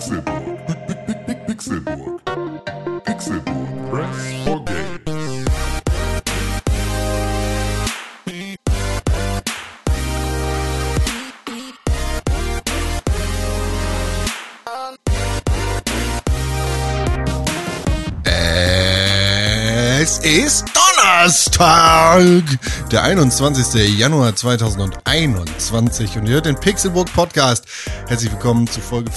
Pixelburg. Pixelburg. Pixelburg. Press for Games. Es ist Donnerstag, der 21. Januar 2021 und ihr hört den Pixelburg Podcast. Herzlich willkommen zu Folge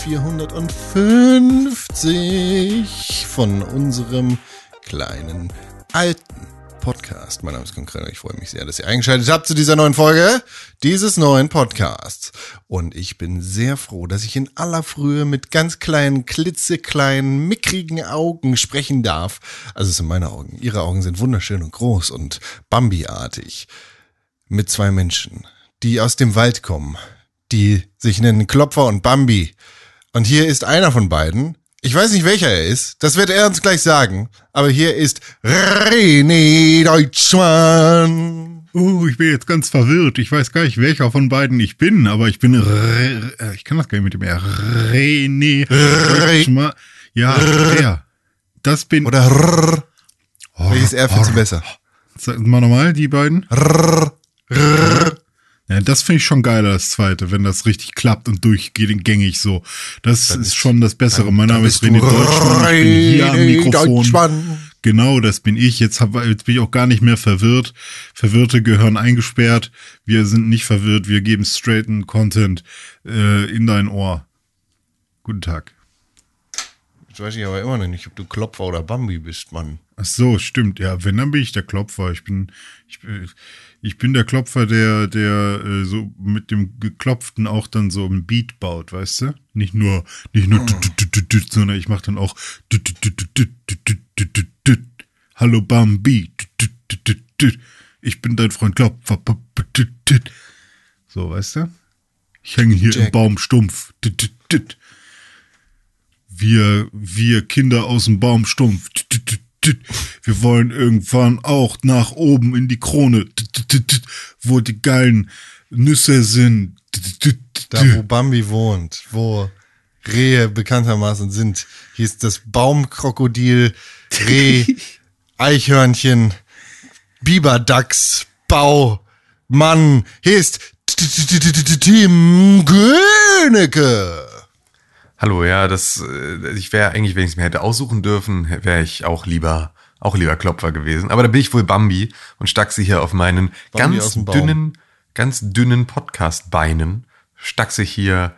450 von unserem kleinen alten Podcast. Mein Name ist Konkret, ich freue mich sehr, dass ihr eingeschaltet habt zu dieser neuen Folge dieses neuen Podcasts. Und ich bin sehr froh, dass ich in aller Frühe mit ganz kleinen, klitzekleinen, mickrigen Augen sprechen darf. Also es sind meine Augen. Ihre Augen sind wunderschön und groß und Bambi-artig. Mit zwei Menschen, die aus dem Wald kommen, die sich nennen Klopfer und Bambi. Und hier ist einer von beiden. Ich weiß nicht, welcher er ist. Das wird er uns gleich sagen. Aber hier ist René Deutschmann. Ich bin jetzt ganz verwirrt. Ich weiß gar nicht, welcher von beiden ich bin, aber ich bin ich kann das gar nicht mit dem R. René Deutschmann. Ja, der. Das bin... Oder welches R findest du besser? Sag mal nochmal, die beiden. Ja, das finde ich schon geiler, das zweite, wenn das richtig klappt und durchgeht gängig so. Das ist schon das Bessere. Mein Name ist René Deutschmann, ich bin hier am Mikrofon. Deutschmann. Genau, das bin ich. Jetzt bin ich auch gar nicht mehr verwirrt. Verwirrte gehören eingesperrt. Wir sind nicht verwirrt, wir geben straighten Content in dein Ohr. Guten Tag. Jetzt weiß ich aber immer noch nicht, ob du Klopfer oder Bambi bist, Mann. Ach so, stimmt. Ja, wenn, dann bin ich der Klopfer. Ich bin der Klopfer, der so mit dem Geklopften auch dann so ein Beat baut, weißt du? Nicht nur, sondern ich mache dann auch Hallo Bambi. Ich bin dein Freund Klopfer. So, weißt du? Ich hänge hier im Baumstumpf. Wir Kinder aus dem Baumstumpf. Wir wollen irgendwann auch nach oben in die Krone, wo die geilen Nüsse sind. Da, wo Bambi wohnt, wo Rehe bekanntermaßen sind. Hier ist das Baumkrokodil, Reh, Eichhörnchen, Biberdachs, Bau, Mann. Hier ist Tim Königke. Hallo, ja, ich wäre eigentlich, wenn ich es mir hätte aussuchen dürfen, wäre ich auch lieber Klopfer gewesen. Aber da bin ich wohl Bambi und stachse hier auf meinen ganz dünnen Podcast-Beinen, stachse ich hier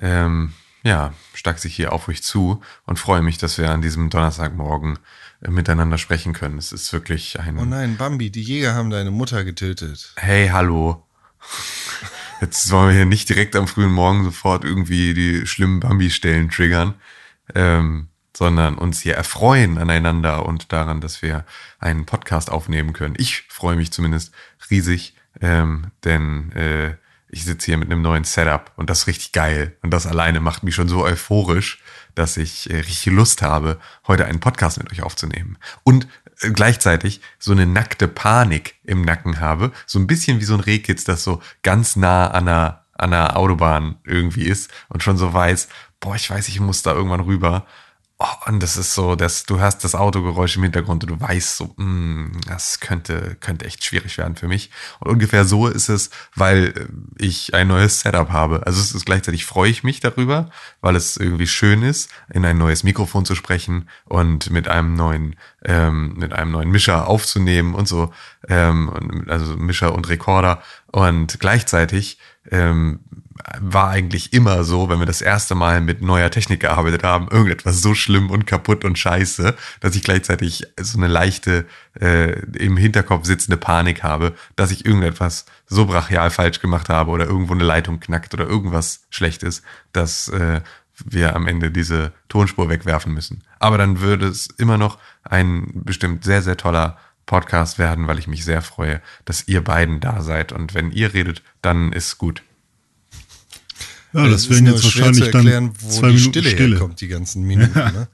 auf euch zu und freue mich, dass wir an diesem Donnerstagmorgen miteinander sprechen können. Es ist wirklich ein... Oh nein, Bambi, die Jäger haben deine Mutter getötet. Hey, hallo. Jetzt wollen wir hier nicht direkt am frühen Morgen sofort irgendwie die schlimmen Bambi-Stellen triggern, sondern uns hier erfreuen aneinander und daran, dass wir einen Podcast aufnehmen können. Ich freue mich zumindest riesig, denn ich sitze hier mit einem neuen Setup und das ist richtig geil. Und das alleine macht mich schon so euphorisch, dass ich richtig Lust habe, heute einen Podcast mit euch aufzunehmen. Und gleichzeitig so eine nackte Panik im Nacken habe, so ein bisschen wie so ein Rehkitz, das so ganz nah an einer Autobahn irgendwie ist und schon so weiß, ich muss da irgendwann rüber. Oh, und das ist so, du hörst das Autogeräusch im Hintergrund und du weißt so, das könnte echt schwierig werden für mich. Und ungefähr so ist es, weil ich ein neues Setup habe. Also es ist gleichzeitig, freue ich mich darüber, weil es irgendwie schön ist, in ein neues Mikrofon zu sprechen und mit einem neuen Mischer aufzunehmen und so, also Mischer und Rekorder. Und gleichzeitig war eigentlich immer so, wenn wir das erste Mal mit neuer Technik gearbeitet haben, irgendetwas so schlimm und kaputt und scheiße, dass ich gleichzeitig so eine leichte, im Hinterkopf sitzende Panik habe, dass ich irgendetwas so brachial falsch gemacht habe oder irgendwo eine Leitung knackt oder irgendwas schlecht ist, dass wir am Ende diese Tonspur wegwerfen müssen. Aber dann würde es immer noch ein bestimmt sehr, sehr toller Podcast werden, weil ich mich sehr freue, dass ihr beiden da seid. Und wenn ihr redet, dann ist gut. Ja, das werden jetzt wahrscheinlich dann erklären, wo 2 die Minuten Stille herkommt, die ganzen Minuten. Ne?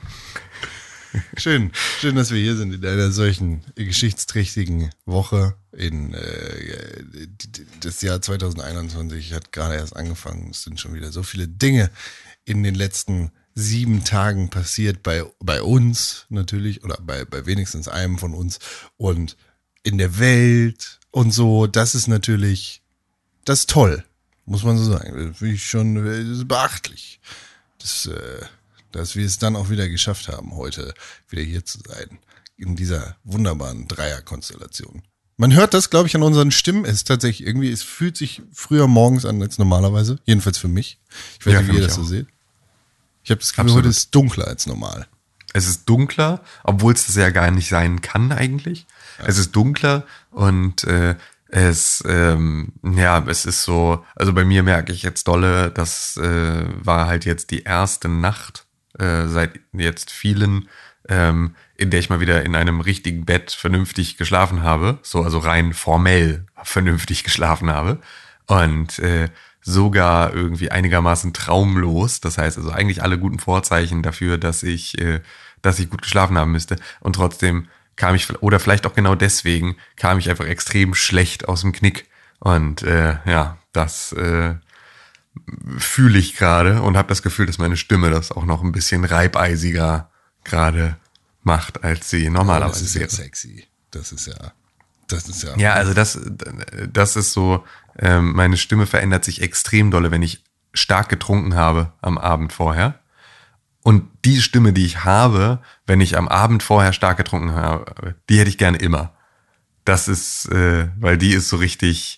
Schön, dass wir hier sind in einer solchen geschichtsträchtigen Woche. Das Jahr 2021 hat gerade erst angefangen. Es sind schon wieder so viele Dinge in den letzten 7 Tagen passiert bei uns natürlich oder bei wenigstens einem von uns und in der Welt und so. Das ist natürlich, das ist toll, muss man so sagen. Das finde ich schon, das ist beachtlich, dass wir es dann auch wieder geschafft haben, heute wieder hier zu sein in dieser wunderbaren Dreierkonstellation. Man hört das, glaube ich, an unseren Stimmen. Es ist tatsächlich irgendwie, es fühlt sich früher morgens an als normalerweise. Jedenfalls für mich. Ich weiß nicht, wie ihr das so seht. Ich habe das Gefühl, heute ist es dunkler als normal. Es ist dunkler, obwohl es das ja gar nicht sein kann eigentlich. Ja. Es ist dunkler und es ist so, also bei mir merke ich jetzt dolle, das war halt jetzt die erste Nacht seit jetzt vielen, in der ich mal wieder in einem richtigen Bett vernünftig geschlafen habe, so also rein formell vernünftig geschlafen habe und sogar irgendwie einigermaßen traumlos. Das heißt also eigentlich alle guten Vorzeichen dafür, dass ich gut geschlafen haben müsste. Und trotzdem kam ich, oder vielleicht auch genau deswegen, kam ich einfach extrem schlecht aus dem Knick. Und das fühle ich gerade und habe das Gefühl, dass meine Stimme das auch noch ein bisschen reibeisiger gerade macht, als sie normalerweise wäre. Das ist ja sexy. Das ist ja. Ja, also das ist so, meine Stimme verändert sich extrem dolle, wenn ich stark getrunken habe am Abend vorher. Und die Stimme, die ich habe, wenn ich am Abend vorher stark getrunken habe, die hätte ich gerne immer. Das ist, weil die ist so richtig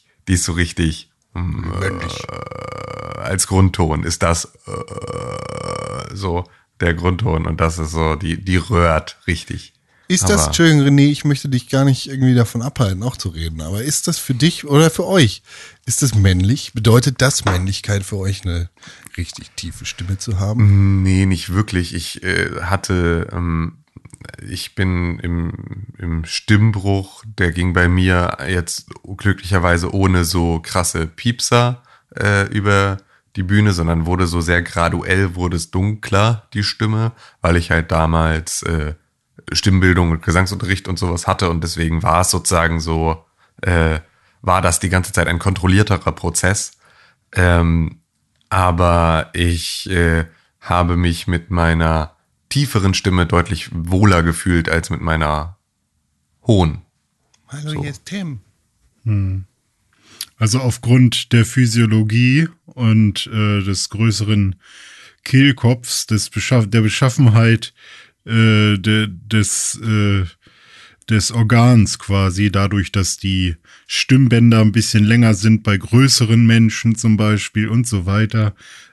als Grundton ist das so der Grundton und das ist so, die röhrt richtig. Ist das, Entschuldigung René, ich möchte dich gar nicht irgendwie davon abhalten, auch zu reden, aber ist das für dich oder für euch, ist das männlich? Bedeutet das Männlichkeit für euch, eine richtig tiefe Stimme zu haben? Nee, nicht wirklich. Ich bin im Stimmbruch, der ging bei mir jetzt glücklicherweise ohne so krasse Piepser über die Bühne, sondern wurde so sehr graduell, wurde es dunkler, die Stimme, weil ich halt damals Stimmbildung und Gesangsunterricht und sowas hatte und deswegen war es sozusagen so, war das die ganze Zeit ein kontrollierterer Prozess. Aber ich habe mich mit meiner tieferen Stimme deutlich wohler gefühlt als mit meiner hohen. Hallo, so. Hier ist Tim. Also aufgrund der Physiologie und des größeren Kehlkopfs, der Beschaffenheit des Organs quasi, dadurch, dass die Stimmbänder ein bisschen länger sind bei größeren Menschen zum Beispiel und so weiter,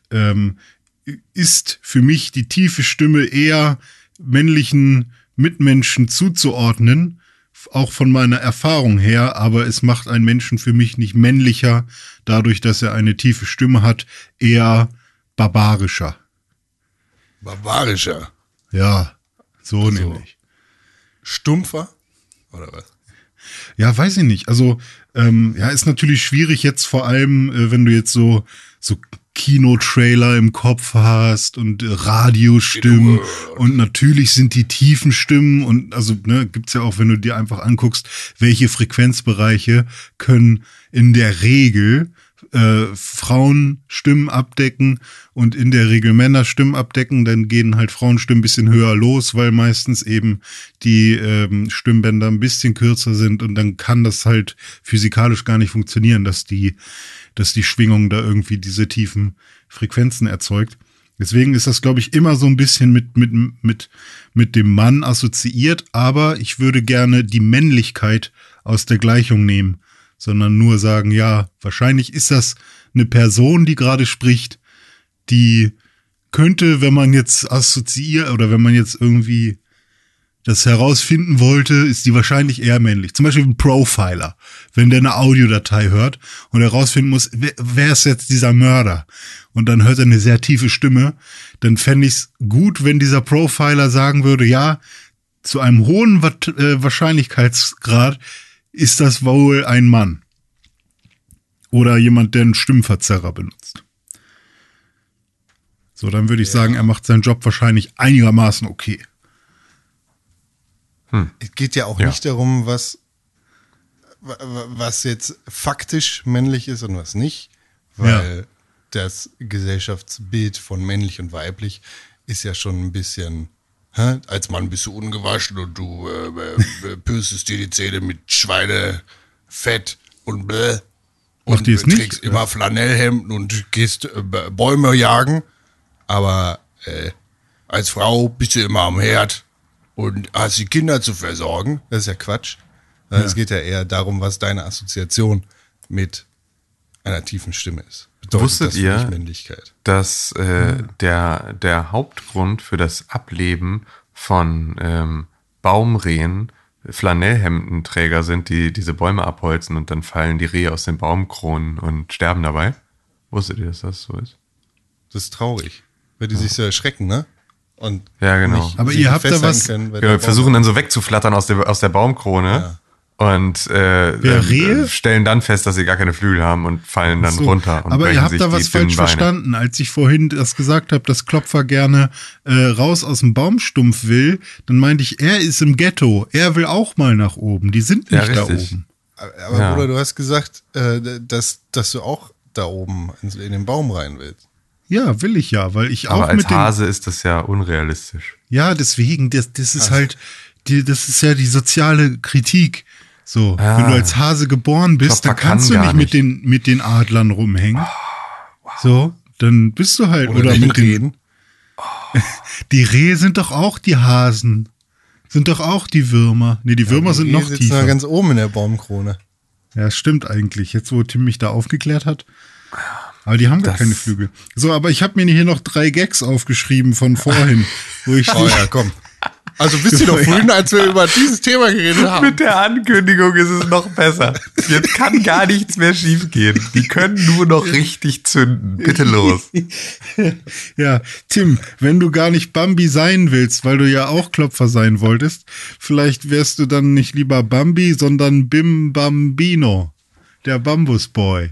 ist für mich die tiefe Stimme eher männlichen Mitmenschen zuzuordnen, auch von meiner Erfahrung her, aber es macht einen Menschen für mich nicht männlicher, dadurch, dass er eine tiefe Stimme hat, eher barbarischer. Barbarischer? Ja, so also nämlich. Stumpfer? Oder was? Ja, weiß ich nicht. Also, ist natürlich schwierig jetzt vor allem, wenn du jetzt so Kinotrailer im Kopf hast und Radiostimmen und natürlich sind die tiefen Stimmen und also gibt's ja auch, wenn du dir einfach anguckst, welche Frequenzbereiche können in der Regel Frauenstimmen abdecken und in der Regel Männerstimmen abdecken, dann gehen halt Frauenstimmen ein bisschen höher los, weil meistens eben die Stimmbänder ein bisschen kürzer sind und dann kann das halt physikalisch gar nicht funktionieren, dass die Schwingung da irgendwie diese tiefen Frequenzen erzeugt. Deswegen ist das, glaube ich, immer so ein bisschen mit dem Mann assoziiert, aber ich würde gerne die Männlichkeit aus der Gleichung nehmen, sondern nur sagen, ja, wahrscheinlich ist das eine Person, die gerade spricht, die könnte, wenn man jetzt assoziiert oder wenn man jetzt irgendwie das herausfinden wollte, ist die wahrscheinlich eher männlich. Zum Beispiel ein Profiler, wenn der eine Audiodatei hört und herausfinden muss, wer ist jetzt dieser Mörder? Und dann hört er eine sehr tiefe Stimme, dann fände ich es gut, wenn dieser Profiler sagen würde, ja, zu einem hohen Wahrscheinlichkeitsgrad ist das wohl ein Mann. Oder jemand, der einen Stimmverzerrer benutzt. So, dann würde ich sagen, er macht seinen Job wahrscheinlich einigermaßen okay. Es geht ja auch nicht darum, was was jetzt faktisch männlich ist und was nicht, weil das Gesellschaftsbild von männlich und weiblich ist ja schon ein bisschen, als Mann bist du ungewaschen und du pürstest dir die Zähne mit Schweinefett und bläh. Und die es nicht, trägst immer Flanellhemden und gehst Bäume jagen. Aber als Frau bist du immer am Herd und hast die Kinder zu versorgen. Das ist ja Quatsch. Es geht ja eher darum, was deine Assoziation mit einer tiefen Stimme ist. Bedeutet Wusstet das für ihr, dich Männlichkeit? dass der Hauptgrund für das Ableben von Baumrehen Flanellhemdenträger sind, die diese Bäume abholzen und dann fallen die Rehe aus den Baumkronen und sterben dabei? Wusstet ihr, dass das so ist? Das ist traurig, weil die sich so erschrecken, ne? Und Ja, genau. nicht Aber sich ihr habt da festhalten was- können, weil Genau, der versuchen dann so wegzuflattern aus der Baumkrone und Rehe? stellen dann fest, dass sie gar keine Flügel haben und fallen dann So, runter. Und aber brechen ihr habt sich da die was dünnen falsch Beine. verstanden. Als ich vorhin das gesagt habe, dass Klopfer gerne raus aus dem Baumstumpf will, dann meinte ich, er ist im Ghetto. Er will auch mal nach oben. Die sind Ja, nicht da richtig. oben. Aber Ja. Bruder, du hast gesagt, dass du auch da oben in den Baum rein willst. Ja, will ich ja, weil ich Aber auch als mit dem... Hase ist das ja unrealistisch. Ja, deswegen, das ist halt, das ist ja die soziale Kritik. So, wenn du als Hase geboren bist, Klopfer dann kannst du kann gar nicht mit den Adlern rumhängen. So, dann bist du halt, oder den mit den Rehen. Die Rehe sind doch auch die Hasen. Sind doch auch die Würmer. Nee, die Würmer sind Die noch sitzen tiefer. da ganz oben in der Baumkrone. Ja, stimmt eigentlich. Jetzt, wo Tim mich da aufgeklärt hat. Aber die haben gar keine Flügel. So, aber ich habe mir hier noch 3 Gags aufgeschrieben von vorhin, wo ich Oh ja, komm. Also wisst ihr doch vorhin, als wir über dieses Thema geredet haben. Mit der Ankündigung ist es noch besser. Jetzt kann gar nichts mehr schiefgehen. Die können nur noch richtig zünden. Bitte los. Ja, Tim, wenn du gar nicht Bambi sein willst, weil du ja auch Klopfer sein wolltest, vielleicht wärst du dann nicht lieber Bambi, sondern Bim Bambino, der Bambusboy.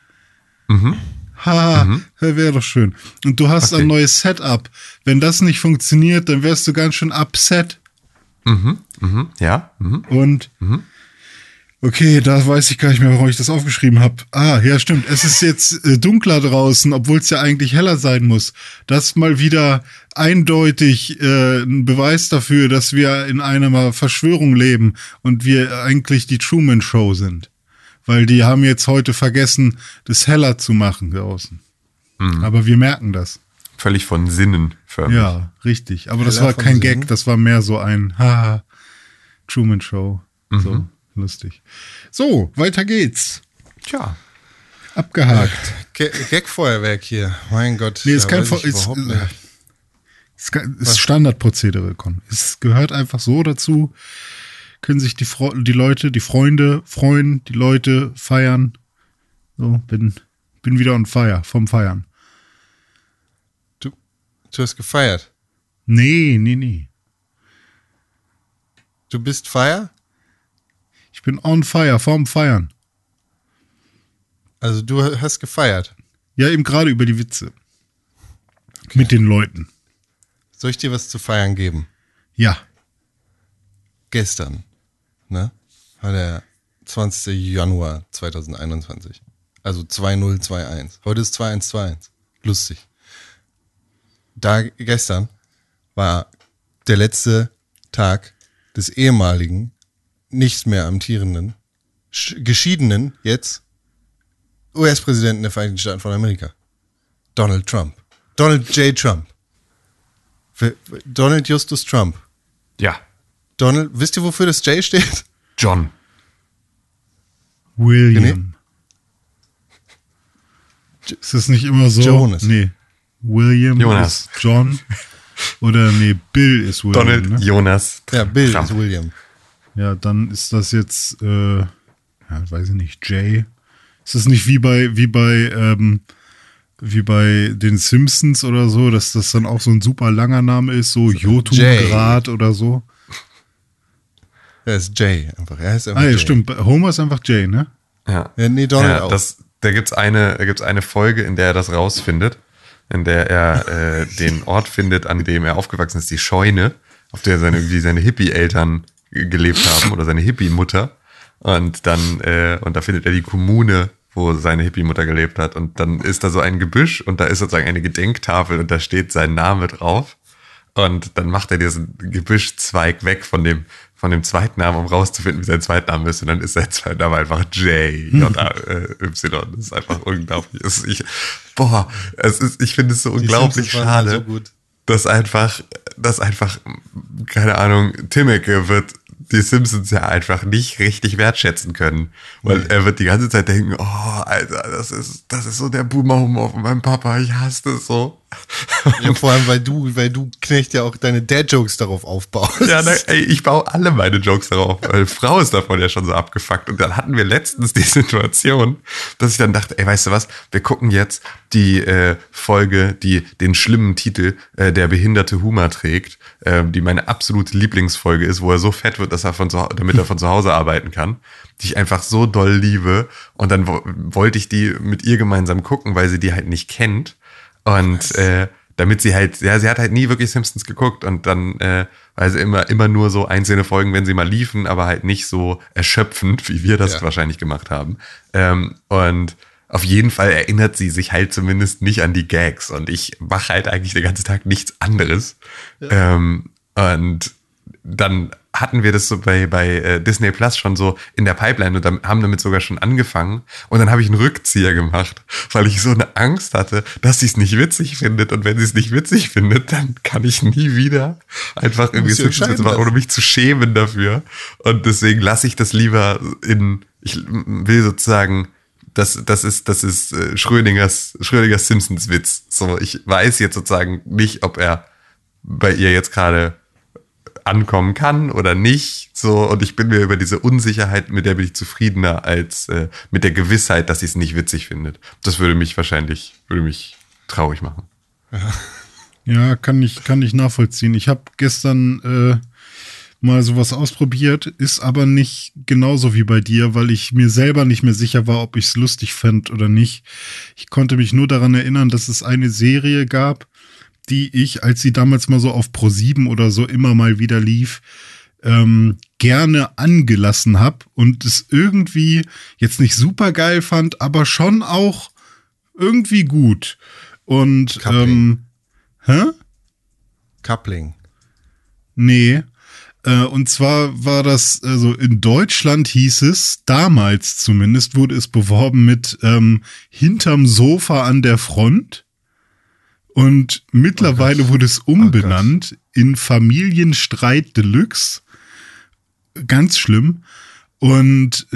Haha, wäre doch schön. Und du hast ein neues Setup. Wenn das nicht funktioniert, dann wärst du ganz schön upset. Ja? Und okay, da weiß ich gar nicht mehr, warum ich das aufgeschrieben habe. Ah, ja, stimmt. Es ist jetzt dunkler draußen, obwohl es ja eigentlich heller sein muss. Das ist mal wieder eindeutig ein Beweis dafür, dass wir in einer Verschwörung leben und wir eigentlich die Truman Show sind. Weil die haben jetzt heute vergessen, das heller zu machen draußen. Aber wir merken das. Völlig von Sinnen förmlich. Ja, richtig. Aber das Heller war von kein Sinn. Gag, das war mehr so ein Haha, Truman Show. So, lustig. So, weiter geht's. Tja. Abgehakt. Gagfeuerwerk hier. Mein Gott. Nee, ist da kein weiß ich ist, überhaupt nicht. ist Standardprozedere, Con. Es gehört einfach so dazu. Können sich die Freunde freuen, die Leute feiern. So, bin wieder on fire, vom Feiern. Du hast gefeiert. Nee. Du bist Feier? Ich bin on fire, vom Feiern. Also du hast gefeiert. Ja, eben gerade über die Witze. Mit den Leuten. Soll ich dir was zu feiern geben? Ja. Gestern, ne? War der 20. Januar 2021. Also 2021. Heute ist 2121. Lustig. Gestern war der letzte Tag des ehemaligen, nicht mehr amtierenden, geschiedenen, jetzt US-Präsidenten der Vereinigten Staaten von Amerika. Donald Trump. Donald J. Trump. Donald Justus Trump. Ja. Donald, wisst ihr, wofür das J steht? John. William. Ist das nicht immer so? Jonas. Nee. William Jonas. ist John. Oder nee, Bill ist William. Donald Ne? Jonas. Ja, Bill Trump. ist William. Ja, dann ist das jetzt, ja, weiß ich nicht, Jay. Ist das nicht wie bei den Simpsons oder so, dass das dann auch so ein super langer Name ist, so Jotun-Grad oder so? Er ist Jay einfach. Er heißt einfach Ah ja, Jay. stimmt. Homer ist einfach Jay, ne? Ja. Ja, nee, Donald auch. Da gibt's eine Folge, in der er das rausfindet, in der er den Ort findet, an dem er aufgewachsen ist, die Scheune, auf der seine Hippie-Eltern gelebt haben oder seine Hippie-Mutter. Und dann, und da findet er die Kommune, wo seine Hippie-Mutter gelebt hat. Und dann ist da so ein Gebüsch und da ist sozusagen eine Gedenktafel und da steht sein Name drauf. Und dann macht er diesen Gebüschzweig weg von dem Zweitnamen, um rauszufinden, wie sein Zweitname ist. Und dann ist sein Zweitname einfach J-Y. Das ist einfach unglaublich. Ich finde es so unglaublich schade, dass einfach, keine Ahnung, Timmeke wird die Simpsons ja einfach nicht richtig wertschätzen können. Weil er wird die ganze Zeit denken, oh, Alter, das ist so der Boomer-Humor von meinem Papa, ich hasse das so. Ja, vor allem, weil du Knecht ja auch deine Dad-Jokes darauf aufbaust. Ja, ich baue alle meine Jokes darauf, weil Frau ist davon ja schon so abgefuckt. Und dann hatten wir letztens die Situation, dass ich dann dachte, ey, weißt du was, wir gucken jetzt die Folge, die den schlimmen Titel Der behinderte Humor trägt, die meine absolute Lieblingsfolge ist, wo er so fett wird, damit er von zu Hause arbeiten kann, die ich einfach so doll liebe. Und dann wollte ich die mit ihr gemeinsam gucken, weil sie die halt nicht kennt. Und damit sie halt, ja, sie hat halt nie wirklich Simpsons geguckt und dann, weil sie immer nur so einzelne Folgen, wenn sie mal liefen, aber halt nicht so erschöpfend, wie wir das wahrscheinlich gemacht haben. Und auf jeden Fall erinnert sie sich halt zumindest nicht an die Gags und ich mache halt eigentlich den ganzen Tag nichts anderes. Ja. Und dann hatten wir das so bei Disney Plus schon so in der Pipeline und haben damit sogar schon angefangen. Und dann habe ich einen Rückzieher gemacht, weil ich so eine Angst hatte, dass sie es nicht witzig findet. Und wenn sie es nicht witzig findet, dann kann ich nie wieder einfach irgendwie Simpsons machen, ohne mich zu schämen dafür. Und deswegen lasse ich das lieber ich will sozusagen, das ist Schrödingers Simpsons Witz. So, ich weiß jetzt sozusagen nicht, ob er bei ihr jetzt gerade ankommen kann oder nicht, so, und ich bin mir über diese Unsicherheit, mit der bin ich zufriedener als mit der Gewissheit, dass sie es nicht witzig findet. Das würde mich traurig machen. Ja, kann ich nachvollziehen. Ich habe gestern mal sowas ausprobiert, ist aber nicht genauso wie bei dir, weil ich mir selber nicht mehr sicher war, ob ich es lustig fand oder nicht. Ich konnte mich nur daran erinnern, dass es eine Serie gab, die ich, als sie damals mal so auf Pro7 oder so immer mal wieder lief, gerne angelassen habe und es irgendwie jetzt nicht super geil fand, aber schon auch irgendwie gut. Und Coupling. Nee. Und zwar war das, also in Deutschland hieß es, damals zumindest, wurde es beworben mit hinterm Sofa an der Front. Und mittlerweile wurde es umbenannt in Familienstreit Deluxe. Ganz schlimm. Und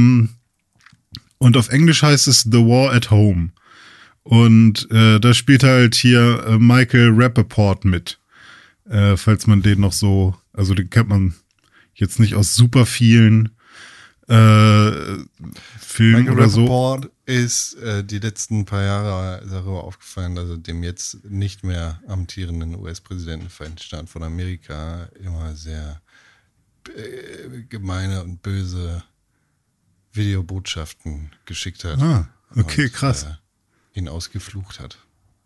auf Englisch heißt es The War at Home. Und da spielt halt hier Michael Rappaport mit. Falls man den noch so, also den kennt man jetzt nicht aus super vielen Filmen Michael oder so. Rappaport ist die letzten paar Jahre darüber aufgefallen, dass er dem jetzt nicht mehr amtierenden US-Präsidenten der Vereinigten Staaten von Amerika immer sehr gemeine und böse Videobotschaften geschickt hat. Ah, okay, und, krass. Ihn ausgeflucht hat.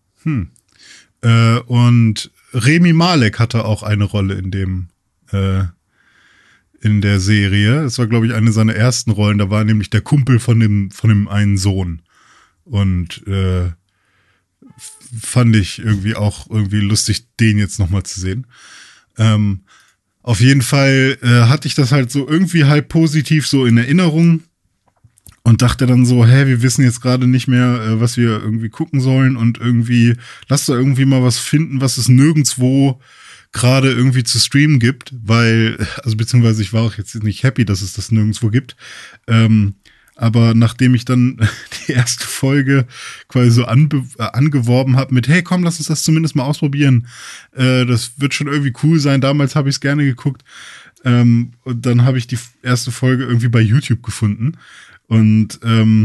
Und Rami Malek hatte auch eine Rolle in der Serie. Es war, glaube ich, eine seiner ersten Rollen. Da war nämlich der Kumpel von dem einen Sohn. Und fand ich irgendwie auch irgendwie lustig, den jetzt nochmal zu sehen. Auf jeden Fall hatte ich das halt so irgendwie halb positiv so in Erinnerung und dachte dann so, wir wissen jetzt gerade nicht mehr, was wir irgendwie gucken sollen und irgendwie, lass da irgendwie mal was finden, was es nirgendwo gerade irgendwie zu streamen gibt, weil, also beziehungsweise ich war auch jetzt nicht happy, dass es das nirgendwo gibt, aber nachdem ich dann die erste Folge quasi so angeworben habe mit, hey komm, lass uns das zumindest mal ausprobieren, das wird schon irgendwie cool sein, damals habe ich es gerne geguckt, und dann habe ich die erste Folge irgendwie bei YouTube gefunden und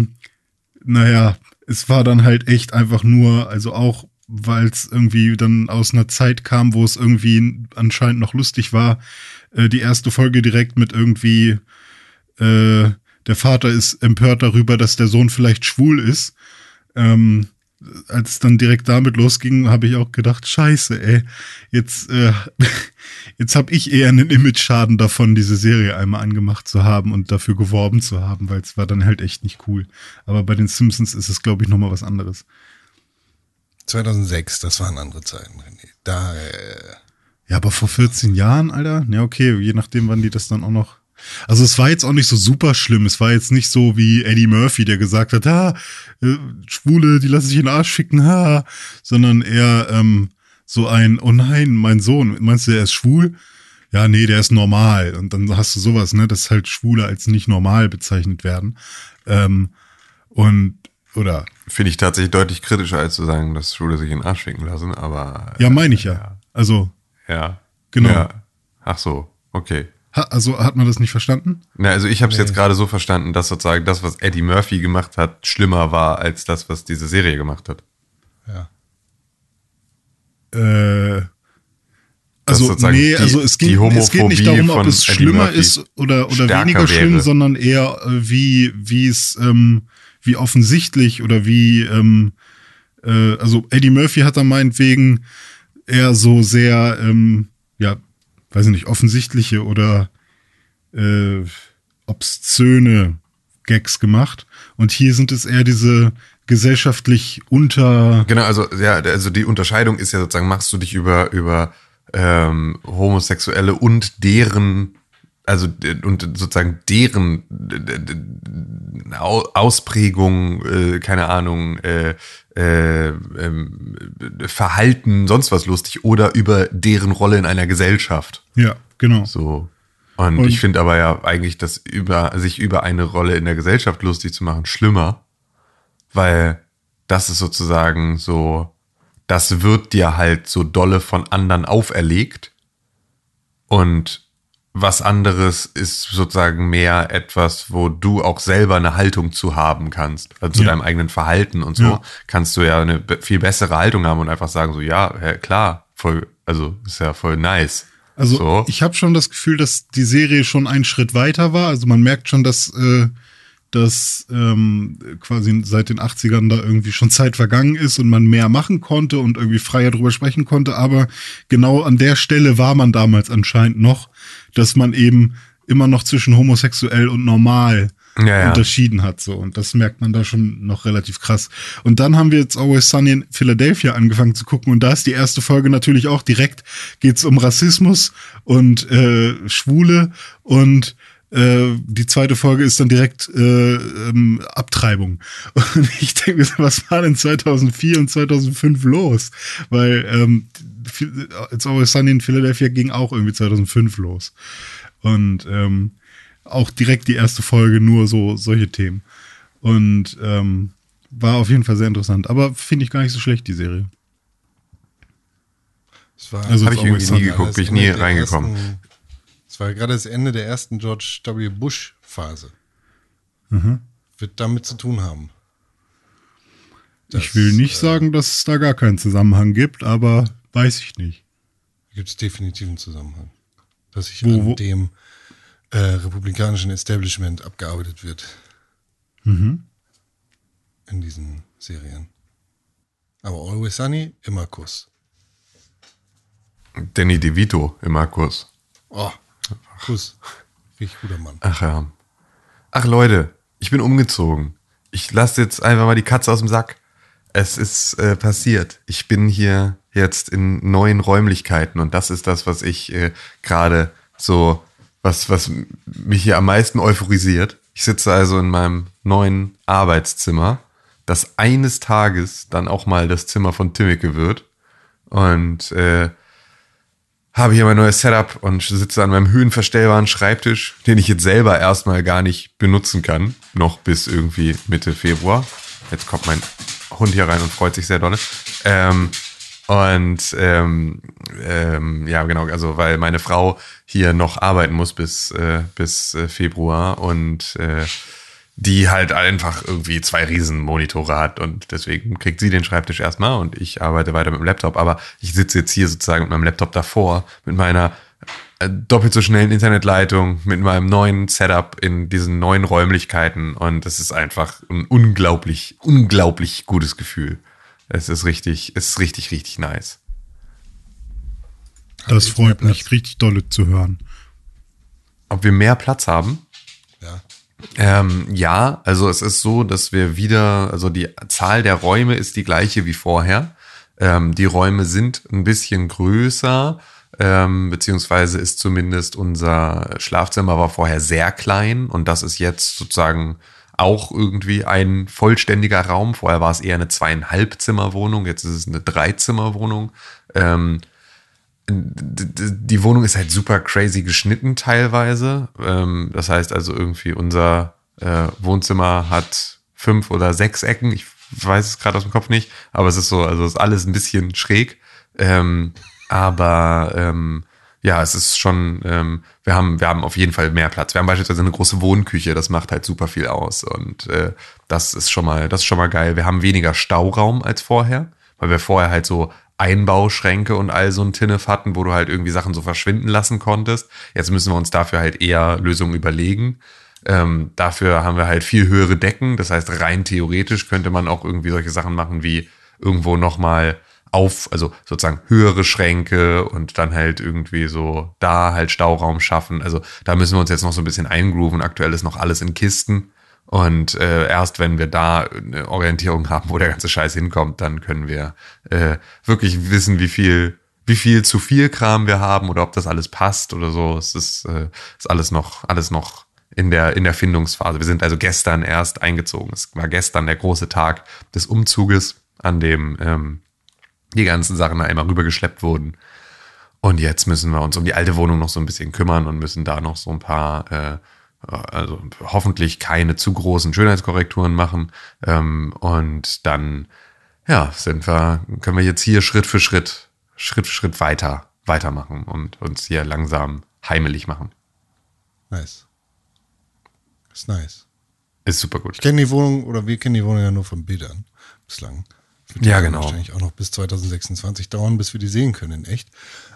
es war dann halt echt einfach nur, also auch weil es irgendwie dann aus einer Zeit kam, wo es irgendwie anscheinend noch lustig war, die erste Folge direkt mit irgendwie der Vater ist empört darüber, dass der Sohn vielleicht schwul ist. als es dann direkt damit losging, habe ich auch gedacht, scheiße, ey, jetzt habe ich eher einen Image-Schaden davon, diese Serie einmal angemacht zu haben und dafür geworben zu haben, weil es war dann halt echt nicht cool. Aber bei den Simpsons ist es, glaube ich, nochmal was anderes. 2006, das waren andere Zeiten, René. Da, Ja, aber vor 14 Jahren, Alter? Ja, okay, je nachdem, wann die das dann auch noch... Also es war jetzt auch nicht so super schlimm. Es war jetzt nicht so wie Eddie Murphy, der gesagt hat, Schwule, die lassen sich in den Arsch ficken, sondern eher so ein, oh nein, mein Sohn, meinst du, der ist schwul? Ja, nee, der ist normal. Und dann hast du sowas, ne, dass halt Schwule als nicht normal bezeichnet werden. Oder... Finde ich tatsächlich deutlich kritischer, als zu sagen, dass Schwule sich in den Arsch ficken lassen, aber... Ja, meine ich ja. Also... Ja. Genau. Ja. Ach so, okay. Also hat man das nicht verstanden? Na, also ich habe es jetzt gerade so verstanden, dass sozusagen das, was Eddie Murphy gemacht hat, schlimmer war als das, was diese Serie gemacht hat. ja. Also nee, also es geht nicht darum, ob es schlimmer ist oder weniger schlimm, sondern eher wie offensichtlich oder wie also Eddie Murphy hat da meinetwegen eher so sehr weiß ich nicht, offensichtliche oder obszöne Gags gemacht. Und hier sind es eher diese gesellschaftlich Genau, also die Unterscheidung ist ja sozusagen, machst du dich über Homosexuelle und deren, also und sozusagen deren Ausprägung, keine Ahnung, Verhalten, sonst was lustig oder über deren Rolle in einer Gesellschaft. Ja, genau. So. Und ich finde aber ja eigentlich, sich über eine Rolle in der Gesellschaft lustig zu machen, schlimmer, weil das ist sozusagen so, das wird dir halt so dolle von anderen auferlegt und was anderes ist sozusagen mehr etwas, wo du auch selber eine Haltung zu haben kannst. Also zu deinem eigenen Verhalten und so kannst du ja eine viel bessere Haltung haben und einfach sagen so, ja, klar, ist ja voll nice. Also so. Ich habe schon das Gefühl, dass die Serie schon einen Schritt weiter war. Also man merkt schon, dass quasi seit den 80ern da irgendwie schon Zeit vergangen ist und man mehr machen konnte und irgendwie freier drüber sprechen konnte. Aber genau an der Stelle war man damals anscheinend noch, dass man eben immer noch zwischen homosexuell und normal unterschieden hat. So. Und das merkt man da schon noch relativ krass. Und dann haben wir jetzt Always Sunny in Philadelphia angefangen zu gucken. Und da ist die erste Folge natürlich auch direkt, geht's um Rassismus und Schwule und die zweite Folge ist dann direkt Abtreibung. Und ich denke, was war denn 2004 und 2005 los? Weil It's Always Sunny in Philadelphia ging auch irgendwie 2005 los. Und auch direkt die erste Folge nur solche Themen. Und war auf jeden Fall sehr interessant. Aber finde ich gar nicht so schlecht, die Serie. Also habe ich irgendwie nie geguckt, bin ich nie reingekommen. Es war gerade das Ende der ersten George W. Bush-Phase. Wird damit zu tun haben. Ich will nicht sagen, dass es da gar keinen Zusammenhang gibt, aber weiß ich nicht. Gibt es definitiv einen Zusammenhang. Dass sich an dem republikanischen Establishment abgearbeitet wird. In diesen Serien. Aber Always Sunny, immer Kuss. Danny DeVito, immer Kuss. Oh, Kuss. Richtig guter Mann. Ach ja. Ach Leute, ich bin umgezogen. Ich lasse jetzt einfach mal die Katze aus dem Sack. Es ist passiert. Ich bin hier jetzt in neuen Räumlichkeiten und das ist das, was ich gerade so, was mich hier am meisten euphorisiert. Ich sitze also in meinem neuen Arbeitszimmer, das eines Tages dann auch mal das Zimmer von Timmeke wird und habe hier mein neues Setup und sitze an meinem höhenverstellbaren Schreibtisch, den ich jetzt selber erstmal gar nicht benutzen kann, noch bis irgendwie Mitte Februar. Jetzt kommt mein Hund hier rein und freut sich sehr dolle. Ja, genau, also weil meine Frau hier noch arbeiten muss bis Februar und die halt einfach irgendwie 2 Riesenmonitore hat und deswegen kriegt sie den Schreibtisch erstmal und ich arbeite weiter mit dem Laptop, aber ich sitze jetzt hier sozusagen mit meinem Laptop davor, mit meiner doppelt so schnellen Internetleitung, mit meinem neuen Setup in diesen neuen Räumlichkeiten und das ist einfach ein unglaublich, unglaublich gutes Gefühl. Es ist richtig nice. Das freut mich richtig dolle zu hören. Ob wir mehr Platz haben? Ja. Ja, also es ist so, dass wir wieder, also die Zahl der Räume ist die gleiche wie vorher. Die Räume sind ein bisschen größer, beziehungsweise ist zumindest unser Schlafzimmer war vorher sehr klein und das ist jetzt sozusagen auch irgendwie ein vollständiger Raum. Vorher war es eher eine 2,5-Zimmer-Wohnung, jetzt ist es eine 3-Zimmer-Wohnung. Die Wohnung ist halt super crazy geschnitten teilweise. Das heißt also irgendwie unser Wohnzimmer hat 5 oder 6 Ecken. Ich weiß es gerade aus dem Kopf nicht, aber es ist so, also es ist alles ein bisschen schräg. Ja, es ist schon, wir haben auf jeden Fall mehr Platz. Wir haben beispielsweise eine große Wohnküche, das macht halt super viel aus und das ist schon mal geil. Wir haben weniger Stauraum als vorher, weil wir vorher halt so Einbauschränke und all so ein Tinnef hatten, wo du halt irgendwie Sachen so verschwinden lassen konntest. Jetzt müssen wir uns dafür halt eher Lösungen überlegen. Dafür haben wir halt viel höhere Decken. Das heißt, rein theoretisch könnte man auch irgendwie solche Sachen machen wie irgendwo nochmal also sozusagen höhere Schränke und dann halt irgendwie so da halt Stauraum schaffen. Also da müssen wir uns jetzt noch so ein bisschen eingrooven. Aktuell ist noch alles in Kisten. Und erst wenn wir da eine Orientierung haben, wo der ganze Scheiß hinkommt, dann können wir wirklich wissen, wie viel zu viel Kram wir haben oder ob das alles passt oder so. Es ist alles noch in der Findungsphase. Wir sind also gestern erst eingezogen. Es war gestern der große Tag des Umzuges, an dem die ganzen Sachen einmal rübergeschleppt wurden. Und jetzt müssen wir uns um die alte Wohnung noch so ein bisschen kümmern und müssen da noch so ein paar also hoffentlich keine zu großen Schönheitskorrekturen machen. Und dann, ja, können wir jetzt hier Schritt für Schritt weitermachen und uns hier langsam heimelig machen. Nice. Ist nice. Ist super gut. Wir kennen die Wohnung ja nur von Bildern bislang. Wird ja, genau. Wahrscheinlich auch noch bis 2026 dauern, bis wir die sehen können, in echt.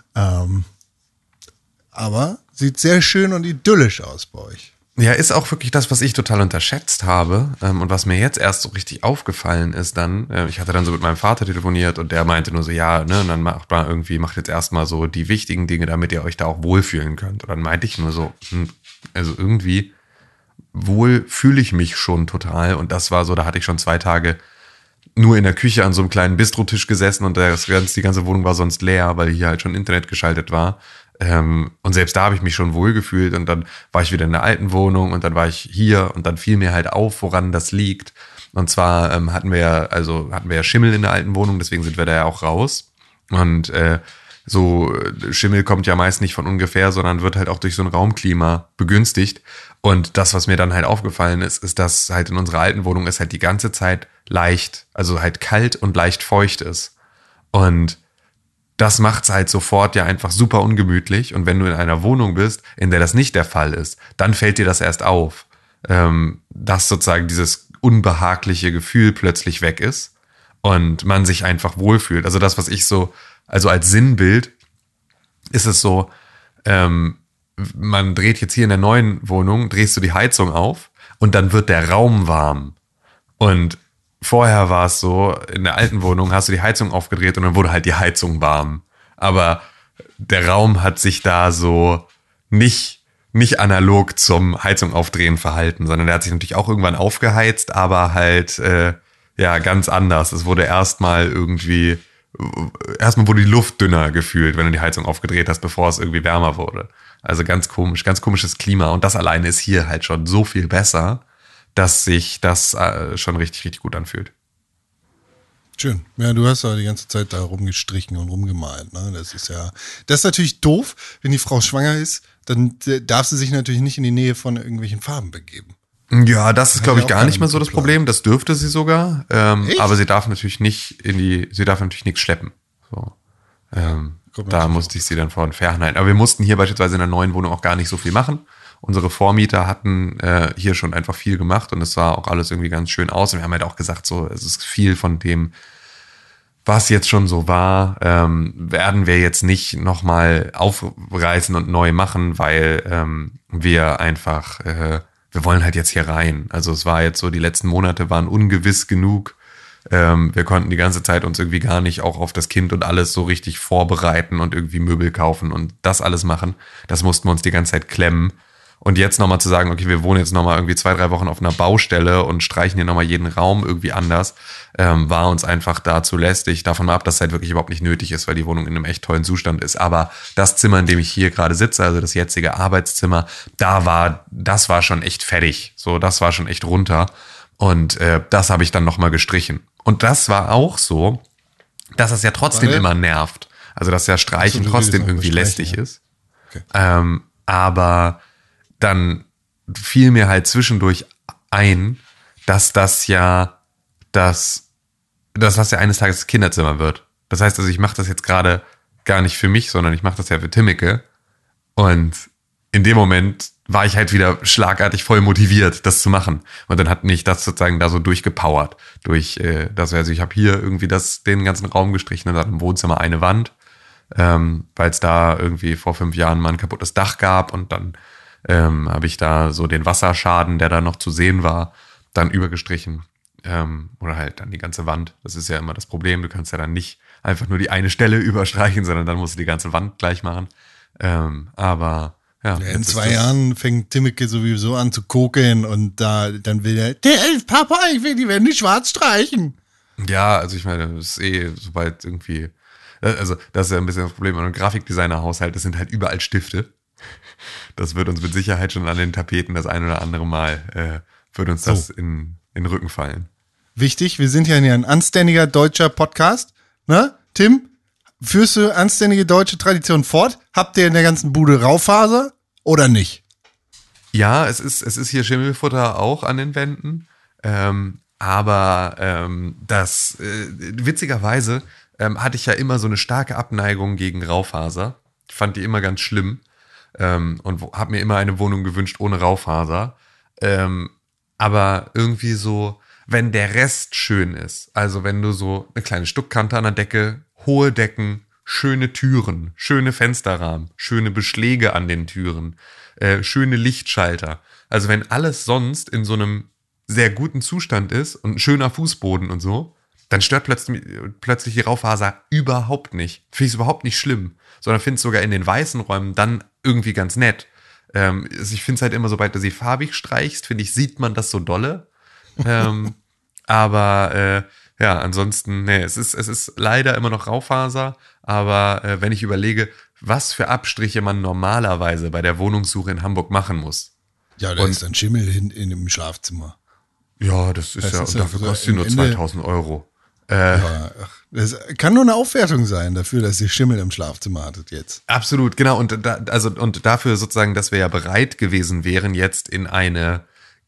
Aber sieht sehr schön und idyllisch aus bei euch. Ja, ist auch wirklich das, was ich total unterschätzt habe und was mir jetzt erst so richtig aufgefallen ist dann, ich hatte dann so mit meinem Vater telefoniert und der meinte nur so, ja, ne, und dann macht jetzt erstmal so die wichtigen Dinge, damit ihr euch da auch wohlfühlen könnt. Und dann meinte ich nur so, also irgendwie wohl fühle ich mich schon total und das war so, da hatte ich schon 2 Tage nur in der Küche an so einem kleinen Bistrotisch gesessen und die ganze Wohnung war sonst leer, weil hier halt schon Internet geschaltet war. Und selbst da habe ich mich schon wohl gefühlt und dann war ich wieder in der alten Wohnung und dann war ich hier und dann fiel mir halt auf, woran das liegt. Und zwar hatten wir ja Schimmel in der alten Wohnung, deswegen sind wir da ja auch raus. Und so Schimmel kommt ja meist nicht von ungefähr, sondern wird halt auch durch so ein Raumklima begünstigt. Und das, was mir dann halt aufgefallen ist, dass halt in unserer alten Wohnung es halt die ganze Zeit also halt kalt und leicht feucht ist. Und das macht's halt sofort ja einfach super ungemütlich. Und wenn du in einer Wohnung bist, in der das nicht der Fall ist, dann fällt dir das erst auf, dass sozusagen dieses unbehagliche Gefühl plötzlich weg ist und man sich einfach wohlfühlt. Also das, was ich so, also als Sinnbild ist es so, man dreht jetzt hier in der neuen Wohnung, drehst du die Heizung auf und dann wird der Raum warm. Und vorher war es so, in der alten Wohnung hast du die Heizung aufgedreht und dann wurde halt die Heizung warm. Aber der Raum hat sich da so nicht analog zum Heizung aufdrehen verhalten, sondern der hat sich natürlich auch irgendwann aufgeheizt, aber halt ganz anders. Es wurde erstmal wurde die Luft dünner gefühlt, wenn du die Heizung aufgedreht hast, bevor es irgendwie wärmer wurde. Also ganz komisches Klima. Und das alleine ist hier halt schon so viel besser, dass sich das schon richtig, richtig gut anfühlt. Schön. Ja, du hast ja die ganze Zeit da rumgestrichen und rumgemalt. Ne? Das ist natürlich doof, wenn die Frau schwanger ist, dann darf sie sich natürlich nicht in die Nähe von irgendwelchen Farben begeben. Ja, das ist, glaube ich, gar nicht mehr so das Problem. Das dürfte sie sogar. Aber sie darf natürlich nichts schleppen. So. Da musste ich sie dann von fernhalten. Aber wir mussten hier beispielsweise in der neuen Wohnung auch gar nicht so viel machen. Unsere Vormieter hatten hier schon einfach viel gemacht und es sah auch alles irgendwie ganz schön aus. Und wir haben halt auch gesagt, so, es ist viel von dem, was jetzt schon so war, werden wir jetzt nicht nochmal aufreißen und neu machen, weil wir einfach, wir wollen halt jetzt hier rein. Also es war jetzt so, die letzten Monate waren ungewiss genug. Wir konnten die ganze Zeit uns irgendwie gar nicht auch auf das Kind und alles so richtig vorbereiten und irgendwie Möbel kaufen und das alles machen. Das mussten wir uns die ganze Zeit klemmen. Und jetzt nochmal zu sagen, okay, wir wohnen jetzt nochmal irgendwie 2-3 Wochen auf einer Baustelle und streichen hier nochmal jeden Raum irgendwie anders, war uns einfach da zu lästig. Davon mal ab, dass es halt wirklich überhaupt nicht nötig ist, weil die Wohnung in einem echt tollen Zustand ist. Aber das Zimmer, in dem ich hier gerade sitze, also das jetzige Arbeitszimmer, das war schon echt fertig. So, das war schon echt runter. Und das habe ich dann nochmal gestrichen. Und das war auch so, dass es ja trotzdem immer nervt. Also, dass ja Streichen trotzdem irgendwie lästig ist. Okay. Aber dann fiel mir halt zwischendurch ein, dass das ja eines Tages das Kinderzimmer wird. Das heißt also, ich mache das jetzt gerade gar nicht für mich, sondern ich mache das ja für Timmeke. Und in dem Moment war ich halt wieder schlagartig voll motiviert, das zu machen. Und dann hat mich das sozusagen da so durchgepowert. Also ich habe hier irgendwie den ganzen Raum gestrichen und dann im Wohnzimmer eine Wand, weil es da irgendwie vor 5 Jahren mal ein kaputtes Dach gab und dann habe ich da so den Wasserschaden, der da noch zu sehen war, dann übergestrichen. Oder halt dann die ganze Wand. Das ist ja immer das Problem. Du kannst ja dann nicht einfach nur die eine Stelle überstreichen, sondern dann musst du die ganze Wand gleich machen. Aber ja. In 2 Jahren fängt Timmeke sowieso an zu kokeln und dann will er, Papa, ich will die Wände schwarz streichen. Ja, also ich meine, das ist sobald irgendwie, also das ist ja ein bisschen das Problem an einem Grafikdesigner-Haushalt, das sind halt überall Stifte. Das wird uns mit Sicherheit schon an den Tapeten das ein oder andere Mal, wird uns das in den Rücken fallen. Wichtig, wir sind ja ein anständiger deutscher Podcast, ne? Tim, führst du anständige deutsche Tradition fort? Habt ihr in der ganzen Bude Raufaser oder nicht? Ja, es ist hier Schimmelfutter auch an den Wänden, aber witzigerweise hatte ich ja immer so eine starke Abneigung gegen Raufaser. Ich fand die immer ganz schlimm. Und habe mir immer eine Wohnung gewünscht ohne Raufaser. Aber irgendwie so, wenn der Rest schön ist, also wenn du so eine kleine Stuckkante an der Decke, hohe Decken, schöne Türen, schöne Fensterrahmen, schöne Beschläge an den Türen, schöne Lichtschalter. Also wenn alles sonst in so einem sehr guten Zustand ist und ein schöner Fußboden und so, dann stört plötzlich die Raufaser überhaupt nicht. Finde ich es überhaupt nicht schlimm, sondern finde es sogar in den weißen Räumen dann irgendwie ganz nett. Ich finde es halt immer, sobald du sie farbig streichst, finde ich, sieht man das so dolle. Aber ansonsten, es ist leider immer noch Raufaser, aber wenn ich überlege, was für Abstriche man normalerweise bei der Wohnungssuche in Hamburg machen muss. Ja, da ist ein Schimmel in dem Schlafzimmer. Ja, das ist und dafür kostet sie nur 2.000 Euro. Das kann nur eine Aufwertung sein dafür, dass ihr Schimmel im Schlafzimmer hattet jetzt. Absolut, genau. Und dafür sozusagen, dass wir ja bereit gewesen wären, jetzt in eine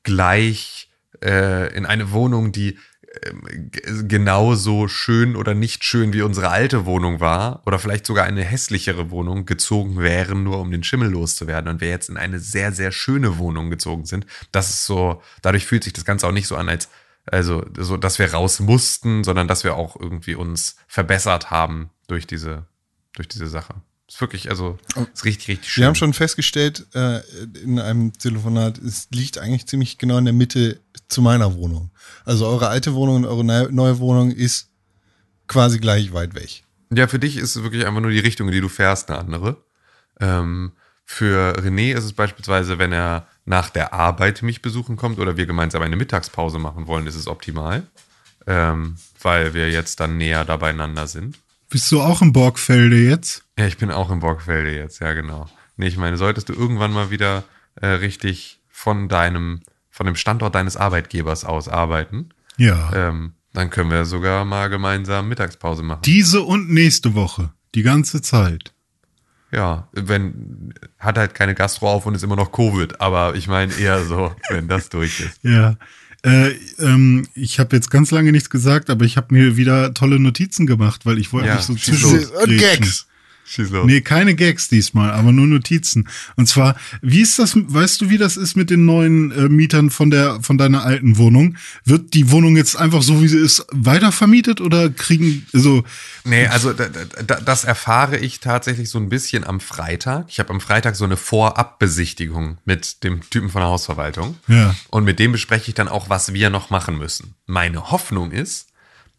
Wohnung, die genauso schön oder nicht schön wie unsere alte Wohnung war oder vielleicht sogar eine hässlichere Wohnung gezogen wären, nur um den Schimmel loszuwerden und wir jetzt in eine sehr, sehr schöne Wohnung gezogen sind. Das ist so, dadurch fühlt sich das Ganze auch nicht so an, dass wir raus mussten, sondern dass wir auch irgendwie uns verbessert haben durch diese Sache. Ist wirklich, ist richtig, richtig schön. Wir haben schon festgestellt in einem Telefonat, es liegt eigentlich ziemlich genau in der Mitte zu meiner Wohnung. Also eure alte Wohnung und eure neue Wohnung ist quasi gleich weit weg. Ja, für dich ist es wirklich einfach nur die Richtung, in die du fährst, eine andere. Für René ist es beispielsweise, wenn er nach der Arbeit mich besuchen kommt oder wir gemeinsam eine Mittagspause machen wollen, ist es optimal, weil wir jetzt dann näher da beieinander sind. Bist du auch im Borgfelde jetzt? Ja, ich bin auch im Borgfelde jetzt, ja genau. Nee, ich meine, solltest du irgendwann mal wieder richtig von dem Standort deines Arbeitgebers aus arbeiten, ja, dann können wir sogar mal gemeinsam Mittagspause machen. Diese und nächste Woche, die ganze Zeit. Ja, hat halt keine Gastro auf und ist immer noch Covid, aber ich meine eher so, wenn das durch ist. Ja, ich habe jetzt ganz lange nichts gesagt, aber ich habe mir wieder tolle Notizen gemacht, weil ich wollte nicht so und Gags. Schieß los. Nee, keine Gags diesmal, aber nur Notizen. Und zwar, wie ist das, weißt du, wie das ist mit den neuen Mietern von deiner alten Wohnung? Wird die Wohnung jetzt einfach so, wie sie ist, weitervermietet oder Nee, also das erfahre ich tatsächlich so ein bisschen am Freitag. Ich habe am Freitag so eine Vorabbesichtigung mit dem Typen von der Hausverwaltung. Ja. Und mit dem bespreche ich dann auch, was wir noch machen müssen. Meine Hoffnung ist,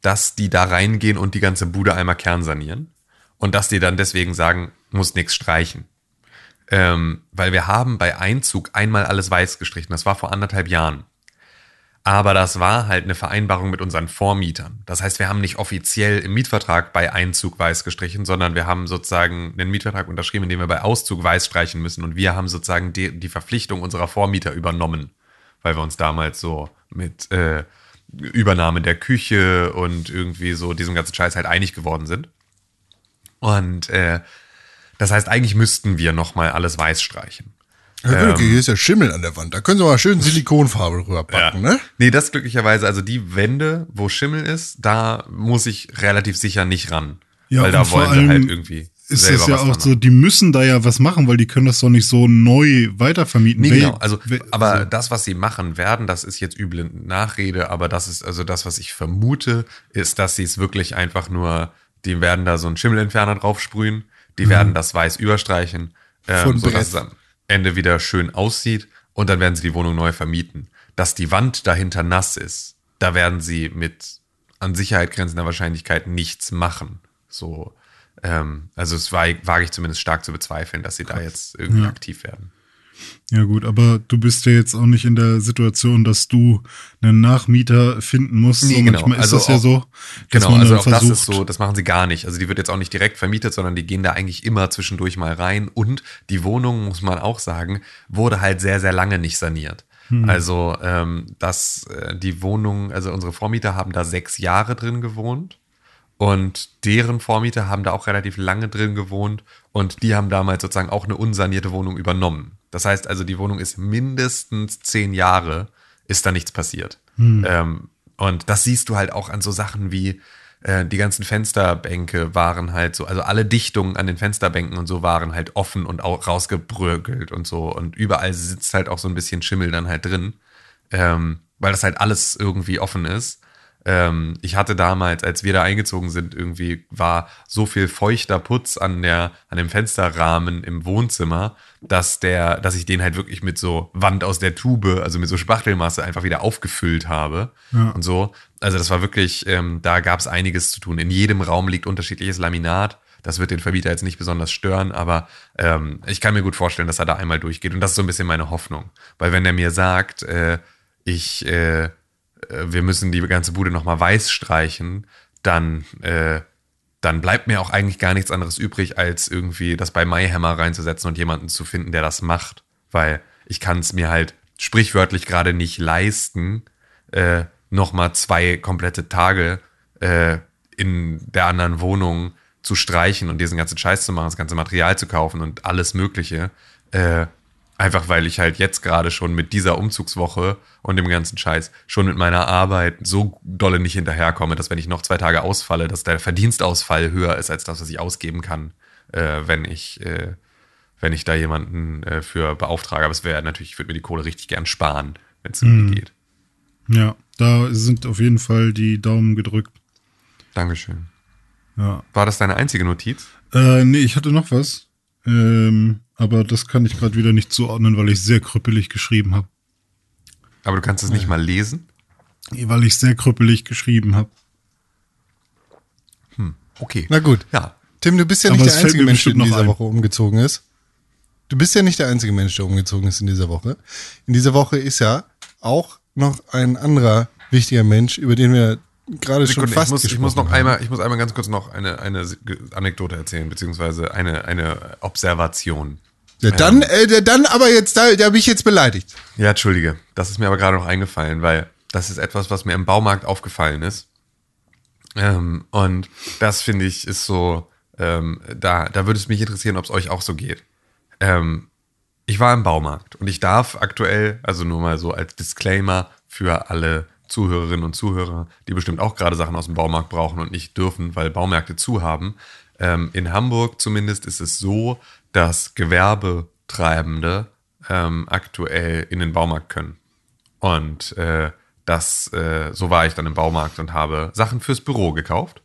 dass die da reingehen und die ganze Bude einmal kernsanieren und dass die dann deswegen sagen, muss nichts streichen. Weil wir haben bei Einzug einmal alles weiß gestrichen. Das war vor 1,5 Jahren. Aber das war halt eine Vereinbarung mit unseren Vormietern. Das heißt, wir haben nicht offiziell im Mietvertrag bei Einzug weiß gestrichen, sondern wir haben sozusagen einen Mietvertrag unterschrieben, in dem wir bei Auszug weiß streichen müssen. Und wir haben sozusagen die Verpflichtung unserer Vormieter übernommen, weil wir uns damals so mit Übernahme der Küche und irgendwie so diesem ganzen Scheiß halt einig geworden sind. Und das heißt, eigentlich müssten wir nochmal alles weiß streichen. Hier ist ja Schimmel an der Wand. Da können Sie mal schön Silikonfarbe drüber packen, ne? Nee, das glücklicherweise, also die Wände, wo Schimmel ist, da muss ich relativ sicher nicht ran. Ja, weil da wollen sie halt irgendwie ist selber das ja was auch dran so, haben. die müssen da ja was machen, weil die können das doch nicht so neu weitervermieten. Nee, genau. Aber das, was sie machen werden, das ist jetzt üble Nachrede, aber das ist also das, was ich vermute, ist, dass sie es wirklich einfach nur, die werden da so einen Schimmelentferner drauf sprühen, die werden das weiß überstreichen, so dass es am Ende wieder schön aussieht und dann werden sie die Wohnung neu vermieten. Dass die Wand dahinter nass ist, da werden sie mit an Sicherheit grenzender Wahrscheinlichkeit nichts machen. So, also es wage ich zumindest stark zu bezweifeln, dass sie da jetzt irgendwie aktiv werden. Ja gut, aber du bist ja jetzt auch nicht in der Situation, dass du einen Nachmieter finden musst. Nee, so, genau. manchmal ist Also das ja auch, so. Genau, man also dann auch das ist versucht, so, das machen sie gar nicht. Also die wird jetzt auch nicht direkt vermietet, sondern die gehen da eigentlich immer zwischendurch mal rein. Und die Wohnung, muss man auch sagen, wurde halt sehr, sehr lange nicht saniert. Also die Wohnung, also unsere Vormieter haben da 6 Jahre drin gewohnt. Und deren Vormieter haben da auch relativ lange drin gewohnt und die haben damals sozusagen auch eine unsanierte Wohnung übernommen. Das heißt also, die Wohnung ist mindestens 10 Jahre, ist da nichts passiert. Und das siehst du halt auch an so Sachen wie die ganzen Fensterbänke waren halt so, also alle Dichtungen an den Fensterbänken und so waren halt offen und auch rausgebröckelt und so. Und überall sitzt halt auch so ein bisschen Schimmel dann halt drin, weil das halt alles irgendwie offen ist. Ich hatte damals, als wir da eingezogen sind, irgendwie war so viel feuchter Putz an dem Fensterrahmen im Wohnzimmer, dass ich den halt wirklich mit so Wand aus der Tube, also mit so Spachtelmasse einfach wieder aufgefüllt habe und so. Also das war wirklich, da gab es einiges zu tun. In jedem Raum liegt unterschiedliches Laminat. Das wird den Vermieter jetzt nicht besonders stören, aber ich kann mir gut vorstellen, dass er da einmal durchgeht. Und das ist so ein bisschen meine Hoffnung. Weil wenn er mir sagt, wir müssen die ganze Bude nochmal weiß streichen, dann bleibt mir auch eigentlich gar nichts anderes übrig, als irgendwie das bei MyHammer reinzusetzen und jemanden zu finden, der das macht. Weil ich kann es mir halt sprichwörtlich gerade nicht leisten, nochmal 2 komplette Tage in der anderen Wohnung zu streichen und diesen ganzen Scheiß zu machen, das ganze Material zu kaufen und alles Mögliche. Einfach weil ich halt jetzt gerade schon mit dieser Umzugswoche und dem ganzen Scheiß schon mit meiner Arbeit so dolle nicht hinterherkomme, dass wenn ich noch 2 Tage ausfalle, dass der Verdienstausfall höher ist als das, was ich ausgeben kann, wenn ich da jemanden für beauftrage. Aber es wäre natürlich, ich würde mir die Kohle richtig gern sparen, wenn es irgendwie geht. Ja, da sind auf jeden Fall die Daumen gedrückt. Dankeschön. Ja. War das deine einzige Notiz? Nee, ich hatte noch was. Aber das kann ich gerade wieder nicht zuordnen, weil ich sehr krüppelig geschrieben habe. Aber du kannst es nicht mal lesen? Weil ich sehr krüppelig geschrieben habe. Okay. Na gut. Ja. Tim, du bist ja Aber nicht es der fällt einzige mir Mensch, der in bestimmt noch dieser ein. Woche umgezogen ist. Du bist ja nicht der einzige Mensch, der umgezogen ist in dieser Woche. In dieser Woche ist ja auch noch ein anderer wichtiger Mensch, über den wir gerade schon fast ich muss gesprochen haben. Ich muss einmal ganz kurz noch eine Anekdote erzählen, beziehungsweise eine Observation. Ja, dann aber jetzt, da bin ich jetzt beleidigt. Ja, entschuldige. Das ist mir aber gerade noch eingefallen, weil das ist etwas, was mir im Baumarkt aufgefallen ist. Und das finde ich ist so, da würde es mich interessieren, ob es euch auch so geht. Ich war im Baumarkt und ich darf aktuell, also nur mal so als Disclaimer für alle Zuhörerinnen und Zuhörer, die bestimmt auch gerade Sachen aus dem Baumarkt brauchen und nicht dürfen, weil Baumärkte zu haben. In Hamburg zumindest ist es so, dass Gewerbetreibende aktuell in den Baumarkt können. Und so war ich dann im Baumarkt und habe Sachen fürs Büro gekauft.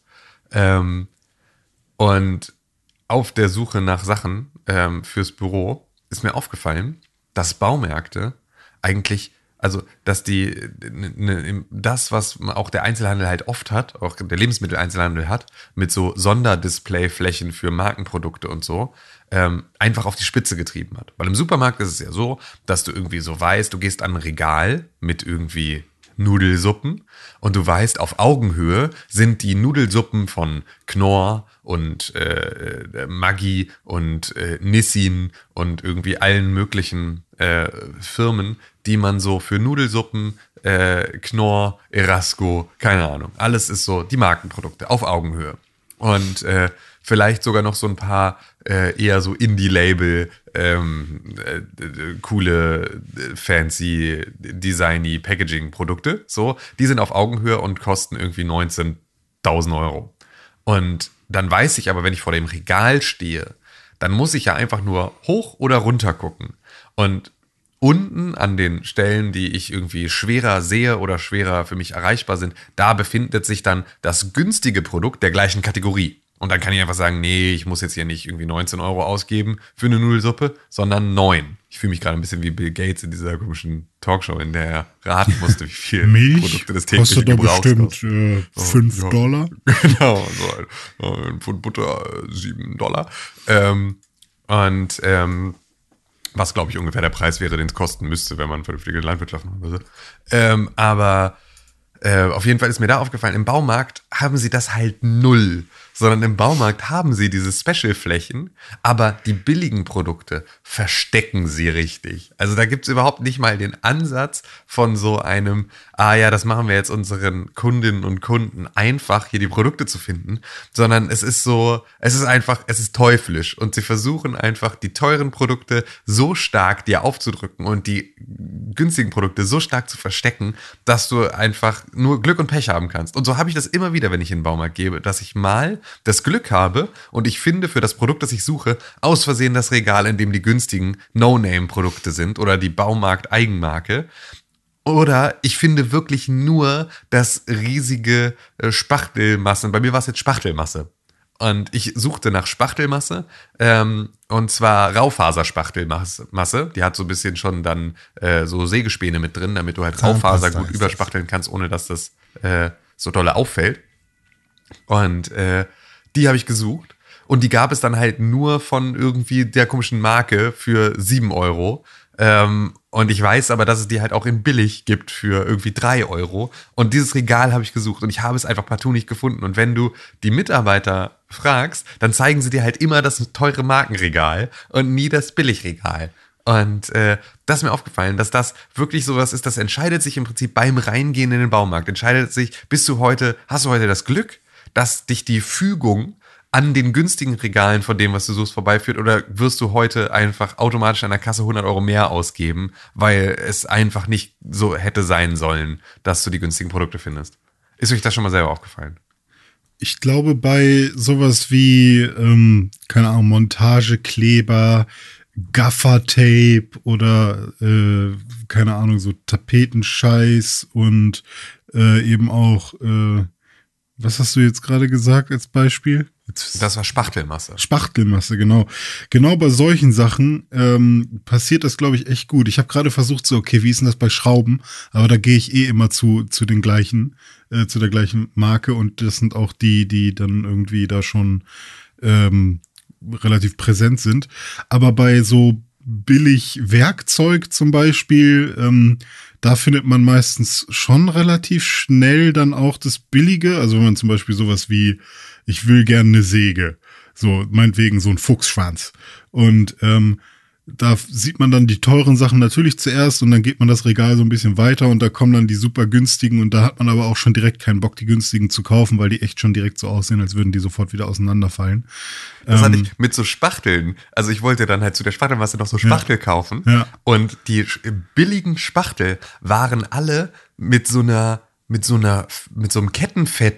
Und auf der Suche nach Sachen fürs Büro ist mir aufgefallen, dass Baumärkte eigentlich Also, dass das, was auch der Einzelhandel halt oft hat, auch der Lebensmitteleinzelhandel hat, mit so Sonderdisplayflächen für Markenprodukte und so, einfach auf die Spitze getrieben hat. Weil im Supermarkt ist es ja so, dass du irgendwie so weißt, du gehst an ein Regal mit irgendwie Nudelsuppen und du weißt, auf Augenhöhe sind die Nudelsuppen von Knorr und Maggi und Nissin und irgendwie allen möglichen Firmen, die man so für Nudelsuppen, Knorr, Erasco, keine Ahnung, alles ist so die Markenprodukte auf Augenhöhe. Und vielleicht sogar noch so ein paar eher so Indie-Label, coole, fancy, designy Packaging-Produkte. So, die sind auf Augenhöhe und kosten irgendwie 19.000 Euro. Und dann weiß ich aber, wenn ich vor dem Regal stehe, dann muss ich ja einfach nur hoch oder runter gucken. Und unten an den Stellen, die ich irgendwie schwerer sehe oder schwerer für mich erreichbar sind, da befindet sich dann das günstige Produkt der gleichen Kategorie. Und dann kann ich einfach sagen, nee, ich muss jetzt hier nicht irgendwie 19 Euro ausgeben für eine Nudelsuppe, sondern 9. Ich fühle mich gerade ein bisschen wie Bill Gates in dieser komischen Talkshow, in der er raten musste, wie viel Milch Produkte des täglichen Gebrauchs bestimmt $5. Genau, so ein Pfund Butter, $7. Was, glaube ich, ungefähr der Preis wäre, den es kosten müsste, wenn man vernünftige Landwirtschaft machen würde. Aber auf jeden Fall ist mir da aufgefallen, im Baumarkt haben sie das halt null. Sondern im Baumarkt haben sie diese Special-Flächen, aber die billigen Produkte verstecken sie richtig. Also da gibt es überhaupt nicht mal den Ansatz von so einem, das machen wir jetzt unseren Kundinnen und Kunden einfach, hier die Produkte zu finden, sondern es ist teuflisch. Und sie versuchen einfach, die teuren Produkte so stark dir aufzudrücken und die günstigen Produkte so stark zu verstecken, dass du einfach nur Glück und Pech haben kannst. Und so habe ich das immer wieder, wenn ich in den Baumarkt gehe, dass ich mal das Glück habe und ich finde für das Produkt, das ich suche, aus Versehen das Regal, in dem die günstigen No-Name-Produkte sind oder die Baumarkt-Eigenmarke. Oder ich finde wirklich nur das riesige Spachtelmasse. Bei mir war es jetzt Spachtelmasse. Und ich suchte nach Spachtelmasse, und zwar Raufaserspachtelmasse. Die hat so ein bisschen schon dann so Sägespäne mit drin, damit du halt Raufaser gut überspachteln kannst, ohne dass das so dolle auffällt. Und die habe ich gesucht. Und die gab es dann halt nur von irgendwie der komischen Marke für 7 Euro. Und ich weiß aber, dass es die halt auch in billig gibt für irgendwie 3 Euro. Und dieses Regal habe ich gesucht und ich habe es einfach partout nicht gefunden. Und wenn du die Mitarbeiter fragst, dann zeigen sie dir halt immer das teure Markenregal und nie das Billigregal. Und das ist mir aufgefallen, dass das wirklich sowas ist, das entscheidet sich im Prinzip beim Reingehen in den Baumarkt. Hast du heute das Glück, dass dich die Fügung an den günstigen Regalen von dem, was du suchst, vorbeiführt, oder wirst du heute einfach automatisch an der Kasse 100 Euro mehr ausgeben, weil es einfach nicht so hätte sein sollen, dass du die günstigen Produkte findest? Ist euch das schon mal selber aufgefallen? Ich glaube, bei sowas wie, keine Ahnung, Montagekleber, Gaffertape oder, keine Ahnung, so Tapetenscheiß und eben auch, was hast du jetzt gerade gesagt als Beispiel? Das war Spachtelmasse. Spachtelmasse, genau. Genau bei solchen Sachen passiert das, glaube ich, echt gut. Ich habe gerade versucht, okay, wie ist denn das bei Schrauben? Aber da gehe ich immer zu den gleichen, zu der gleichen Marke, und das sind auch die dann irgendwie da schon relativ präsent sind. Aber bei so billig Werkzeug zum Beispiel, da findet man meistens schon relativ schnell dann auch das Billige. Also wenn man zum Beispiel sowas wie, ich will gerne eine Säge, so meinetwegen so ein Fuchsschwanz. Und da sieht man dann die teuren Sachen natürlich zuerst und dann geht man das Regal so ein bisschen weiter und da kommen dann die super günstigen, und da hat man aber auch schon direkt keinen Bock, die günstigen zu kaufen, weil die echt schon direkt so aussehen, als würden die sofort wieder auseinanderfallen. Das hatte ich mit so Spachteln. Also ich wollte dann halt zu der Spachtelmasse noch so Spachtel kaufen. Ja. Und die billigen Spachtel waren alle mit so einem Kettenfett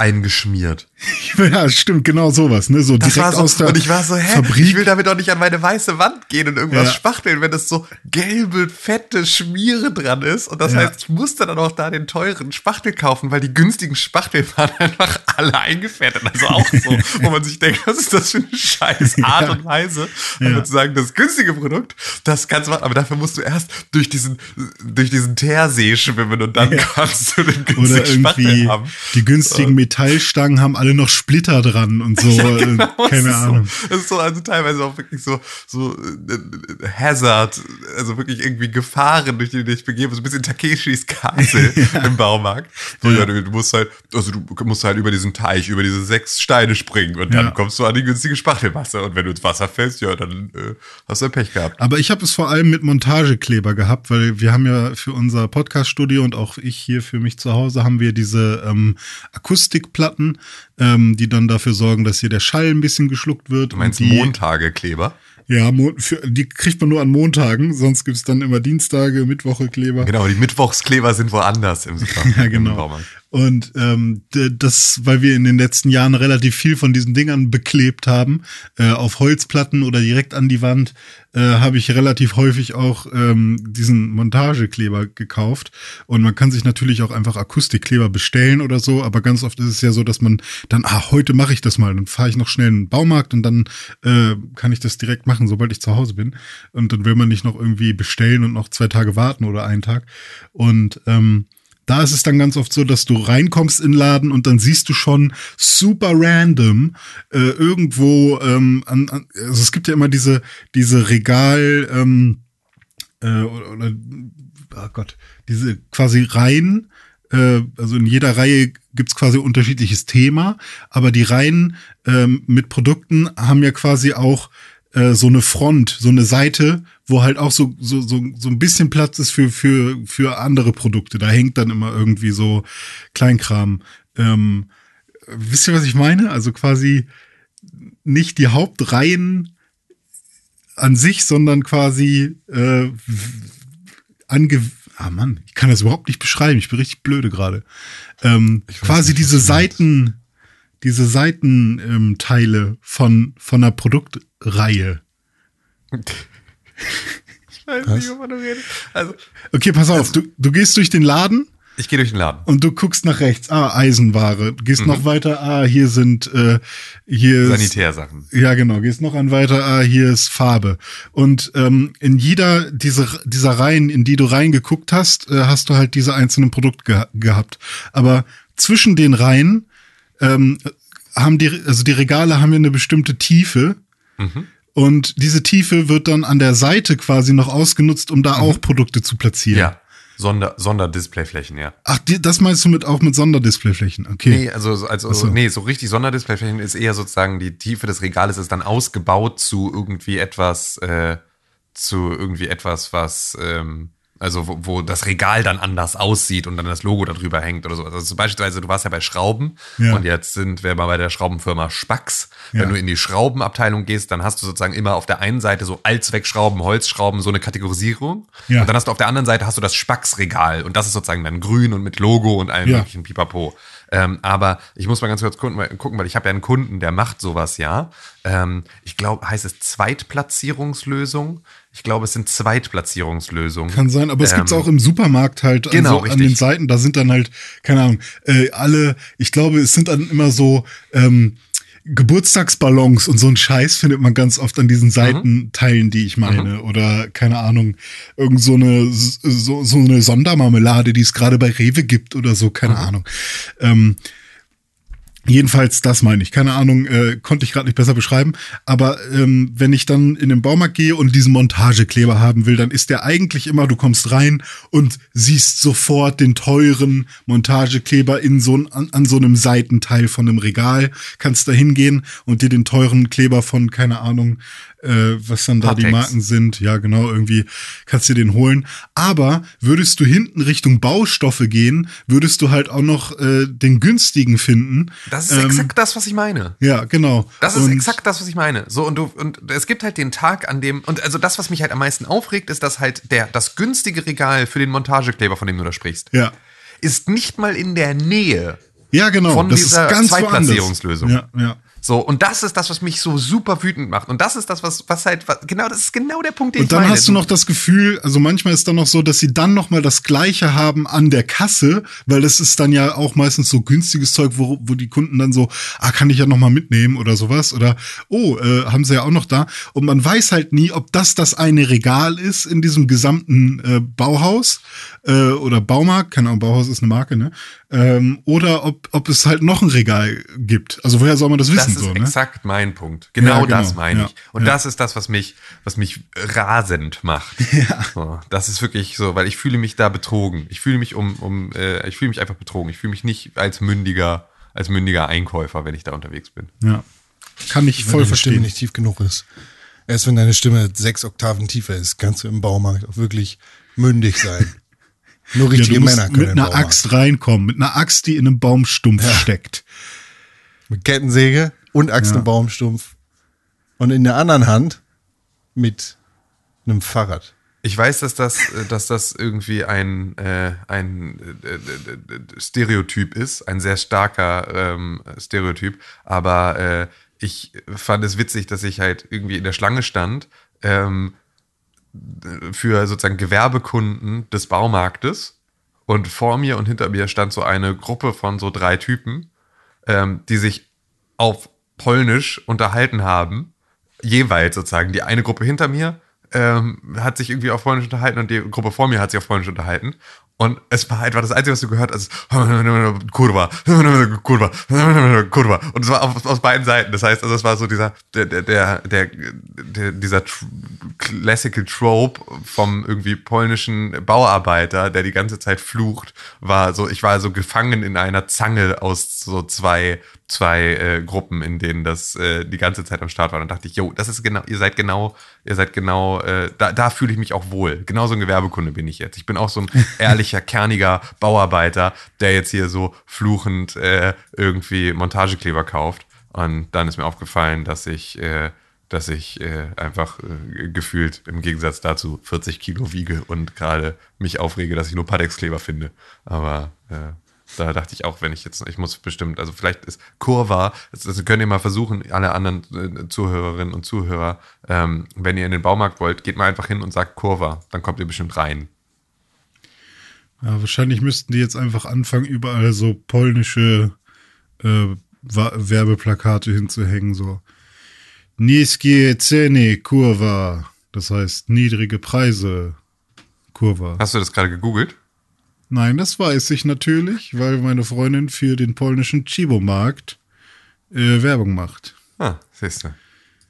eingeschmiert. Ja, stimmt, genau sowas, ne? So Das direkt war so, aus der und ich war so, Fabrik. ich will damit doch nicht an meine weiße Wand gehen und irgendwas Ja. spachteln, wenn das so gelbe, fette Schmiere dran ist. Und das Ja. heißt, ich musste dann auch da den teuren Spachtel kaufen, weil die günstigen Spachtel waren einfach alle eingefettet. Also auch so, wo man sich denkt, was ist das für eine scheiß Art und Weise, einfach zu sagen, das günstige Produkt, das kannst du machen, aber dafür musst du erst durch diesen Teersee schwimmen und dann kannst du den Oder günstigen Spachtel irgendwie haben. die günstigen Metallstangen haben alle noch Splitter dran und so. Genau, es Keine ist Ahnung. So, das ist so, also teilweise auch wirklich so Hazard, also wirklich irgendwie Gefahren, durch die du dich begeben, so ein bisschen Takeshis Castle im Baumarkt. So, ja, du musst halt über diesen Teich, über diese 6 Steine springen und dann kommst du an die günstige Spachtelmasse. Und wenn du ins Wasser fällst, ja, dann hast du Pech gehabt. Aber ich habe es vor allem mit Montagekleber gehabt, weil wir haben ja für unser Podcast-Studio und auch ich hier für mich zu Hause haben wir diese Akustikplatten, die dann dafür sorgen, dass hier der Schall ein bisschen geschluckt wird. Du meinst und die, Montagekleber? Ja, die kriegt man nur an Montagen, sonst gibt's dann immer Dienstage, Mittwoche Kleber. Genau, die Mittwochskleber sind woanders im Supermarkt. Ja, genau. Im Baumarkt. Und das, weil wir in den letzten Jahren relativ viel von diesen Dingern beklebt haben, auf Holzplatten oder direkt an die Wand, habe ich relativ häufig auch diesen Montagekleber gekauft. Und man kann sich natürlich auch einfach Akustikkleber bestellen oder so, aber ganz oft ist es ja so, dass man dann, heute mache ich das mal. Dann fahre ich noch schnell in den Baumarkt und dann kann ich das direkt machen, sobald ich zu Hause bin. Und dann will man nicht noch irgendwie bestellen und noch 2 Tage warten oder einen Tag. Und da ist es dann ganz oft so, dass du reinkommst in den Laden und dann siehst du schon super random irgendwo, also es gibt ja immer diese Regal, diese quasi Reihen, also in jeder Reihe gibt's quasi unterschiedliches Thema, aber die Reihen mit Produkten haben ja quasi auch so eine Front, so eine Seite, wo halt auch so ein bisschen Platz ist für andere Produkte. Da hängt dann immer irgendwie so Kleinkram. Wisst ihr, was ich meine? Also quasi nicht die Hauptreihen an sich, sondern quasi ich kann das überhaupt nicht beschreiben. Ich bin richtig blöde gerade. Quasi diese Seitenteile von einer Produktreihe. Ich weiß nicht, wovon du redest. Also, okay, pass auf, du gehst durch den Laden. ich gehe durch den Laden. Und du guckst nach rechts, Eisenware. Du gehst noch weiter, hier sind hier Sanitärsachen. Ja, genau, gehst noch weiter, hier ist Farbe. Und in jeder dieser Reihen, in die du reingeguckt hast, hast du halt diese einzelnen Produkte gehabt. Aber zwischen den Reihen haben die Regale haben ja eine bestimmte Tiefe. Und diese Tiefe wird dann an der Seite quasi noch ausgenutzt, um da auch Produkte zu platzieren. Ja, Sonderdisplayflächen, ja. Ach, das meinst du auch mit Sonderdisplayflächen? Okay. Nee, so richtig Sonderdisplayflächen ist eher sozusagen die Tiefe des Regales ist dann ausgebaut zu irgendwie etwas, was also wo das Regal dann anders aussieht und dann das Logo darüber hängt oder so. Also beispielsweise, du warst ja bei Schrauben und jetzt sind wir mal bei der Schraubenfirma Spax. Wenn du in die Schraubenabteilung gehst, dann hast du sozusagen immer auf der einen Seite so Allzweckschrauben, Holzschrauben, so eine Kategorisierung. Ja. Und dann hast du auf der anderen Seite hast du das Spax-Regal und das ist sozusagen dann grün und mit Logo und allem möglichen Pipapo. Aber ich muss mal ganz kurz gucken, weil ich habe ja einen Kunden, der macht sowas ich glaube, heißt es Zweitplatzierungslösung? Ich glaube, es sind Zweitplatzierungslösungen. Kann sein, aber es gibt's auch im Supermarkt halt genau, an den Seiten, da sind dann halt, keine Ahnung, ich glaube, es sind dann immer so Geburtstagsballons und so ein Scheiß findet man ganz oft an diesen Seitenteilen, die ich meine. Oder, keine Ahnung, irgend so eine Sondermarmelade, die es gerade bei Rewe gibt oder so, keine Ahnung. Jedenfalls, das meine ich. Keine Ahnung, konnte ich gerade nicht besser beschreiben. Aber wenn ich dann in den Baumarkt gehe und diesen Montagekleber haben will, dann ist der eigentlich immer, du kommst rein und siehst sofort den teuren Montagekleber an so einem Seitenteil von einem Regal. Kannst da hingehen und dir den teuren Kleber von, keine Ahnung, was dann da Patex. die Marken sind. Ja, genau, irgendwie kannst du den holen. Aber würdest du hinten Richtung Baustoffe gehen, würdest du halt auch noch den günstigen finden. Das ist exakt das, was ich meine. Ja, genau. Das ist exakt das, was ich meine. So, und es gibt halt den Tag, an dem, und also das, was mich halt am meisten aufregt, ist, dass halt das günstige Regal für den Montagekleber, von dem du da sprichst, Ja. ist nicht mal in der Nähe Ja, genau. Von das dieser ist ganz Zweitplatzierungslösung. Ja. So, und das ist das, was mich so super wütend macht. Und das ist das, was genau, das ist genau der Punkt, den ich meine. Und dann hast du noch das Gefühl, also manchmal ist dann noch so, dass sie dann noch mal das Gleiche haben an der Kasse, weil das ist dann ja auch meistens so günstiges Zeug, wo die Kunden dann so, kann ich ja noch mal mitnehmen oder sowas. Oder, haben sie ja auch noch da. Und man weiß halt nie, ob das eine Regal ist in diesem gesamten Bauhaus oder Baumarkt. Keine Ahnung, Bauhaus ist eine Marke, ne? Oder ob es halt noch ein Regal gibt. Also woher soll man das wissen? Das ist so, ne? exakt mein Punkt. Genau das meine ich. Ja, und das ist das, was mich rasend macht. Ja. So, das ist wirklich so, weil ich fühle mich da betrogen. Ich fühle mich ich fühle mich einfach betrogen. Ich fühle mich nicht als mündiger Einkäufer, wenn ich da unterwegs bin. Ja. Kann ich voll Wenn deine verstehen. Stimme nicht tief genug ist. Erst wenn deine Stimme 6 Oktaven tiefer ist, kannst du im Baumarkt auch wirklich mündig sein. Nur richtige du musst Männer können mit in den einer Baumarkt. Axt reinkommen, mit einer Axt, die in einem Baumstumpf steckt. Mit Kettensäge und Axt im Baumstumpf. Und in der anderen Hand mit einem Fahrrad. Ich weiß, dass das irgendwie ein Stereotyp ist, ein sehr starker Stereotyp, aber ich fand es witzig, dass ich halt irgendwie in der Schlange stand für sozusagen Gewerbekunden des Baumarktes und vor mir und hinter mir stand so eine Gruppe von so 3 Typen, die sich auf Polnisch unterhalten haben, jeweils sozusagen. Die eine Gruppe hinter mir hat sich irgendwie auf Polnisch unterhalten und die Gruppe vor mir hat sich auf Polnisch unterhalten. Und es war einfach das Einzige, was du gehört hast, Kurva, Kurva, Kurva. Und es war aus beiden Seiten. Das heißt, also es war so dieser Classical Trope vom irgendwie polnischen Bauarbeiter, der die ganze Zeit flucht, ich war so gefangen in einer Zange aus so zwei Gruppen, in denen das die ganze Zeit am Start war. Und dann dachte ich, das ist genau, ihr seid genau, da fühle ich mich auch wohl. Genau so ein Gewerbekunde bin ich jetzt. Ich bin auch so ein ehrlicher, kerniger Bauarbeiter, der jetzt hier so fluchend irgendwie Montagekleber kauft. Und dann ist mir aufgefallen, dass ich einfach gefühlt im Gegensatz dazu 40 Kilo wiege und gerade mich aufrege, dass ich nur Patex-Kleber finde. Aber da dachte ich auch, ich muss bestimmt, also vielleicht ist Kurva, das könnt ihr mal versuchen, alle anderen Zuhörerinnen und Zuhörer, wenn ihr in den Baumarkt wollt, geht mal einfach hin und sagt Kurva, dann kommt ihr bestimmt rein. Ja, wahrscheinlich müssten die jetzt einfach anfangen, überall so polnische Werbeplakate hinzuhängen, so Niskie Ceny, Kurva. Das heißt niedrige Preise, Kurva. Hast du das gerade gegoogelt? Nein, das weiß ich natürlich, weil meine Freundin für den polnischen Chibo-Markt Werbung macht. Siehst du.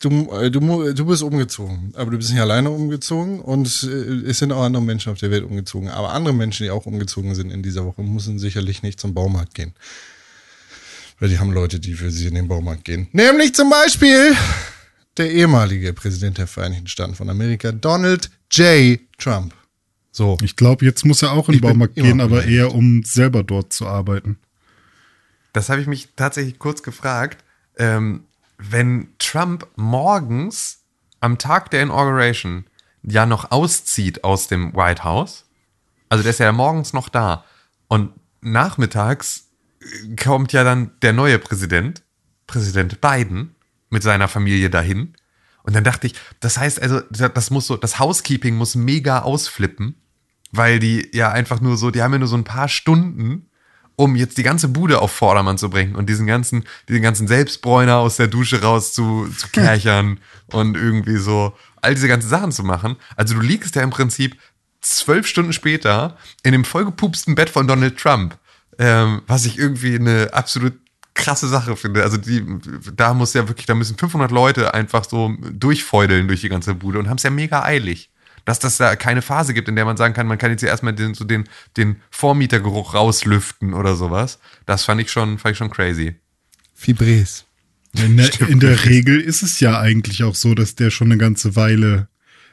Du bist umgezogen, aber du bist nicht alleine umgezogen und es sind auch andere Menschen auf der Welt umgezogen. Aber andere Menschen, die auch umgezogen sind in dieser Woche, müssen sicherlich nicht zum Baumarkt gehen. Weil die haben Leute, die für sie in den Baumarkt gehen. Nämlich zum Beispiel der ehemalige Präsident der Vereinigten Staaten von Amerika, Donald J. Trump. So. Ich glaube, jetzt muss er auch in den Baumarkt gehen, aber eher um selber dort zu arbeiten. Das habe ich mich tatsächlich kurz gefragt. Wenn Trump morgens am Tag der Inauguration ja noch auszieht aus dem White House, also der ist ja morgens noch da und nachmittags kommt ja dann der neue Präsident Biden mit seiner Familie dahin und dann dachte ich, das heißt also, das Housekeeping muss mega ausflippen, weil die ja einfach nur so, die haben ja nur so ein paar Stunden, um jetzt die ganze Bude auf Vordermann zu bringen und diesen ganzen Selbstbräuner aus der Dusche raus zu kerchern und irgendwie so all diese ganzen Sachen zu machen. Also du liegst ja im Prinzip 12 Stunden später in dem vollgepupsten Bett von Donald Trump, was ich irgendwie eine absolut krasse Sache finde. Also da müssen 500 Leute einfach so durchfeudeln durch die ganze Bude und haben es ja mega eilig. Dass das da keine Phase gibt, in der man sagen kann, man kann jetzt hier erstmal den Vormietergeruch rauslüften oder sowas. Das fand ich schon crazy. Fibres. In der Regel ist es ja eigentlich auch so, dass der schon eine ganze Weile,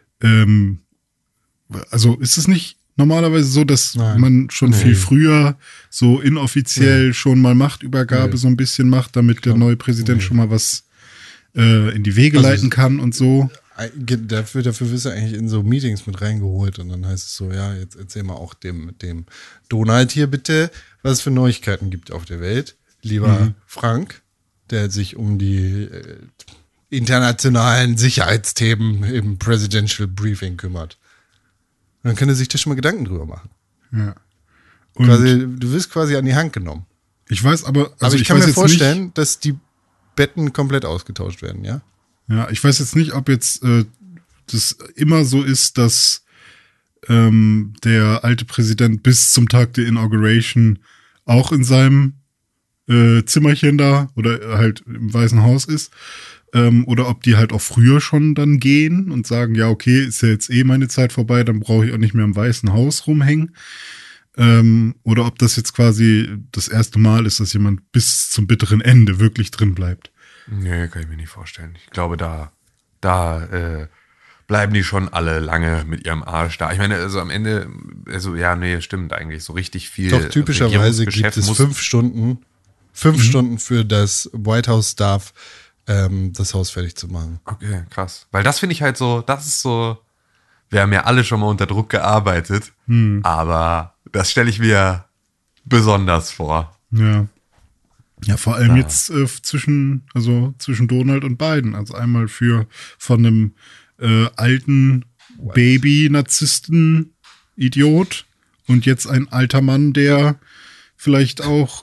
also ist es nicht normalerweise so, dass man schon viel früher so inoffiziell schon mal Machtübergabe so ein bisschen macht, damit der neue Präsident schon mal was in die Wege leiten kann und so? Dafür wirst du eigentlich in so Meetings mit reingeholt und dann heißt es so, ja, jetzt erzähl mal auch dem Donald hier bitte, was es für Neuigkeiten gibt auf der Welt. Lieber Frank, der sich um die internationalen Sicherheitsthemen im Presidential Briefing kümmert. Dann könnte sich da schon mal Gedanken drüber machen. Ja. Du wirst quasi an die Hand genommen. Ich weiß aber, also ich kann mir vorstellen, dass die Betten komplett ausgetauscht werden, ja? Ja, ich weiß jetzt nicht, ob jetzt das immer so ist, dass der alte Präsident bis zum Tag der Inauguration auch in seinem Zimmerchen da oder halt im Weißen Haus ist. Oder ob die halt auch früher schon dann gehen und sagen, ja, okay, ist ja jetzt meine Zeit vorbei, dann brauche ich auch nicht mehr im Weißen Haus rumhängen. Oder ob das jetzt quasi das erste Mal ist, dass jemand bis zum bitteren Ende wirklich drin bleibt. Nee, kann ich mir nicht vorstellen. Ich glaube, da bleiben die schon alle lange mit ihrem Arsch da. Ich meine, also am Ende, stimmt eigentlich. So richtig viel. Doch, typischerweise gibt es 5 Stunden für das White House Staff, das Haus fertig zu machen. Okay, krass. Weil das finde ich halt so, das ist so, wir haben ja alle schon mal unter Druck gearbeitet, aber das stelle ich mir besonders vor. Ja. Ja, vor allem jetzt zwischen Donald und Biden. Also einmal von einem alten Baby-Narzissten-Idiot und jetzt ein alter Mann, der vielleicht auch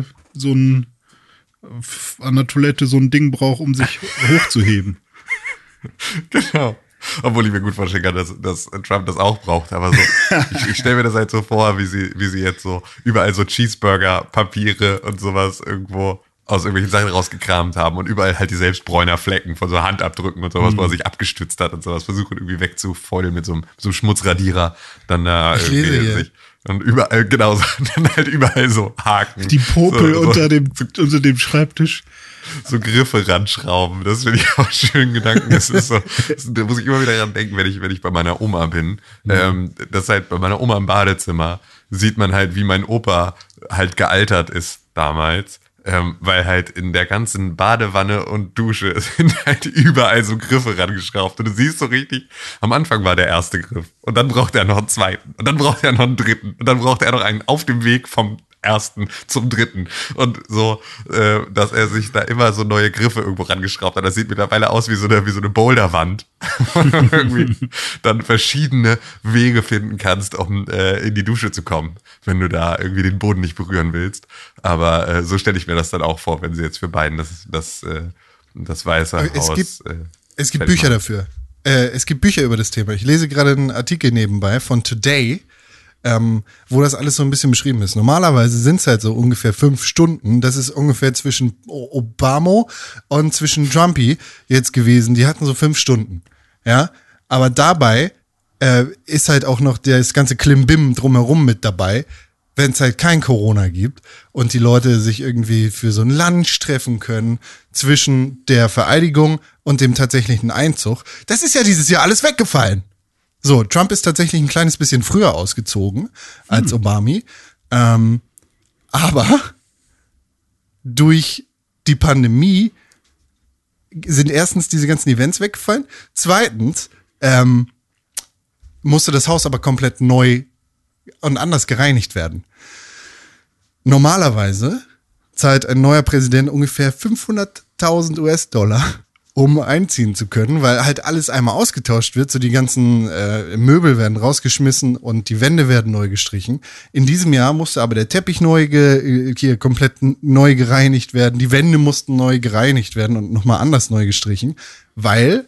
an der Toilette so ein Ding braucht, um sich hochzuheben. Genau. Obwohl ich mir gut vorstellen kann, dass Trump das auch braucht. Aber so, ich stelle mir das halt so vor, wie sie jetzt so überall so Cheeseburger-Papiere und sowas irgendwo aus irgendwelchen Sachen rausgekramt haben und überall halt die Selbstbräuner-Flecken von so Handabdrücken und sowas, wo er sich abgestützt hat und sowas, versuchen irgendwie wegzufeulen mit so einem Schmutzradierer. Dann da irgendwie sich. Und überall, genau, dann halt überall so Haken. Die Popel unter dem Schreibtisch. So Griffe ranschrauben, das finde ich auch schön Gedanken. Das ist so, da muss ich immer wieder dran denken, wenn ich bei meiner Oma bin. Das halt bei meiner Oma im Badezimmer sieht man halt, wie mein Opa halt gealtert ist damals. Weil halt in der ganzen Badewanne und Dusche sind halt überall so Griffe rangeschraubt. Und du siehst so richtig, am Anfang war der erste Griff. Und dann braucht er noch einen zweiten. Und dann braucht er noch einen dritten. Und dann braucht er noch einen auf dem Weg vom ersten zum dritten. Und so, dass er sich da immer so neue Griffe irgendwo rangeschraubt hat. Das sieht mittlerweile aus wie so eine Boulderwand. Wo du irgendwie dann verschiedene Wege finden kannst, um in die Dusche zu kommen, wenn du da irgendwie den Boden nicht berühren willst. Aber so stelle ich mir das dann auch vor, wenn sie jetzt für beiden das Weiße Haus es gibt Bücher dafür. Es gibt Bücher über das Thema. Ich lese gerade einen Artikel nebenbei von Today, wo das alles so ein bisschen beschrieben ist. Normalerweise sind es halt so ungefähr 5 Stunden. Das ist ungefähr zwischen Obama und zwischen Trumpy jetzt gewesen. Die hatten so 5 Stunden. Ja, aber dabei ist halt auch noch das ganze Klimbim drumherum mit dabei, wenn es halt kein Corona gibt und die Leute sich irgendwie für so ein Lunch treffen können zwischen der Vereidigung und dem tatsächlichen Einzug. Das ist ja dieses Jahr alles weggefallen. So, Trump ist tatsächlich ein kleines bisschen früher ausgezogen als Obama. Aber durch die Pandemie sind erstens diese ganzen Events weggefallen. Zweitens musste das Haus aber komplett neu und anders gereinigt werden. Normalerweise zahlt ein neuer Präsident ungefähr 500.000 US-Dollar, um einziehen zu können, weil halt alles einmal ausgetauscht wird, so die ganzen Möbel werden rausgeschmissen und die Wände werden neu gestrichen. In diesem Jahr musste aber der Teppich komplett neu gereinigt werden, die Wände mussten neu gereinigt werden und nochmal anders neu gestrichen, weil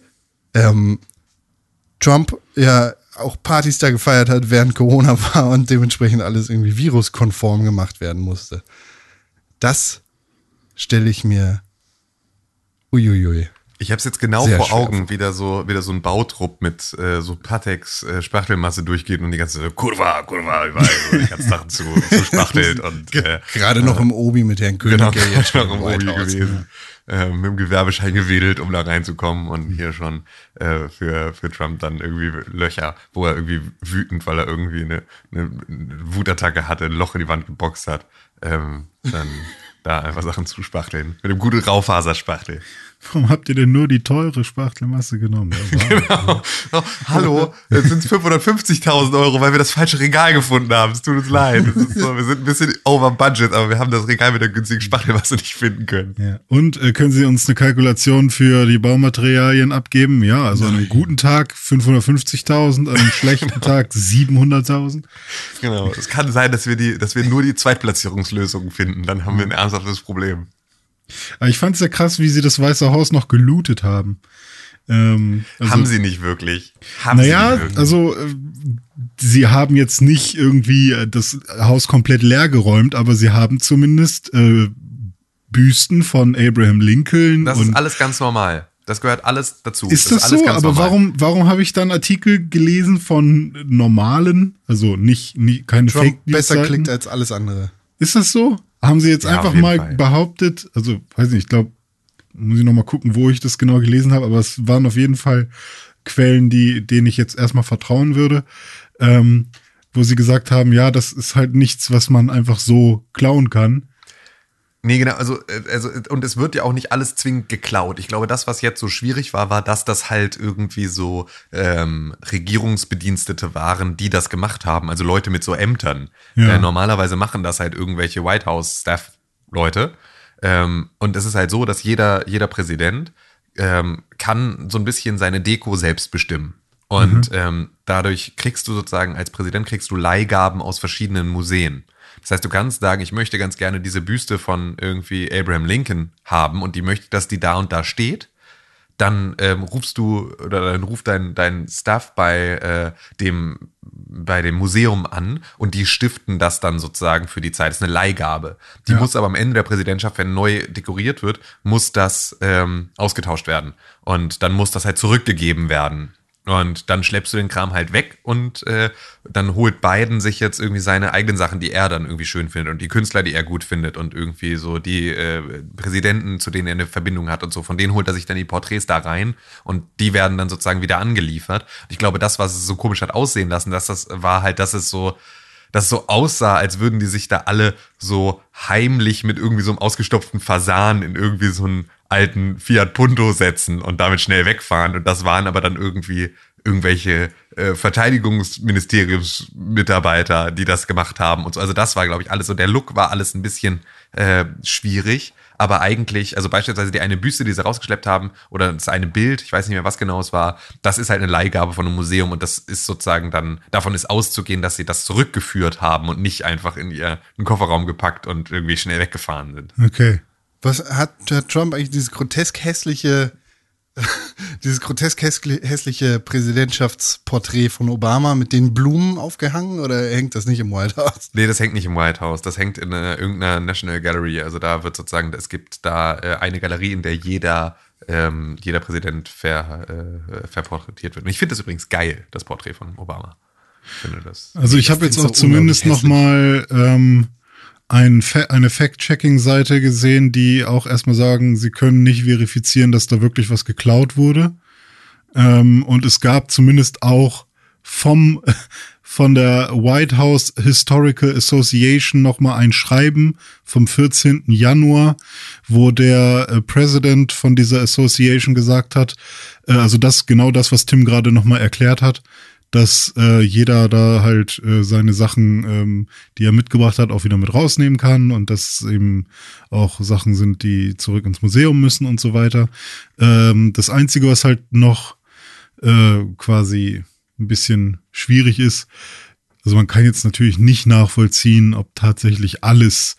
Trump ja auch Partys da gefeiert hat, während Corona war und dementsprechend alles irgendwie viruskonform gemacht werden musste. Das stelle ich mir uiuiui. Ich habe es jetzt genau Sehr vor schwer. Augen, wieder so ein Bautrupp mit so Patex Spachtelmasse durchgeht und die ganze Kurva überall so den ganzen Tag zu spachtelt und Gerade noch im Obi mit Herrn König. genau, der jetzt schon noch im White Obi House. gewesen. Mit dem Gewerbeschein gewedelt, um da reinzukommen und hier schon für Trump dann irgendwie Löcher, wo er irgendwie wütend, weil er irgendwie eine Wutattacke hatte, ein Loch in die Wand geboxt hat, dann da einfach Sachen zuspachteln. Mit einem guten Raufaserspachtel. Warum habt ihr denn nur die teure Spachtelmasse genommen? Ja, Genau. Oh, hallo, jetzt sind es 550.000 Euro, weil wir das falsche Regal gefunden haben. Es tut uns leid. Wir sind ein bisschen over budget, aber wir haben das Regal mit der günstigen Spachtelmasse nicht finden können. Ja. Und können Sie uns eine Kalkulation für die Baumaterialien abgeben? Ja, also an einem guten Tag 550.000, an einem schlechten Tag 700.000. Genau. Es kann sein, dass wir nur die Zweitplatzierungslösungen finden. Dann haben wir ein ernsthaftes Problem. Aber ich fand es ja krass, wie sie das Weiße Haus noch gelootet haben. Haben sie nicht wirklich. Also sie haben jetzt nicht irgendwie das Haus komplett leer geräumt, aber sie haben zumindest Büsten von Abraham Lincoln. Das ist alles ganz normal. Das gehört alles dazu. Ist das so? Aber warum habe ich dann Artikel gelesen von normalen, also keine Trump Fake News besser klickt als alles andere. Ist das so? Haben sie jetzt einfach mal behauptet, also weiß nicht, ich glaube, muss ich noch mal gucken, wo ich das genau gelesen habe, aber es waren auf jeden Fall Quellen, denen ich jetzt erstmal vertrauen würde, wo sie gesagt haben, ja, das ist halt nichts, was man einfach so klauen kann. Nee, genau, also und es wird ja auch nicht alles zwingend geklaut. Ich glaube, das, was jetzt so schwierig war, dass das halt irgendwie so Regierungsbedienstete waren, die das gemacht haben, also Leute mit so Ämtern. Ja. Normalerweise machen das halt irgendwelche White House-Staff-Leute. Und es ist halt so, dass jeder Präsident kann so ein bisschen seine Deko selbst bestimmen. Und dadurch kriegst du sozusagen, als Präsident kriegst du Leihgaben aus verschiedenen Museen. Das heißt, du kannst sagen, ich möchte ganz gerne diese Büste von irgendwie Abraham Lincoln haben und die möchte, dass die da und da steht. Dann ruft dein Staff bei dem Museum an und die stiften das dann sozusagen für die Zeit. Das ist eine Leihgabe. Die muss aber am Ende der Präsidentschaft, wenn neu dekoriert wird, muss das ausgetauscht werden. Und dann muss das halt zurückgegeben werden. Und dann schleppst du den Kram halt weg und dann holt Biden sich jetzt irgendwie seine eigenen Sachen, die er dann irgendwie schön findet und die Künstler, die er gut findet und irgendwie so die Präsidenten, zu denen er eine Verbindung hat und so, von denen holt er sich dann die Porträts da rein und die werden dann sozusagen wieder angeliefert. Und ich glaube, das, was es so komisch hat aussehen lassen, dass es so aussah, als würden die sich da alle so heimlich mit irgendwie so einem ausgestopften Fasan in irgendwie so einen alten Fiat Punto setzen und damit schnell wegfahren. Und das waren aber dann irgendwie irgendwelche Verteidigungsministeriumsmitarbeiter, die das gemacht haben und so. Also das war, glaube ich, alles so. Der Look war alles ein bisschen schwierig, aber eigentlich, also beispielsweise die eine Büste, die sie rausgeschleppt haben, oder das eine Bild, ich weiß nicht mehr, was genau es war, das ist halt eine Leihgabe von einem Museum und das ist sozusagen dann, davon ist auszugehen, dass sie das zurückgeführt haben und nicht einfach in ihren Kofferraum gepackt und irgendwie schnell weggefahren sind. Okay. Was hat Trump eigentlich dieses grotesk hässliche Präsidentschaftsporträt von Obama mit den Blumen aufgehangen oder hängt das nicht im White House? Nee, das hängt nicht im White House. Das hängt in irgendeiner National Gallery. Also da wird sozusagen, es gibt da eine Galerie, in der jeder Präsident verporträtiert wird. Und ich finde das übrigens geil, das Porträt von Obama. Ich finde das. Also ich habe jetzt auch zumindest noch mal eine Fact-Checking-Seite gesehen, die auch erstmal sagen, sie können nicht verifizieren, dass da wirklich was geklaut wurde. Und es gab zumindest auch von der White House Historical Association nochmal ein Schreiben vom 14. Januar, wo der President von dieser Association gesagt hat, also genau das, was Tim gerade nochmal erklärt hat, dass jeder da halt seine Sachen, die er mitgebracht hat, auch wieder mit rausnehmen kann und dass eben auch Sachen sind, die zurück ins Museum müssen und so weiter. Das Einzige, was halt noch quasi ein bisschen schwierig ist, also man kann jetzt natürlich nicht nachvollziehen, ob tatsächlich alles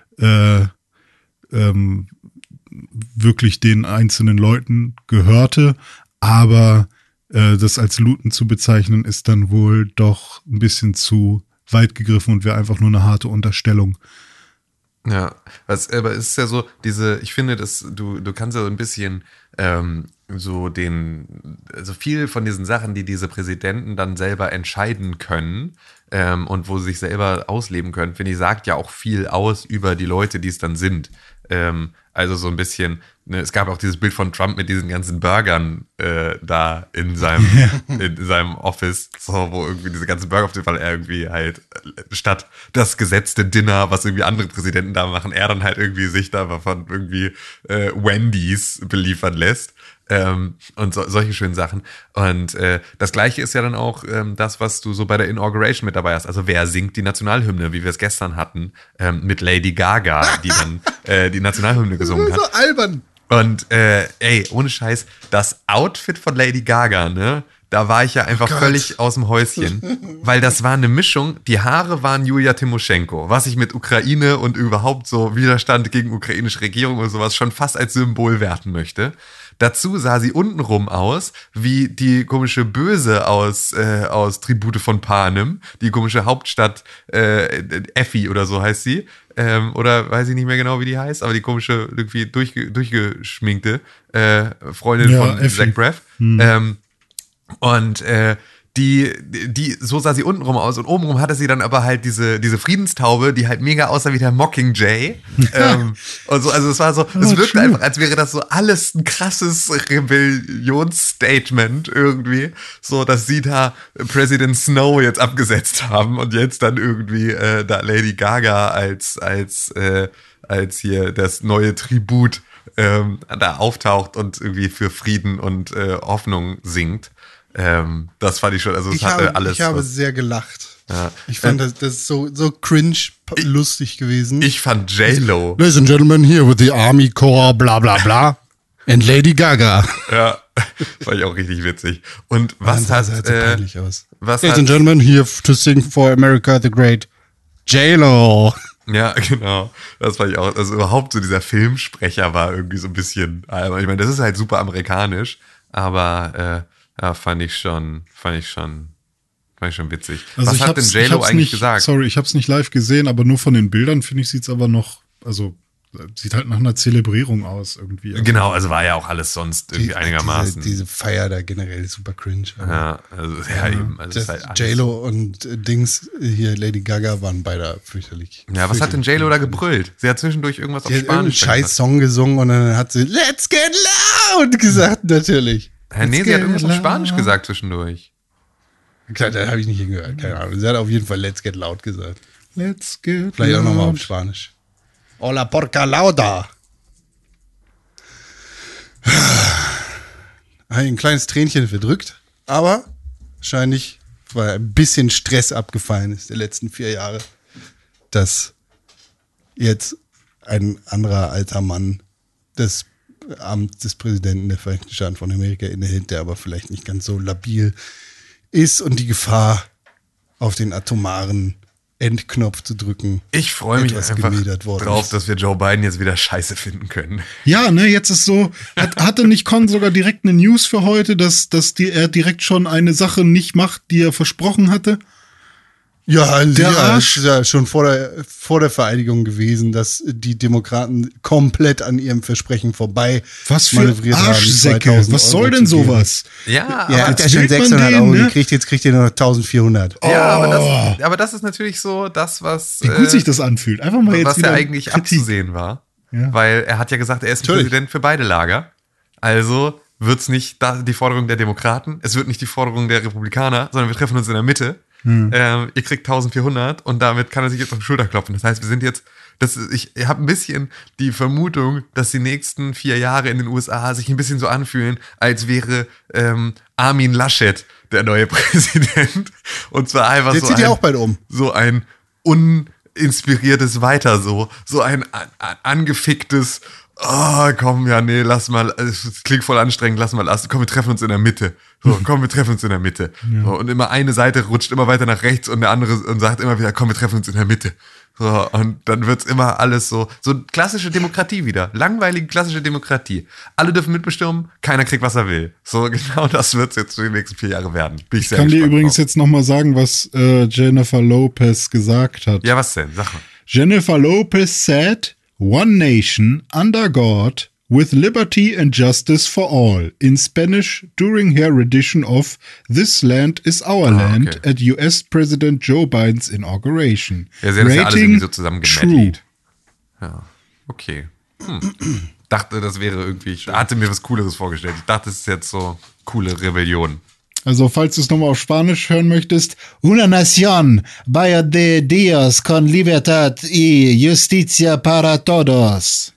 wirklich den einzelnen Leuten gehörte, aber das als Looten zu bezeichnen, ist dann wohl doch ein bisschen zu weit gegriffen und wäre einfach nur eine harte Unterstellung. Ja, aber es ist ja so, ich finde, dass du kannst ja so ein bisschen so den also viel von diesen Sachen, die diese Präsidenten dann selber entscheiden können und wo sie sich selber ausleben können, finde ich, sagt ja auch viel aus über die Leute, die es dann sind. Also so ein bisschen, ne, es gab auch dieses Bild von Trump mit diesen ganzen Burgern da in seinem Office, so, wo irgendwie diese ganzen Burger, auf jeden Fall er irgendwie halt statt das gesetzte Dinner, was irgendwie andere Präsidenten da machen, er dann halt irgendwie sich da von irgendwie Wendy's beliefern lässt. Und solche schönen Sachen. Und das Gleiche ist ja dann auch das, was du so bei der Inauguration mit dabei hast. Also wer singt die Nationalhymne, wie wir es gestern hatten, mit Lady Gaga, die dann die Nationalhymne gesungen hat. So albern. Und ey, ohne Scheiß, das Outfit von Lady Gaga, ne? Da war ich ja einfach völlig aus dem Häuschen, weil das war eine Mischung, die Haare waren Julia Timoschenko, was ich mit Ukraine und überhaupt so Widerstand gegen ukrainische Regierung und sowas schon fast als Symbol werten möchte. Dazu sah sie untenrum aus wie die komische Böse aus Tribute von Panem, die komische Hauptstadt Effi oder so heißt sie. Oder weiß ich nicht mehr genau, wie die heißt, aber die komische, irgendwie durchgeschminkte Freundin von Effi. Zach Braff. Und die, so sah sie untenrum aus und obenrum hatte sie dann aber halt diese Friedenstaube, die halt mega aussah wie der Mockingjay. Und so, also es war so, es wirkte einfach, als wäre das so alles ein krasses Rebellionsstatement irgendwie. So, dass sie da President Snow jetzt abgesetzt haben und jetzt dann irgendwie da Lady Gaga als hier das neue Tribut da auftaucht und irgendwie für Frieden und Hoffnung singt. Das fand ich schon, also es hatte alles. Ich habe sehr gelacht. Ja. Ich fand das ist so cringe lustig gewesen. Ich fand J-Lo. Ladies and Gentlemen, here with the Army Corps, bla bla bla. And Lady Gaga. Ja, fand ich auch richtig witzig. Und was hat, peinlich aus. was Ladies hat, and Gentlemen, here to sing for America the Great. J-Lo. ja, genau. Das fand ich auch, also überhaupt so dieser Filmsprecher war irgendwie so ein bisschen, ich meine, das ist halt super amerikanisch, aber, ja, fand ich schon witzig. Also was hat denn J-Lo eigentlich gesagt? Sorry, ich habe es nicht live gesehen, aber nur von den Bildern, finde ich, sieht's aber noch, also sieht halt nach einer Zelebrierung aus irgendwie. Also, Genau, also war ja auch alles sonst irgendwie einigermaßen. Diese Feier da generell ist super cringe. Ja, also ja, eben. Also ist halt alles. J-Lo und Dings, hier Lady Gaga, waren beide fürchterlich. Ja, was hat denn J-Lo da gebrüllt? Sie hat zwischendurch irgendwas auf Sie hat irgendeinen Spanisch scheiß Song gesungen und dann hat sie Let's get loud gesagt, natürlich. Nee, sie hat irgendwas auf Spanisch gesagt zwischendurch. Klar, das habe ich nicht hingehört, keine Ahnung. Sie hat auf jeden Fall Let's get loud gesagt. Let's get Vielleicht auch nochmal auf loud. Spanisch. Hola porca lauda. Ein kleines Tränchen verdrückt, aber wahrscheinlich, weil ein bisschen Stress abgefallen ist der letzten 4 Jahre, dass jetzt ein anderer alter Mann das Amt des Präsidenten der Vereinigten Staaten von Amerika innehält, der aber vielleicht nicht ganz so labil ist und die Gefahr, auf den atomaren Endknopf zu drücken. Ich freue mich etwas einfach gemildert worden drauf, ist. dass wir Joe Biden jetzt wieder scheiße finden können. Ja, ne, jetzt ist so, hatte nicht Con sogar direkt eine News für heute, dass er direkt schon eine Sache nicht macht, die er versprochen hatte? Ja, also Der ja, Arsch. es ist ja schon vor der Vereidigung gewesen, dass die Demokraten komplett an ihrem Versprechen vorbei Was für manövriert haben, Arschsäcke, 2000 was Euro soll denn zu geben. sowas? Ja, Ja, aber, er hat ja als schon will man 600 den, Euro ne? gekriegt, jetzt kriegt er nur noch 1400. ja aber das ist natürlich so das, was Wie gut sich das anfühlt. Einfach mal jetzt was wieder ja eigentlich Kritik. abzusehen war. Ja. Weil er hat ja gesagt, er ist ein Natürlich. Präsident für beide Lager. Also wird's nicht die Forderung der Demokraten, es wird nicht die Forderung der Republikaner, sondern wir treffen uns in der Mitte. Ihr kriegt 1400 und damit kann er sich jetzt auf die Schulter klopfen. Das heißt, wir sind jetzt, ich habe ein bisschen die Vermutung, dass die nächsten 4 Jahre in den USA sich ein bisschen so anfühlen, als wäre Armin Laschet der neue Präsident. Und zwar einfach Der zieht ja auch bald um. so ein uninspiriertes Weiter, so ein angeficktes, oh, komm, ja, nee, lass mal, es klingt voll anstrengend, komm, wir treffen uns in der Mitte. So, komm, wir treffen uns in der Mitte. Ja. So, und immer eine Seite rutscht immer weiter nach rechts und der andere und sagt immer wieder, komm, wir treffen uns in der Mitte. So, und dann wird's immer alles so klassische Demokratie wieder. Langweilige klassische Demokratie. Alle dürfen mitbestimmen, keiner kriegt, was er will. So, genau das wird's jetzt für die nächsten 4 Jahre werden. Bin ich sehr Ich kann dir gespannt übrigens drauf. jetzt nochmal sagen, was Jennifer Lopez gesagt hat. Ja, was denn? Sag mal. Jennifer Lopez said, "One nation under God with liberty and justice for all. In Spanish, during her rendition of This Land is Our Land at US President Joe Bidens inauguration. Ja, sie haben das ja alles irgendwie so zusammen gemedleyt. Ja, okay. Dachte, das wäre irgendwie, ich hatte mir was Cooleres vorgestellt. Ich dachte, das ist jetzt so coole Rebellion. Also, falls du es nochmal auf Spanisch hören möchtest. Una nación, vaya de Dios con libertad y justicia para todos.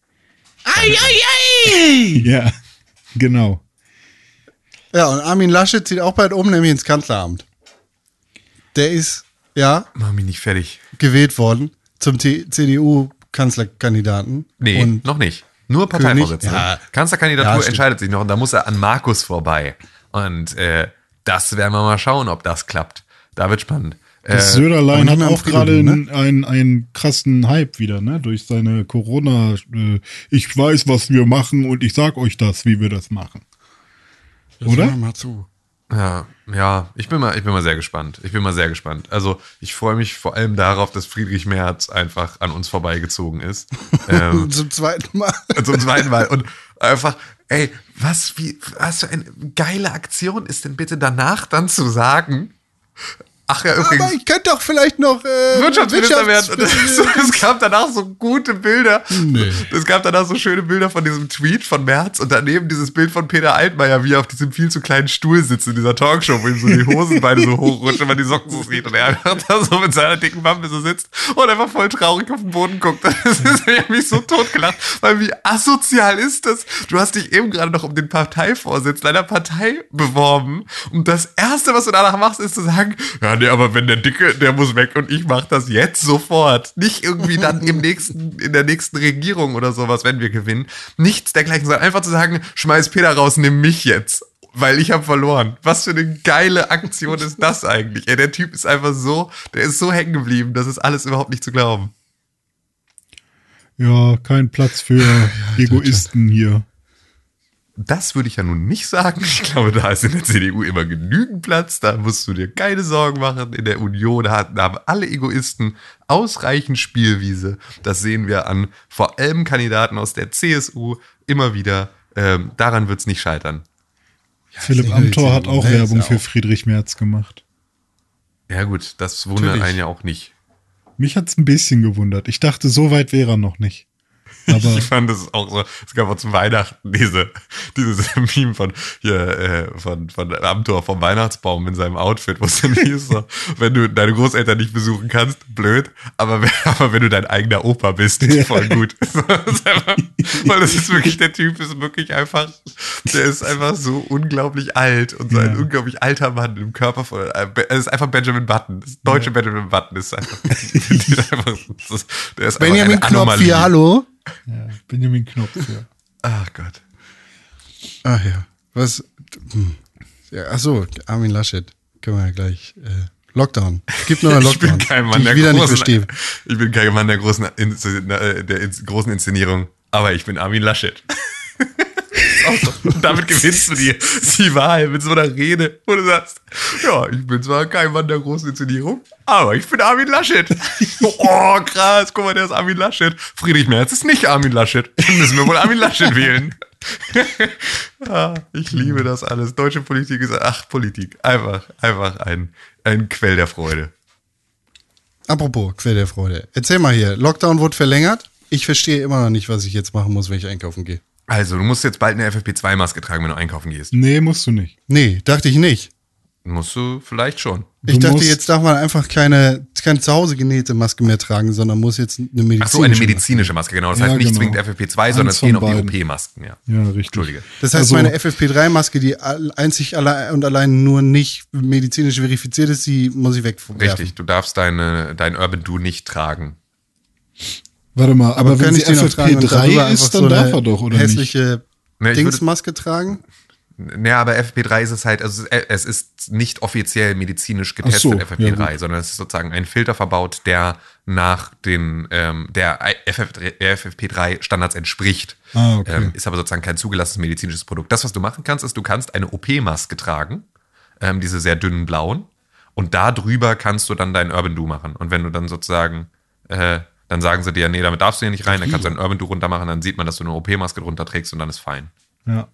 Ei, ei, ei! Ja, genau. Ja, und Armin Laschet zieht auch bald um, nämlich ins Kanzleramt. Der ist, Mach mich nicht fertig. gewählt worden zum CDU-Kanzlerkandidaten. Nee, und noch nicht. Nur Parteivorsitzender. Ja. Kanzlerkandidatur Ja, entscheidet sich noch und da muss er an Markus vorbei. Und das werden wir mal schauen, ob das klappt. Da wird spannend. Das Söderlein hat nicht mehr auch am gerade Frieden, einen krassen Hype wieder, ne? Durch seine Corona, ich weiß, was wir machen und ich sag euch das, wie wir das machen. Oder? Hör mal zu. Ja, ich bin mal sehr gespannt. Also ich freue mich vor allem darauf, dass Friedrich Merz einfach an uns vorbeigezogen ist. Zum zweiten Mal. Zum zweiten Mal. Und einfach, ey, was für eine geile Aktion ist denn bitte danach dann zu sagen, ach ja, übrigens. Aber ich könnte doch vielleicht noch Wirtschaftsminister werden. Es gab danach so gute Bilder. Nee. Es gab danach so schöne Bilder von diesem Tweet von Merz und daneben dieses Bild von Peter Altmaier, wie er auf diesem viel zu kleinen Stuhl sitzt in dieser Talkshow, wo ihm so die Hosenbeine so hochrutschen und man die Socken so sieht und er einfach da so mit seiner dicken Wampe so sitzt und einfach voll traurig auf den Boden guckt. Ich habe mich so totgelacht, weil wie asozial ist das? Du hast dich eben gerade noch um den Parteivorsitz deiner Partei beworben und das Erste, was du danach machst, ist zu sagen, ja, nee, aber wenn der Dicke, der muss weg und ich mach das jetzt sofort. Nicht irgendwie dann in der nächsten Regierung oder sowas, wenn wir gewinnen. Nichts dergleichen, sondern einfach zu sagen, schmeiß Peter raus, nimm mich jetzt, weil ich habe verloren. Was für eine geile Aktion ist das eigentlich? Ey, der Typ ist einfach so, der ist so hängen geblieben, das ist alles überhaupt nicht zu glauben. Ja, kein Platz für Egoisten hier. Das würde ich ja nun nicht sagen. Ich glaube, da ist in der CDU immer genügend Platz. Da musst du dir keine Sorgen machen. In der Union haben alle Egoisten ausreichend Spielwiese. Das sehen wir an vor allem Kandidaten aus der CSU immer wieder. Daran wird es nicht scheitern. Ja, Philipp Amthor hat auch Werbung für Friedrich Merz gemacht. Ja gut, das wundert einen ja auch nicht. Mich hat's ein bisschen gewundert. Ich dachte, so weit wäre er noch nicht. Aber ich fand das auch so, es gab auch zu Weihnachten dieses Meme von Amthor vom Weihnachtsbaum in seinem Outfit, wo es dann hieß so, wenn du deine Großeltern nicht besuchen kannst, blöd, aber wenn du dein eigener Opa bist, voll gut. Weil das ist wirklich, der Typ ist wirklich einfach, der ist einfach so unglaublich alt und so ein unglaublich alter Mann im Körper von, es ist einfach Benjamin Button, das deutsche Benjamin Button ist einfach, der ist Benjamin Knopf hier, hallo? Ja, Benjamin Knopf, ja. Ach Gott. Ach ja. Was? Ja, achso, Armin Laschet. Können wir ja gleich. Lockdown. Es gibt nur einen Lockdown. Ich bin kein Mann der großen Inszenierung, aber ich bin Armin Laschet. So. Und damit gewinnst du dir die Wahl mit so einer Rede, wo du sagst, ja, ich bin zwar kein Mann der großen Inszenierung, aber ich bin Armin Laschet. Oh, krass, guck mal, der ist Armin Laschet. Friedrich Merz ist nicht Armin Laschet. Dann müssen wir wohl Armin Laschet wählen. Ich liebe das alles. Deutsche Politik ist, Politik. Einfach ein Quell der Freude. Apropos Quell der Freude. Erzähl mal hier, Lockdown wurde verlängert. Ich verstehe immer noch nicht, was ich jetzt machen muss, wenn ich einkaufen gehe. Also, du musst jetzt bald eine FFP2-Maske tragen, wenn du einkaufen gehst. Nee, musst du nicht. Nee, dachte ich nicht. Musst du vielleicht schon. Ich dachte, jetzt darf man einfach keine zu Hause genähte Maske mehr tragen, sondern muss jetzt eine medizinische Ach so, eine medizinische Maske, genau. Das heißt nicht zwingend FFP2, sondern es gehen um die OP-Masken. Ja, richtig. Entschuldige. Das heißt, meine FFP3-Maske, die einzig und allein nur nicht medizinisch verifiziert ist, die muss ich wegwerfen. Richtig, du darfst dein Urban Do nicht tragen. Warte mal, aber wenn sie FFP3 ist, dann darf er doch, oder hässliche Dingsmaske tragen? Naja, aber FFP3 ist es halt, also es ist nicht offiziell medizinisch getestet, FFP3, sondern es ist sozusagen ein Filter verbaut, der nach den der FFP3-Standards entspricht. Okay. Ist aber sozusagen kein zugelassenes medizinisches Produkt. Das, was du machen kannst, ist, du kannst eine OP-Maske tragen, diese sehr dünnen blauen, und da drüber kannst du dann deinen Urban Do machen. Und wenn du dann sozusagen Dann sagen sie dir, nee, damit darfst du hier nicht rein, dann kannst du ein Urban Duo runter machen, dann sieht man, dass du eine OP-Maske drunter trägst und dann ist fein. Ja.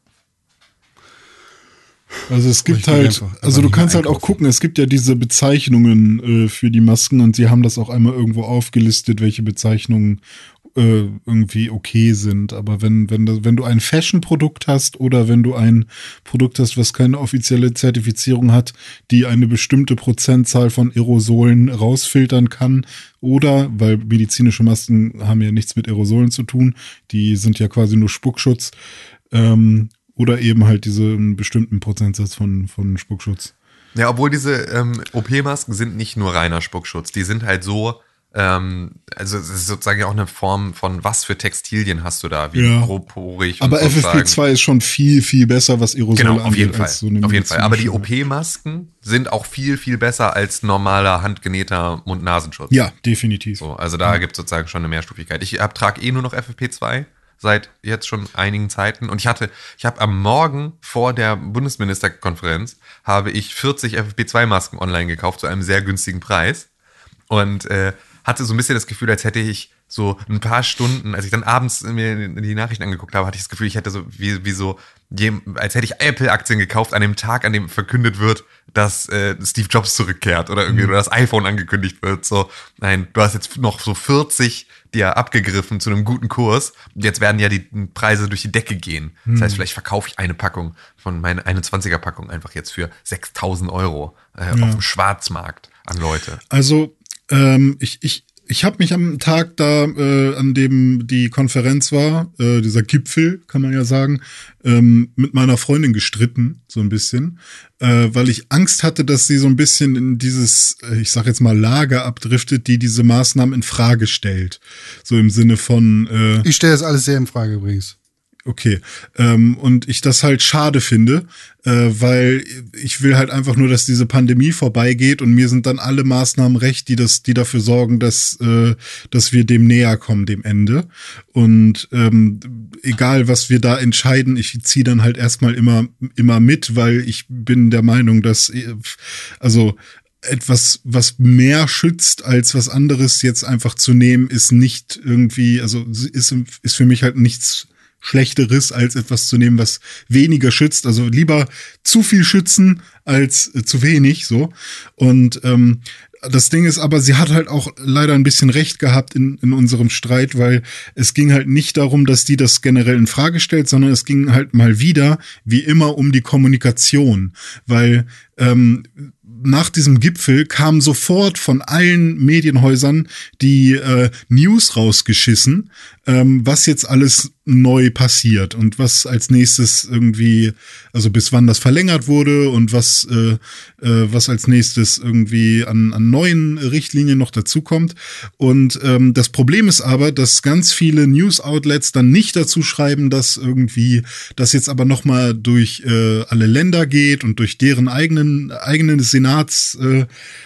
Also es gibt halt, also du kannst halt auch gucken, es gibt ja diese Bezeichnungen für die Masken und sie haben das auch einmal irgendwo aufgelistet, welche Bezeichnungen irgendwie okay sind. Aber wenn du ein Fashion-Produkt hast oder wenn du ein Produkt hast, was keine offizielle Zertifizierung hat, die eine bestimmte Prozentzahl von Aerosolen rausfiltern kann oder, weil medizinische Masken haben ja nichts mit Aerosolen zu tun, die sind ja quasi nur Spuckschutz, oder eben halt diesen bestimmten Prozentsatz von Spuckschutz. Ja, obwohl diese OP-Masken sind nicht nur reiner Spuckschutz. Die sind halt so, also es ist sozusagen ja auch eine Form von, was für Textilien hast du da, wie porig und aber FFP2 ist schon viel, viel besser, was Aerosole angeht. Genau, auf jeden Fall. Auf jeden Fall. Aber die OP-Masken sind auch viel, viel besser als normaler handgenähter Mund-Nasenschutz. Ja, definitiv. So, also da gibt es sozusagen schon eine Mehrstufigkeit. Ich trage nur noch FFP2. Seit jetzt schon einigen Zeiten. Und ich habe am Morgen vor der Bundesministerkonferenz habe ich 40 FFP2-Masken online gekauft zu einem sehr günstigen Preis. Und hatte so ein bisschen das Gefühl, als hätte ich so ein paar Stunden, als ich dann abends mir die Nachrichten angeguckt habe, hatte ich das Gefühl, ich hätte so als hätte ich Apple-Aktien gekauft an dem Tag, an dem verkündet wird, dass Steve Jobs zurückkehrt oder irgendwie oder das iPhone angekündigt wird. So, nein, du hast jetzt noch so 40 dir abgegriffen zu einem guten Kurs. Jetzt werden ja die Preise durch die Decke gehen. Das heißt, vielleicht verkaufe ich eine Packung von meiner 21er-Packung einfach jetzt für 6.000 € auf dem Schwarzmarkt an Leute. Also ich habe mich am Tag da, an dem die Konferenz war, dieser Gipfel, kann man ja sagen, mit meiner Freundin gestritten, so ein bisschen, weil ich Angst hatte, dass sie so ein bisschen in dieses, ich sag jetzt mal, Lager abdriftet, die diese Maßnahmen in Frage stellt. So im Sinne von ich stelle das alles sehr in Frage übrigens. Okay, und ich das halt schade finde, weil ich will halt einfach nur, dass diese Pandemie vorbeigeht und mir sind dann alle Maßnahmen recht, die dafür sorgen, dass wir dem näher kommen, dem Ende. Und egal, was wir da entscheiden, ich ziehe dann halt erstmal immer mit, weil ich bin der Meinung, dass also etwas, was mehr schützt als was anderes jetzt einfach zu nehmen, ist nicht irgendwie, also ist für mich halt nichts Schlechteres, als etwas zu nehmen, was weniger schützt. Also lieber zu viel schützen als zu wenig, so. Und das Ding ist aber, sie hat halt auch leider ein bisschen recht gehabt in unserem Streit, weil es ging halt nicht darum, dass die das generell in Frage stellt, sondern es ging halt mal wieder, wie immer, um die Kommunikation. Weil nach diesem Gipfel kam sofort von allen Medienhäusern die News rausgeschissen, was jetzt alles neu passiert und was als nächstes irgendwie, also bis wann das verlängert wurde und was als nächstes irgendwie an neuen Richtlinien noch dazukommt. Und das Problem ist aber, dass ganz viele News-Outlets dann nicht dazu schreiben, dass irgendwie das jetzt aber nochmal durch alle Länder geht und durch deren eigenen Senatssitze.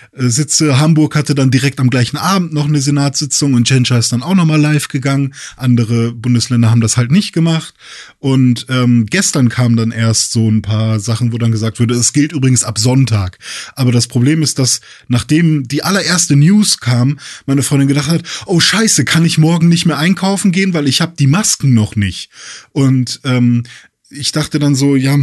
Hamburg hatte dann direkt am gleichen Abend noch eine Senatssitzung und Tschentscher ist dann auch nochmal live gegangen. Andere Bundesländer haben das halt nicht gemacht. Und gestern kamen dann erst so ein paar Sachen, wo dann gesagt wurde, es gilt übrigens ab Sonntag. Aber das Problem ist, dass nachdem die allererste News kam, meine Freundin gedacht hat, oh scheiße, kann ich morgen nicht mehr einkaufen gehen, weil ich habe die Masken noch nicht. Und ich dachte dann so, ja,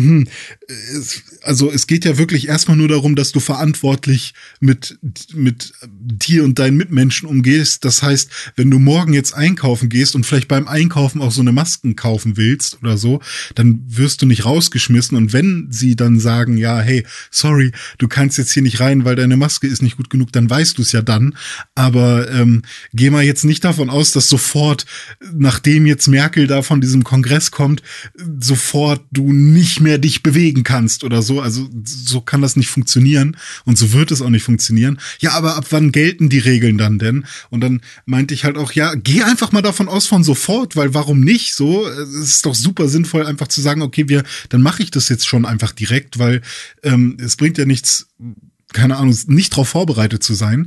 also es geht ja wirklich erstmal nur darum, dass du verantwortlich mit dir und deinen Mitmenschen umgehst. Das heißt, wenn du morgen jetzt einkaufen gehst und vielleicht beim Einkaufen auch so eine Masken kaufen willst oder so, dann wirst du nicht rausgeschmissen. Und wenn sie dann sagen, ja, hey, sorry, du kannst jetzt hier nicht rein, weil deine Maske ist nicht gut genug, dann weißt du es ja dann. Aber geh mal jetzt nicht davon aus, dass sofort, nachdem jetzt Merkel da von diesem Kongress kommt, sofort du nicht mehr dich bewegen kannst oder so. Also so kann das nicht funktionieren und so wird es auch nicht funktionieren. Ja, aber ab wann gelten die Regeln dann denn? Und dann meinte ich halt auch, ja, geh einfach mal davon aus von sofort, weil warum nicht so? Es ist doch super sinnvoll, einfach zu sagen, okay, dann mache ich das jetzt schon einfach direkt, weil es bringt ja nichts, keine Ahnung, nicht darauf vorbereitet zu sein.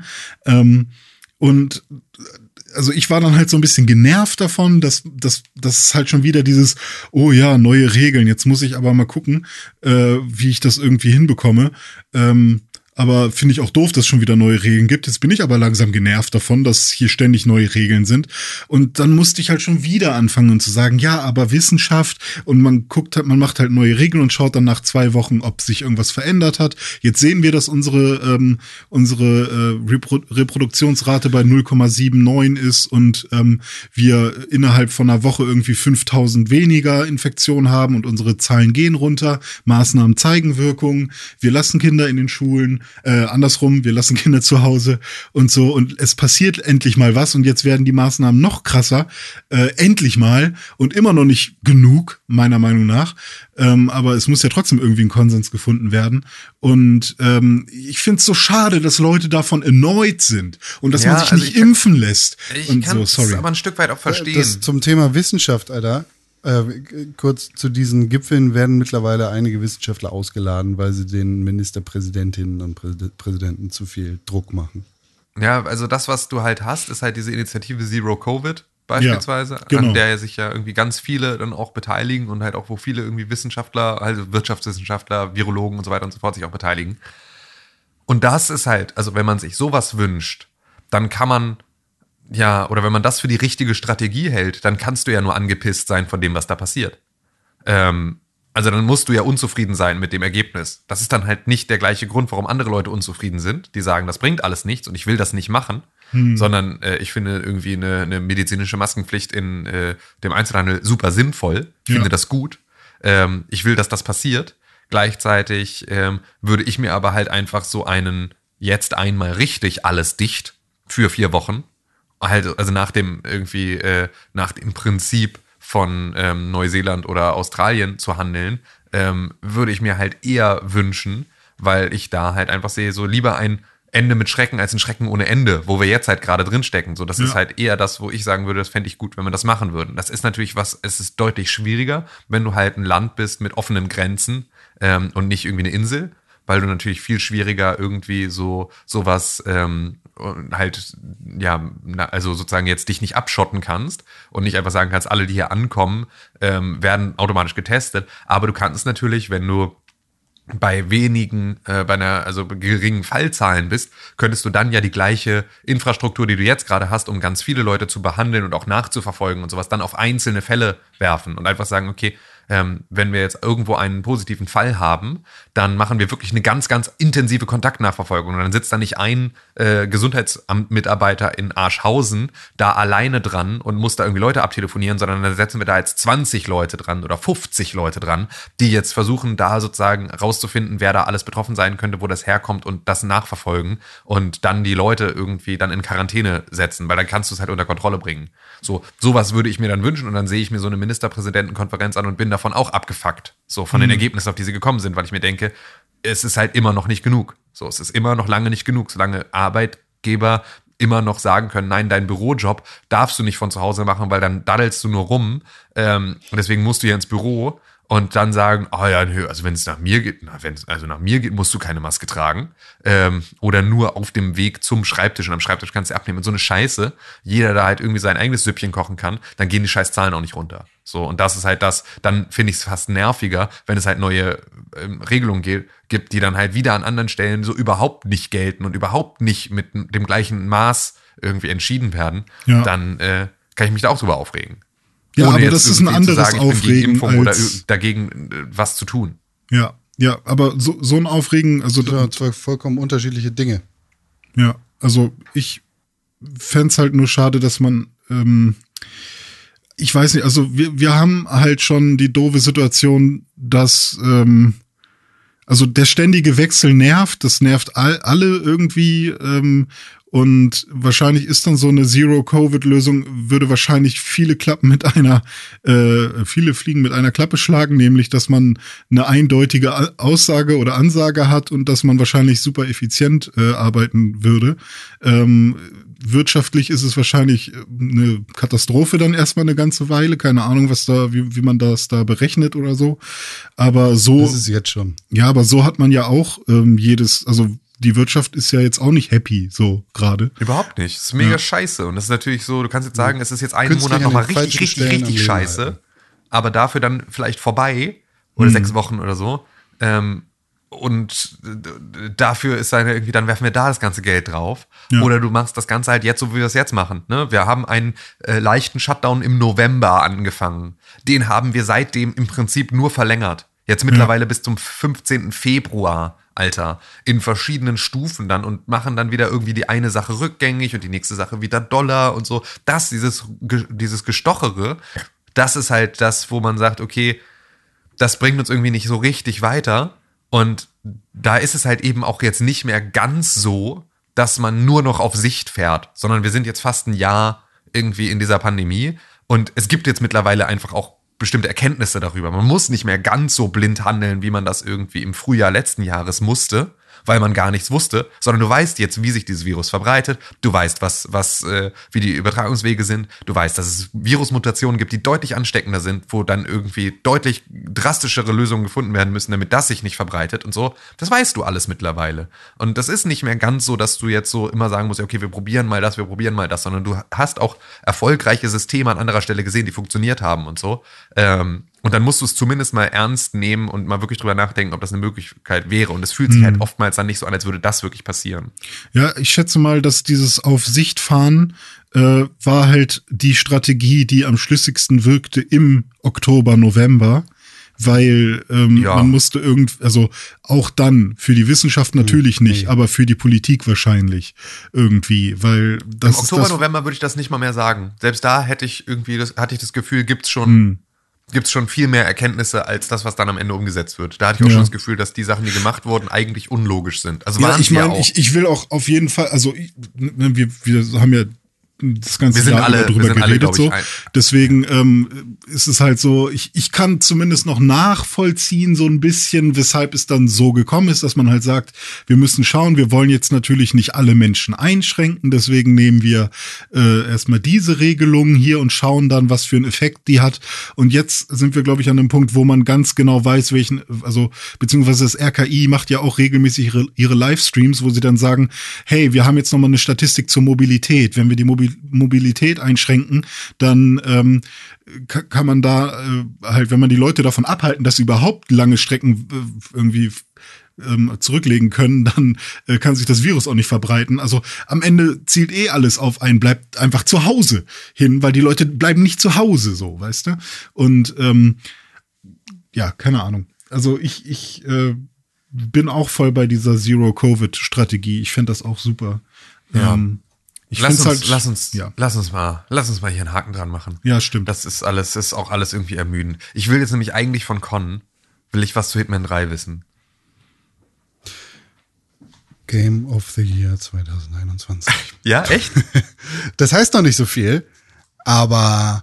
Und also ich war dann halt so ein bisschen genervt davon, dass halt schon wieder dieses, oh ja, neue Regeln, jetzt muss ich aber mal gucken, wie ich das irgendwie hinbekomme. Aber finde ich auch doof, dass es schon wieder neue Regeln gibt. Jetzt bin ich aber langsam genervt davon, dass hier ständig neue Regeln sind. Und dann musste ich halt schon wieder anfangen zu sagen, ja, aber Wissenschaft, und man guckt halt, man macht halt neue Regeln und schaut dann nach 2 Wochen, ob sich irgendwas verändert hat. Jetzt sehen wir, dass unsere Reproduktionsrate bei 0,79 ist und wir innerhalb von einer Woche irgendwie 5000 weniger Infektionen haben und unsere Zahlen gehen runter. Maßnahmen zeigen Wirkung. Wir lassen Kinder in den Schulen, andersrum, wir lassen Kinder zu Hause und so. Und es passiert endlich mal was und jetzt werden die Maßnahmen noch krasser. Endlich mal und immer noch nicht genug, meiner Meinung nach. Aber es muss ja trotzdem irgendwie ein Konsens gefunden werden. Und ich finde es so schade, dass Leute davon annoyed sind und dass man sich nicht impfen lässt. Ich kann es aber ein Stück weit auch verstehen. Das zum Thema Wissenschaft, Alter. Kurz zu diesen Gipfeln werden mittlerweile einige Wissenschaftler ausgeladen, weil sie den Ministerpräsidentinnen und Präsidenten zu viel Druck machen. Ja, also das, was du halt hast, ist halt diese Initiative Zero Covid beispielsweise, genau. An der sich ja irgendwie ganz viele dann auch beteiligen und halt auch, wo viele irgendwie Wissenschaftler, also Wirtschaftswissenschaftler, Virologen und so weiter und so fort sich auch beteiligen. Und das ist halt, also wenn man sich sowas wünscht, dann kann man oder wenn man das für die richtige Strategie hält, dann kannst du ja nur angepisst sein von dem, was da passiert. Also dann musst du ja unzufrieden sein mit dem Ergebnis. Das ist dann halt nicht der gleiche Grund, warum andere Leute unzufrieden sind, die sagen, das bringt alles nichts und ich will das nicht machen, sondern ich finde irgendwie eine medizinische Maskenpflicht in dem Einzelhandel super sinnvoll, finde das gut. Ich will, dass das passiert. Gleichzeitig würde ich mir aber halt einfach so einen jetzt einmal richtig alles dicht für 4 Wochen, also nach dem Prinzip von Neuseeland oder Australien zu handeln, würde ich mir halt eher wünschen, weil ich da halt einfach sehe, so lieber ein Ende mit Schrecken als ein Schrecken ohne Ende, wo wir jetzt halt gerade drin stecken. So, das ist halt eher das, wo ich sagen würde, das fände ich gut, wenn wir das machen würden. Das ist natürlich es ist deutlich schwieriger, wenn du halt ein Land bist mit offenen Grenzen und nicht irgendwie eine Insel, weil du natürlich viel schwieriger irgendwie sowas also sozusagen jetzt dich nicht abschotten kannst und nicht einfach sagen kannst, alle, die hier ankommen, werden automatisch getestet. Aber du kannst es natürlich, wenn du bei geringen Fallzahlen bist, könntest du dann ja die gleiche Infrastruktur, die du jetzt gerade hast, um ganz viele Leute zu behandeln und auch nachzuverfolgen und sowas, dann auf einzelne Fälle werfen und einfach sagen, okay, wenn wir jetzt irgendwo einen positiven Fall haben, dann machen wir wirklich eine ganz, ganz intensive Kontaktnachverfolgung. Und dann sitzt da nicht ein Gesundheitsamtmitarbeiter in Arschhausen da alleine dran und muss da irgendwie Leute abtelefonieren, sondern dann setzen wir da jetzt 20 Leute dran oder 50 Leute dran, die jetzt versuchen, da sozusagen rauszufinden, wer da alles betroffen sein könnte, wo das herkommt und das nachverfolgen und dann die Leute irgendwie dann in Quarantäne setzen, weil dann kannst du es halt unter Kontrolle bringen. Sowas würde ich mir dann wünschen und dann sehe ich mir so eine Ministerpräsidentenkonferenz an und bin davon auch abgefuckt, so von den Ergebnissen, auf die sie gekommen sind, weil ich mir denke, es ist halt immer noch nicht genug. So, es ist immer noch lange nicht genug, solange Arbeitgeber immer noch sagen können, nein, dein Bürojob darfst du nicht von zu Hause machen, weil dann daddelst du nur rum und deswegen musst du hier ins Büro und dann sagen, also wenn es nach mir geht, musst du keine Maske tragen oder nur auf dem Weg zum Schreibtisch und am Schreibtisch kannst du abnehmen und so eine Scheiße, jeder da halt irgendwie sein eigenes Süppchen kochen kann, dann gehen die Scheißzahlen auch nicht runter. So, und das ist halt dann finde ich es fast nerviger, wenn es halt neue Regelungen gibt, die dann halt wieder an anderen Stellen so überhaupt nicht gelten und überhaupt nicht mit dem gleichen Maß irgendwie entschieden werden, dann kann ich mich da auch drüber aufregen. Ja, aber das ist ein anderes Aufregen oder dagegen was zu tun. Ja, aber so ein Aufregen, also zwei vollkommen unterschiedliche Dinge. Ja, also ich fände es halt nur schade, dass man ich weiß nicht, also wir haben halt schon die doofe Situation, dass also der ständige Wechsel nervt, das nervt alle irgendwie und wahrscheinlich ist dann so eine Zero-Covid-Lösung, würde wahrscheinlich viele Fliegen mit einer Klappe schlagen, nämlich, dass man eine eindeutige Aussage oder Ansage hat und dass man wahrscheinlich super effizient arbeiten würde. Wirtschaftlich ist es wahrscheinlich eine Katastrophe dann erstmal eine ganze Weile. Keine Ahnung, wie man das da berechnet oder so. Aber so. Das ist jetzt schon. Ja, aber so hat man ja auch also die Wirtschaft ist ja jetzt auch nicht happy, so gerade. Überhaupt nicht. Es ist mega scheiße. Und das ist natürlich so, du kannst jetzt sagen, es ist jetzt einen Monat nochmal richtig scheiße, aber dafür dann vielleicht vorbei oder 6 Wochen oder so. und dafür ist dann werfen wir da das ganze Geld drauf. Ja. Oder du machst das Ganze halt jetzt, so wie wir es jetzt machen. Ne? Wir haben einen leichten Shutdown im November angefangen. Den haben wir seitdem im Prinzip nur verlängert. Jetzt mittlerweile bis zum 15. Februar, Alter. In verschiedenen Stufen dann und machen dann wieder irgendwie die eine Sache rückgängig und die nächste Sache wieder Dollar und so. Dieses Gestochere, das ist halt das, wo man sagt, okay, das bringt uns irgendwie nicht so richtig weiter. Und da ist es halt eben auch jetzt nicht mehr ganz so, dass man nur noch auf Sicht fährt, sondern wir sind jetzt fast ein Jahr irgendwie in dieser Pandemie und es gibt jetzt mittlerweile einfach auch bestimmte Erkenntnisse darüber. Man muss nicht mehr ganz so blind handeln, wie man das irgendwie im Frühjahr letzten Jahres musste, weil man gar nichts wusste, sondern du weißt jetzt, wie sich dieses Virus verbreitet, du weißt, wie die Übertragungswege sind, du weißt, dass es Virusmutationen gibt, die deutlich ansteckender sind, wo dann irgendwie deutlich drastischere Lösungen gefunden werden müssen, damit das sich nicht verbreitet und so. Das weißt du alles mittlerweile. Und das ist nicht mehr ganz so, dass du jetzt so immer sagen musst, okay, wir probieren mal das, sondern du hast auch erfolgreiche Systeme an anderer Stelle gesehen, die funktioniert haben und so. Und dann musst du es zumindest mal ernst nehmen und mal wirklich drüber nachdenken, ob das eine Möglichkeit wäre. Und es fühlt sich halt oftmals dann nicht so an, als würde das wirklich passieren. Ja, ich schätze mal, dass dieses Auf Sicht fahren war halt die Strategie, die am schlüssigsten wirkte im Oktober, November. Weil man musste also auch dann für die Wissenschaft natürlich nicht, aber für die Politik wahrscheinlich irgendwie, weil das im Oktober, November würde ich das nicht mal mehr sagen. Selbst da hatte ich das Gefühl, gibt's schon viel mehr Erkenntnisse als das, was dann am Ende umgesetzt wird. Da hatte ich auch schon das Gefühl, dass die Sachen, die gemacht wurden, eigentlich unlogisch sind. Also ja, ich meine, ich will auch auf jeden Fall, also wir haben ja das ganze Jahr drüber geredet so. Deswegen ist es halt so, ich kann zumindest noch nachvollziehen so ein bisschen, weshalb es dann so gekommen ist, dass man halt sagt, wir müssen schauen, wir wollen jetzt natürlich nicht alle Menschen einschränken, deswegen nehmen wir erstmal diese Regelungen hier und schauen dann, was für einen Effekt die hat. Und jetzt sind wir, glaube ich, an einem Punkt, wo man ganz genau weiß, beziehungsweise das RKI macht ja auch regelmäßig ihre Livestreams, wo sie dann sagen, hey, wir haben jetzt nochmal eine Statistik zur Mobilität. Wenn wir die Mobilität einschränken, dann kann man da halt, wenn man die Leute davon abhalten, dass sie überhaupt lange Strecken irgendwie zurücklegen können, dann kann sich das Virus auch nicht verbreiten. Also am Ende zielt alles auf einen, bleibt einfach zu Hause hin, weil die Leute bleiben nicht zu Hause, so, weißt du? Und ja, keine Ahnung. Also ich bin auch voll bei dieser Zero-Covid-Strategie. Ich fände das auch super. Ja. Lass uns mal hier einen Haken dran machen. Ja, stimmt. Das ist auch alles irgendwie ermüdend. Ich will jetzt nämlich eigentlich von Con, was zu Hitman 3 wissen. Game of the Year 2021. Ja, echt? Das heißt noch nicht so viel, aber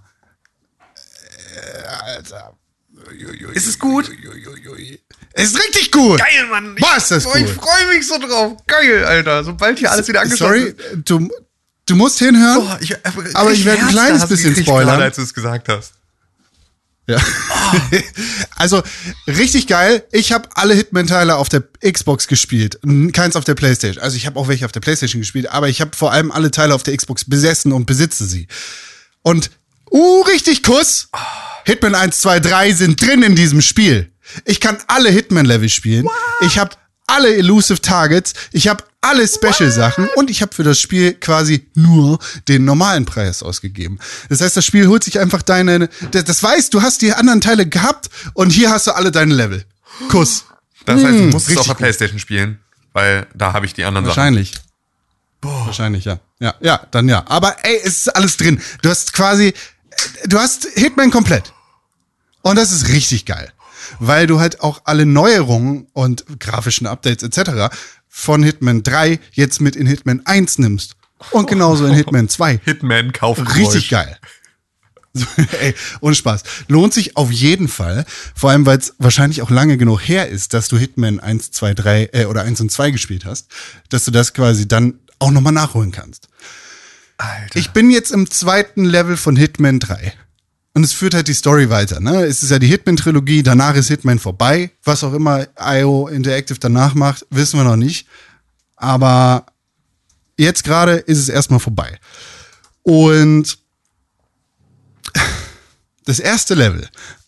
Alter. Ist es gut? Es ist richtig gut. Geil, Mann. Was ist das gut? Ich freue mich so drauf. Geil, Alter. Sobald hier alles wieder angeschaut ist. Sorry, du musst hinhören, aber ich werde ein kleines bisschen spoilern. Gerade, als du es gesagt hast. Ja. Oh. Also, richtig geil. Ich habe alle Hitman-Teile auf der Xbox gespielt. Keins auf der PlayStation. Also, ich habe auch welche auf der PlayStation gespielt, aber ich habe vor allem alle Teile auf der Xbox besessen und besitze sie. Und, richtig Kuss. Hitman 1, 2, 3 sind drin in diesem Spiel. Ich kann alle Hitman-Level spielen. What? Ich habe alle Elusive Targets. Ich habe alle Special-Sachen. Und ich habe für das Spiel quasi nur den normalen Preis ausgegeben. Das heißt, das Spiel holt sich einfach das weißt, du hast die anderen Teile gehabt und hier hast du alle deine Level. Kuss. Das heißt, du musst es auf der PlayStation spielen, weil da habe ich die anderen Wahrscheinlich. Sachen. Wahrscheinlich, ja. Ja, dann ja. Aber ey, es ist alles drin. Du hast Hitman komplett. Und das ist richtig geil. Weil du halt auch alle Neuerungen und grafischen Updates etc. von Hitman 3 jetzt mit in Hitman 1 nimmst. Und genauso in Hitman 2. Hitman Kaufgeräusch. Richtig geil. Ey, ohne Spaß. Lohnt sich auf jeden Fall. Vor allem, weil es wahrscheinlich auch lange genug her ist, dass du Hitman 1, 2, 3 oder 1 und 2 gespielt hast, dass du das quasi dann auch nochmal nachholen kannst. Alter. Ich bin jetzt im 2. Level von Hitman 3. Und es führt halt die Story weiter, ne? Es ist ja die Hitman-Trilogie, danach ist Hitman vorbei. Was auch immer IO Interactive danach macht, wissen wir noch nicht. Aber jetzt gerade ist es erstmal vorbei. Und das erste Level,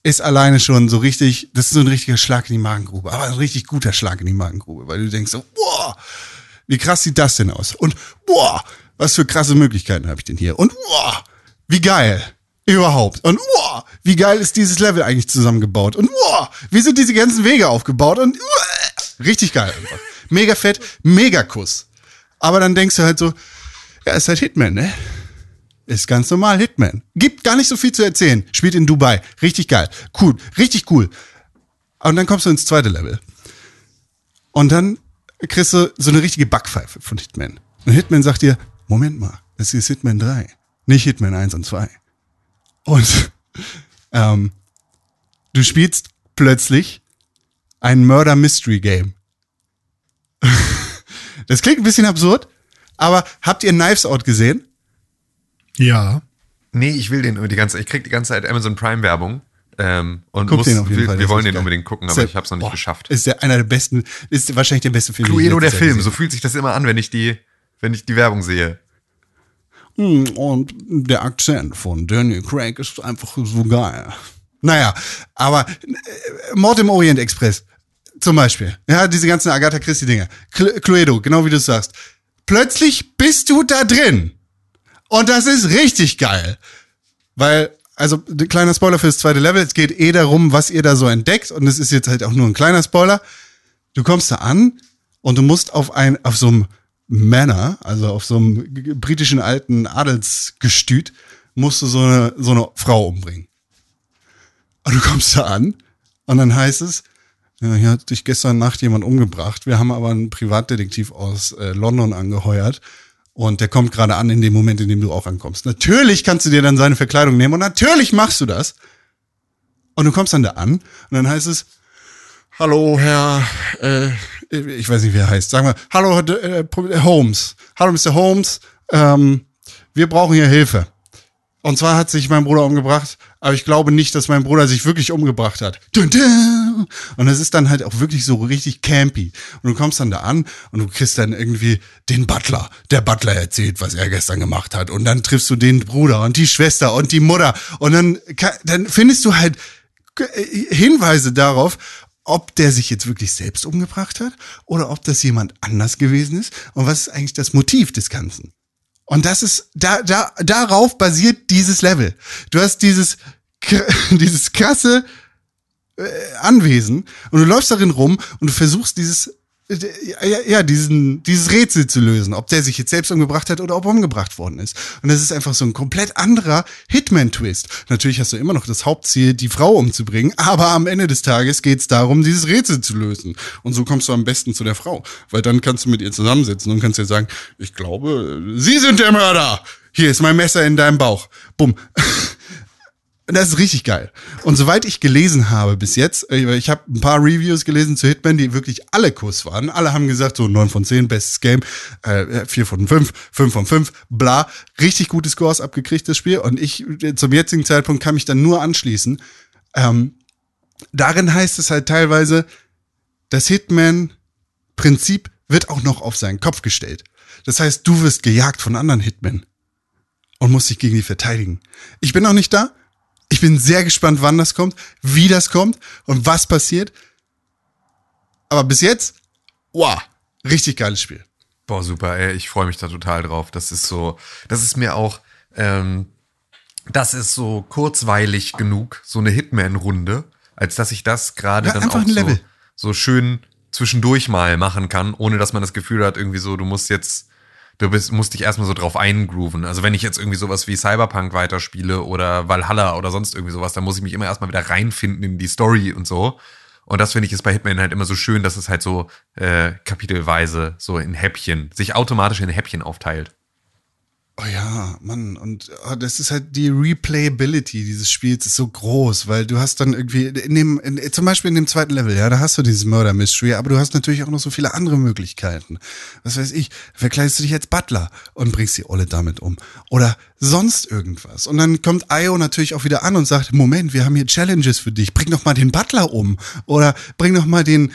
ist alleine schon so richtig, das ist so ein richtiger Schlag in die Magengrube, aber ein richtig guter Schlag in die Magengrube, weil du denkst so, boah, wie krass sieht das denn aus? Und boah, was für krasse Möglichkeiten habe ich denn hier? Und boah, wie geil überhaupt. Und boah, wie geil ist dieses Level eigentlich zusammengebaut? Und boah, wie sind diese ganzen Wege aufgebaut? Und richtig geil einfach. Mega fett, mega Kuss. Aber dann denkst du halt so, ja, ist halt Hitman, ne? Ist ganz normal Hitman. Gibt gar nicht so viel zu erzählen. Spielt in Dubai. Richtig geil. Cool. Richtig cool. Und dann kommst du ins zweite Level. Und dann kriegst du so eine richtige Backpfeife von Hitman. Und Hitman sagt dir, Moment mal, das ist Hitman 3. Nicht Hitman 1 und 2. Und du spielst plötzlich ein Murder-Mystery-Game. Das klingt ein bisschen absurd, aber habt ihr Knives Out gesehen? Ja. Nee, ich will den ich krieg die ganze Zeit Amazon Prime Werbung. Und Guck den auf jeden Fall, wir das wollen ist den geil. unbedingt gucken, aber ich habe es noch nicht geschafft. Ist einer der besten, ist wahrscheinlich der beste Film. Cluedo der Film, so so. fühlt sich das immer an, wenn ich die Werbung sehe. Und der Akzent von Daniel Craig ist einfach so geil. Naja, aber Mord im Orient Express zum Beispiel. Ja, diese ganzen Agatha Christie-Dinger. Cluedo, genau wie du sagst. Plötzlich bist du da drin. Und das ist richtig geil. Weil, also, kleiner Spoiler für das zweite Level. Es geht darum, was ihr da so entdeckt. Und es ist jetzt halt auch nur ein kleiner Spoiler. Du kommst da an und du musst auf so einem Manor, also auf so einem britischen alten Adelsgestüt, musst du so eine Frau umbringen. Und du kommst da an und dann heißt es, ja, hier hat dich gestern Nacht jemand umgebracht. Wir haben aber einen Privatdetektiv aus London angeheuert. Und der kommt gerade an in dem Moment, in dem du auch ankommst. Natürlich kannst du dir dann seine Verkleidung nehmen und natürlich machst du das. Und du kommst dann da an und dann heißt es, hallo Herr, ich weiß nicht, wie er heißt. Sagen wir, hallo Holmes. Hallo Mr. Holmes, wir brauchen hier Hilfe. Und zwar hat sich mein Bruder umgebracht, aber ich glaube nicht, dass mein Bruder sich wirklich umgebracht hat. Dun, dun. Und das ist dann halt auch wirklich so richtig campy. Und du kommst dann da an und du kriegst dann irgendwie den Butler. Der Butler erzählt, was er gestern gemacht hat. Und dann triffst du den Bruder und die Schwester und die Mutter. Und dann findest du halt Hinweise darauf, ob der sich jetzt wirklich selbst umgebracht hat oder ob das jemand anders gewesen ist. Und was ist eigentlich das Motiv des Ganzen? Und das ist, darauf basiert dieses Level. Du hast dieses krasse Anwesen und du läufst darin rum und du versuchst dieses Rätsel zu lösen, ob der sich jetzt selbst umgebracht hat oder ob er umgebracht worden ist. Und das ist einfach so ein komplett anderer Hitman-Twist. Natürlich hast du immer noch das Hauptziel, die Frau umzubringen, aber am Ende des Tages geht es darum, dieses Rätsel zu lösen. Und so kommst du am besten zu der Frau, weil dann kannst du mit ihr zusammensitzen und kannst ihr sagen, ich glaube, Sie sind der Mörder. Hier ist mein Messer in deinem Bauch. Bumm. Das ist richtig geil. Und soweit ich gelesen habe bis jetzt, ich habe ein paar Reviews gelesen zu Hitman, die wirklich alle Kuss waren. Alle haben gesagt, so 9 von 10, bestes Game, 4 von 5, 5 von 5, bla. Richtig gute Scores abgekriegt, das Spiel. Und ich zum jetzigen Zeitpunkt kann mich dann nur anschließen. Darin heißt es halt teilweise, das Hitman-Prinzip wird auch noch auf seinen Kopf gestellt. Das heißt, du wirst gejagt von anderen Hitmen und musst dich gegen die verteidigen. Ich bin noch nicht da. Ich bin sehr gespannt, wann das kommt, wie das kommt und was passiert. Aber bis jetzt, wow, richtig geiles Spiel. Boah, super, ey, ich freue mich da total drauf. Das ist mir auch, das ist so kurzweilig genug, so eine Hitman-Runde, als dass ich das gerade dann auch so schön zwischendurch mal machen kann, ohne dass man das Gefühl hat, irgendwie so, musst dich erstmal so drauf eingrooven. Also wenn ich jetzt irgendwie sowas wie Cyberpunk weiterspiele oder Valhalla oder sonst irgendwie sowas, dann muss ich mich immer erstmal wieder reinfinden in die Story und so. Und das finde ich ist bei Hitman halt immer so schön, dass es halt so kapitelweise so in Häppchen, sich automatisch in Häppchen aufteilt. Oh ja, Mann, und das ist halt die Replayability dieses Spiels ist so groß, weil du hast dann irgendwie zum Beispiel in dem zweiten Level, ja, da hast du dieses Murder Mystery, aber du hast natürlich auch noch so viele andere Möglichkeiten. Was weiß ich, verkleidest du dich als Butler und bringst die Olle damit um. Oder sonst irgendwas. Und dann kommt Io natürlich auch wieder an und sagt, Moment, wir haben hier Challenges für dich, bring doch mal den Butler um. Oder bring doch mal den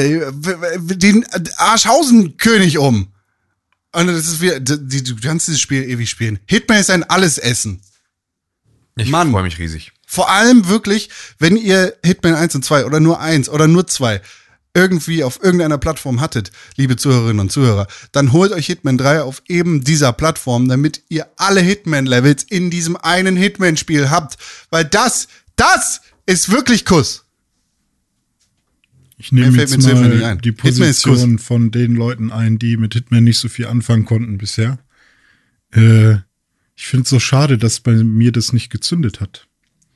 Arschhausen-König um. Und das ist wieder, du kannst dieses Spiel ewig spielen. Hitman ist ein Allesessen. Ich freue mich riesig. Vor allem wirklich, wenn ihr Hitman 1 und 2 oder nur 1 oder nur 2 irgendwie auf irgendeiner Plattform hattet, liebe Zuhörerinnen und Zuhörer, dann holt euch Hitman 3 auf eben dieser Plattform, damit ihr alle Hitman-Levels in diesem einen Hitman-Spiel habt. Weil das ist wirklich Kuss. Ich nehme jetzt mal ein. die Position von den Leuten ein, die mit Hitman nicht so viel anfangen konnten bisher. Ich finde es so schade, dass bei mir das nicht gezündet hat.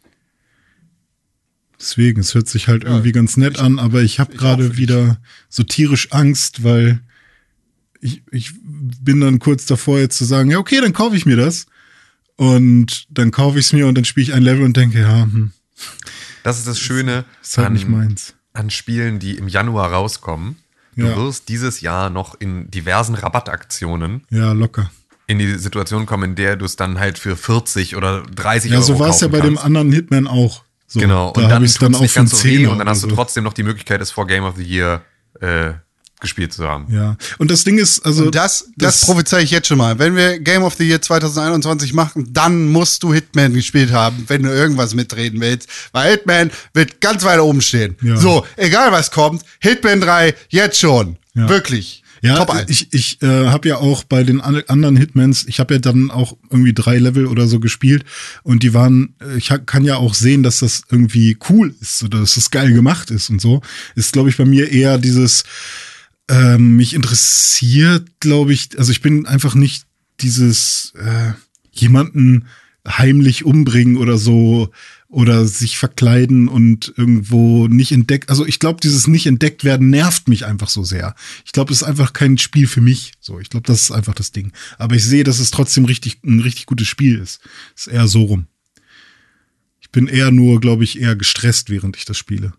Deswegen, es hört sich halt irgendwie ganz nett an, aber ich habe gerade wieder so tierisch Angst, weil ich bin dann kurz davor jetzt zu sagen, ja okay, dann kaufe ich mir das. Und dann kaufe ich es mir und dann spiele ich ein Level und denke, Das ist das Schöne ist halt nicht meins. An Spielen, die im Januar rauskommen. Du wirst dieses Jahr noch in diversen Rabattaktionen locker in die Situation kommen, in der du es dann halt für 40 oder 30 Euro kaufen kannst. Ja, so war es ja bei dem anderen Hitman auch. So, genau, und dann tut's dann auch nicht ganz so weh und dann hast du trotzdem noch die Möglichkeit, es vor Game of the Year gespielt zu haben. Ja, und das Ding ist, also und das prophezei ich jetzt schon mal. Wenn wir Game of the Year 2021 machen, dann musst du Hitman gespielt haben, wenn du irgendwas mitreden willst, weil Hitman wird ganz weit oben stehen. Ja. So, egal was kommt, Hitman 3 jetzt schon. Ja. Wirklich. Ja, Top 1. Ich habe ja auch bei den anderen Hitmans, ich habe ja dann auch irgendwie 3 Level oder so gespielt und die waren, kann ja auch sehen, dass das irgendwie cool ist oder dass das geil gemacht ist und so. Ist, glaube ich, bei mir eher dieses mich interessiert, glaube ich, also ich bin einfach nicht dieses jemanden heimlich umbringen oder so oder sich verkleiden und irgendwo nicht entdeckt. Also ich glaube, dieses nicht entdeckt werden nervt mich einfach so sehr. Ich glaube, es ist einfach kein Spiel für mich. So, ich glaube, das ist einfach das Ding. Aber ich sehe, dass es trotzdem ein richtig gutes Spiel ist. Ist eher so rum. Ich bin eher nur, glaube ich, eher gestresst, während ich das spiele.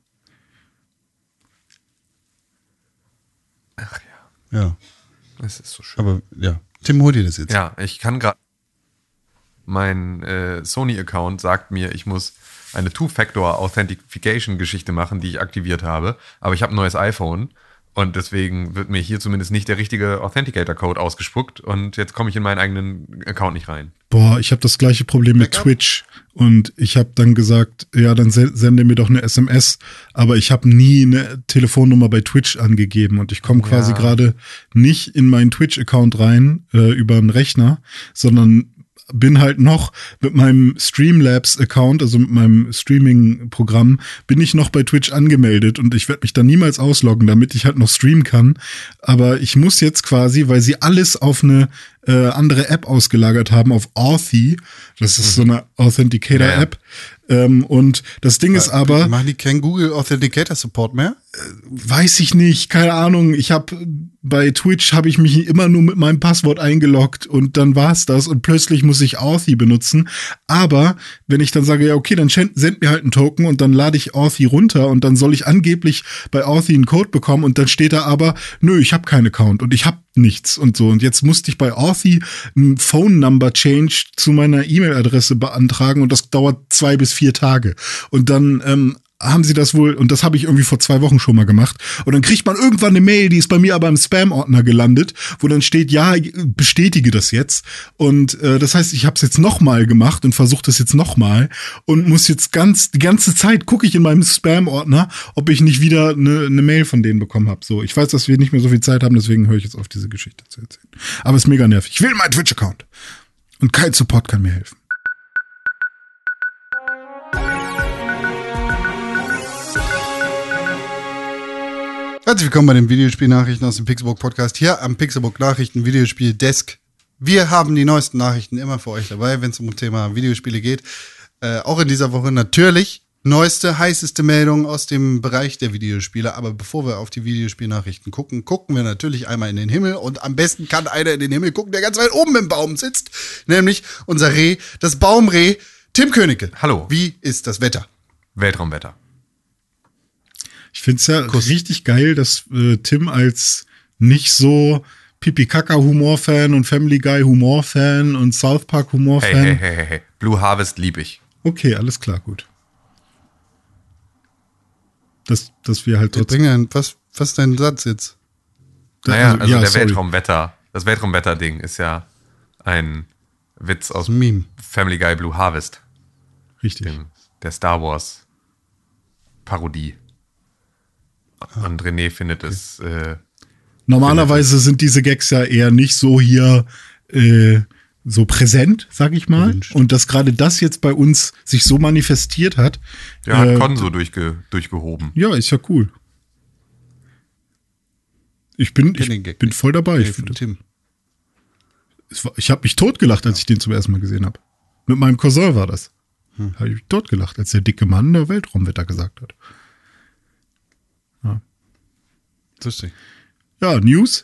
Ach ja. Ja. Es ist so schön. Aber ja, Tim, hol dir das jetzt. Ja, ich kann gerade. Mein Sony-Account sagt mir, ich muss eine Two-Factor-Authentication-Geschichte machen, die ich aktiviert habe. Aber ich habe ein neues iPhone und deswegen wird mir hier zumindest nicht der richtige Authenticator-Code ausgespuckt und jetzt komme ich in meinen eigenen Account nicht rein. Boah, ich habe das gleiche Problem mit Twitch und ich habe dann gesagt, ja, dann sende mir doch eine SMS, aber ich habe nie eine Telefonnummer bei Twitch angegeben und ich komme quasi gerade nicht in meinen Twitch-Account rein über einen Rechner, sondern bin halt noch mit meinem Streamlabs-Account, also mit meinem Streaming-Programm, bin ich noch bei Twitch angemeldet und ich werde mich da niemals ausloggen, damit ich halt noch streamen kann. Aber ich muss jetzt quasi, weil sie alles auf eine andere App ausgelagert haben, auf Authy, das ist so eine Authenticator-App. Und das Ding ist aber... Machen die keinen Google Authenticator Support mehr? Weiß ich nicht, keine Ahnung. Bei Twitch habe ich mich immer nur mit meinem Passwort eingeloggt und dann war's das und plötzlich muss ich Authy benutzen. Aber wenn ich dann sage, ja okay, dann send mir halt einen Token und dann lade ich Authy runter und dann soll ich angeblich bei Authy einen Code bekommen und dann steht da aber, nö, ich habe keinen Account und ich habe nichts und so. Und jetzt musste ich bei Authy ein Phone Number Change zu meiner E-Mail-Adresse beantragen und das dauert 2 bis 4 Tage. Und dann haben sie das wohl, und das habe ich irgendwie vor 2 Wochen schon mal gemacht, und dann kriegt man irgendwann eine Mail, die ist bei mir aber im Spam-Ordner gelandet, wo dann steht, ja, bestätige das jetzt. Und das heißt, ich habe es jetzt nochmal gemacht und versuche das jetzt nochmal und muss jetzt die ganze Zeit gucke ich in meinem Spam-Ordner, ob ich nicht wieder eine Mail von denen bekommen habe. So, ich weiß, dass wir nicht mehr so viel Zeit haben, deswegen höre ich jetzt auf, diese Geschichte zu erzählen. Aber es ist mega nervig. Ich will meinen Twitch-Account. Und kein Support kann mir helfen. Herzlich willkommen bei den Videospiel-Nachrichten aus dem Pixelbook Podcast, hier am Pixelbook Nachrichten Videospiel Desk. Wir haben die neuesten Nachrichten immer für euch dabei, wenn es um das Thema Videospiele geht. Auch in dieser Woche natürlich neueste, heißeste Meldungen aus dem Bereich der Videospiele. Aber bevor wir auf die Videospiel-Nachrichten gucken wir natürlich einmal in den Himmel. Und am besten kann einer in den Himmel gucken, der ganz weit oben im Baum sitzt. Nämlich unser Reh, das Baumreh, Tim Königke. Hallo. Wie ist das Wetter? Weltraumwetter. Ich find's ja richtig geil, dass Tim als nicht so Pipi-Kaka-Humor-Fan und Family Guy-Humor-Fan und South Park-Humor-Fan. Hey. Blue Harvest lieb ich. Okay, alles klar, gut. Dass wir halt trotzdem... Was ist dein Satz jetzt? Naja, also der Weltraumwetter, das Weltraumwetter-Ding ist ja ein Witz aus Meme. Family Guy Blue Harvest. Richtig. Dem der Star Wars Parodie. Und René findet es Normalerweise sind diese Gags ja eher nicht so hier so präsent, sag ich mal. Gewünscht. Und dass gerade das jetzt bei uns sich so manifestiert hat. ja, hat Konso durchgehoben. Ja, ist ja cool. Ich bin den Gag bin nicht. voll dabei. Nee, Ich, von Tim. ich habe mich totgelacht, als ich den zum ersten Mal gesehen habe. Mit meinem Cousin war das. Habe ich mich totgelacht, als der dicke Mann der Weltraumwetter gesagt hat. Lustig. Ja, News.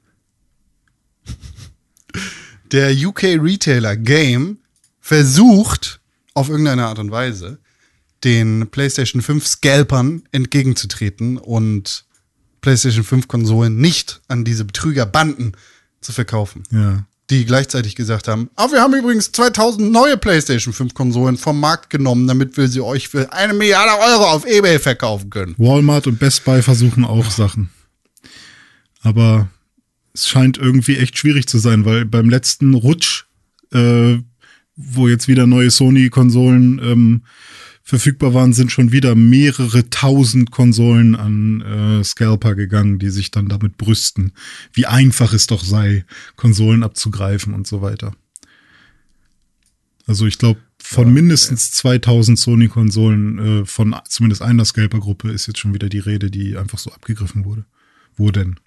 Der UK-Retailer Game versucht auf irgendeine Art und Weise den PlayStation 5 Scalpern entgegenzutreten und PlayStation 5 Konsolen nicht an diese Betrügerbanden zu verkaufen. Ja. Die gleichzeitig gesagt haben, wir haben übrigens 2000 neue PlayStation 5 Konsolen vom Markt genommen, damit wir sie euch für 1 Milliarde Euro auf eBay verkaufen können. Walmart und Best Buy versuchen auch Sachen. Aber es scheint irgendwie echt schwierig zu sein, weil beim letzten Rutsch, wo jetzt wieder neue Sony-Konsolen verfügbar waren, sind schon wieder mehrere tausend Konsolen an Scalper gegangen, die sich dann damit brüsten, wie einfach es doch sei, Konsolen abzugreifen und so weiter. Also ich glaube, von mindestens 2000 Sony-Konsolen von zumindest einer Scalper-Gruppe ist jetzt schon wieder die Rede, die einfach so abgegriffen wurde. Wo denn?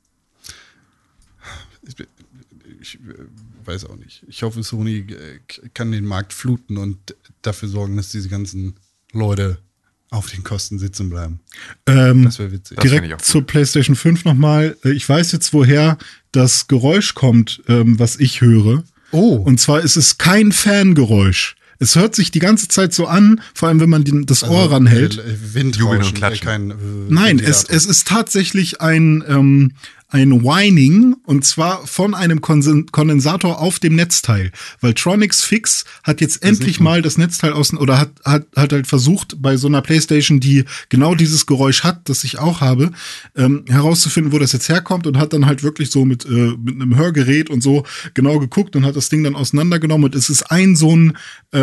Ich weiß auch nicht. Ich hoffe, Sony kann den Markt fluten und dafür sorgen, dass diese ganzen Leute auf den Kosten sitzen bleiben. Das wäre witzig. Das find ich auch Direkt gut. zur PlayStation 5 nochmal. Ich weiß jetzt, woher das Geräusch kommt, was ich höre. Oh. Und zwar ist es kein Fangeräusch. Es hört sich die ganze Zeit so an, vor allem wenn man das Ohr ranhält. Windrauschen, Jubeln und Klatschen. kein Nein, es Ventilator. ist tatsächlich ein Whining, und zwar von einem Kondensator auf dem Netzteil. Weil Tronix Fix hat jetzt endlich mal das Netzteil hat halt versucht, bei so einer PlayStation, die genau dieses Geräusch hat, das ich auch habe, herauszufinden, wo das jetzt herkommt, und hat dann halt wirklich so mit einem Hörgerät und so genau geguckt und hat das Ding dann auseinandergenommen, und es ist ein so ein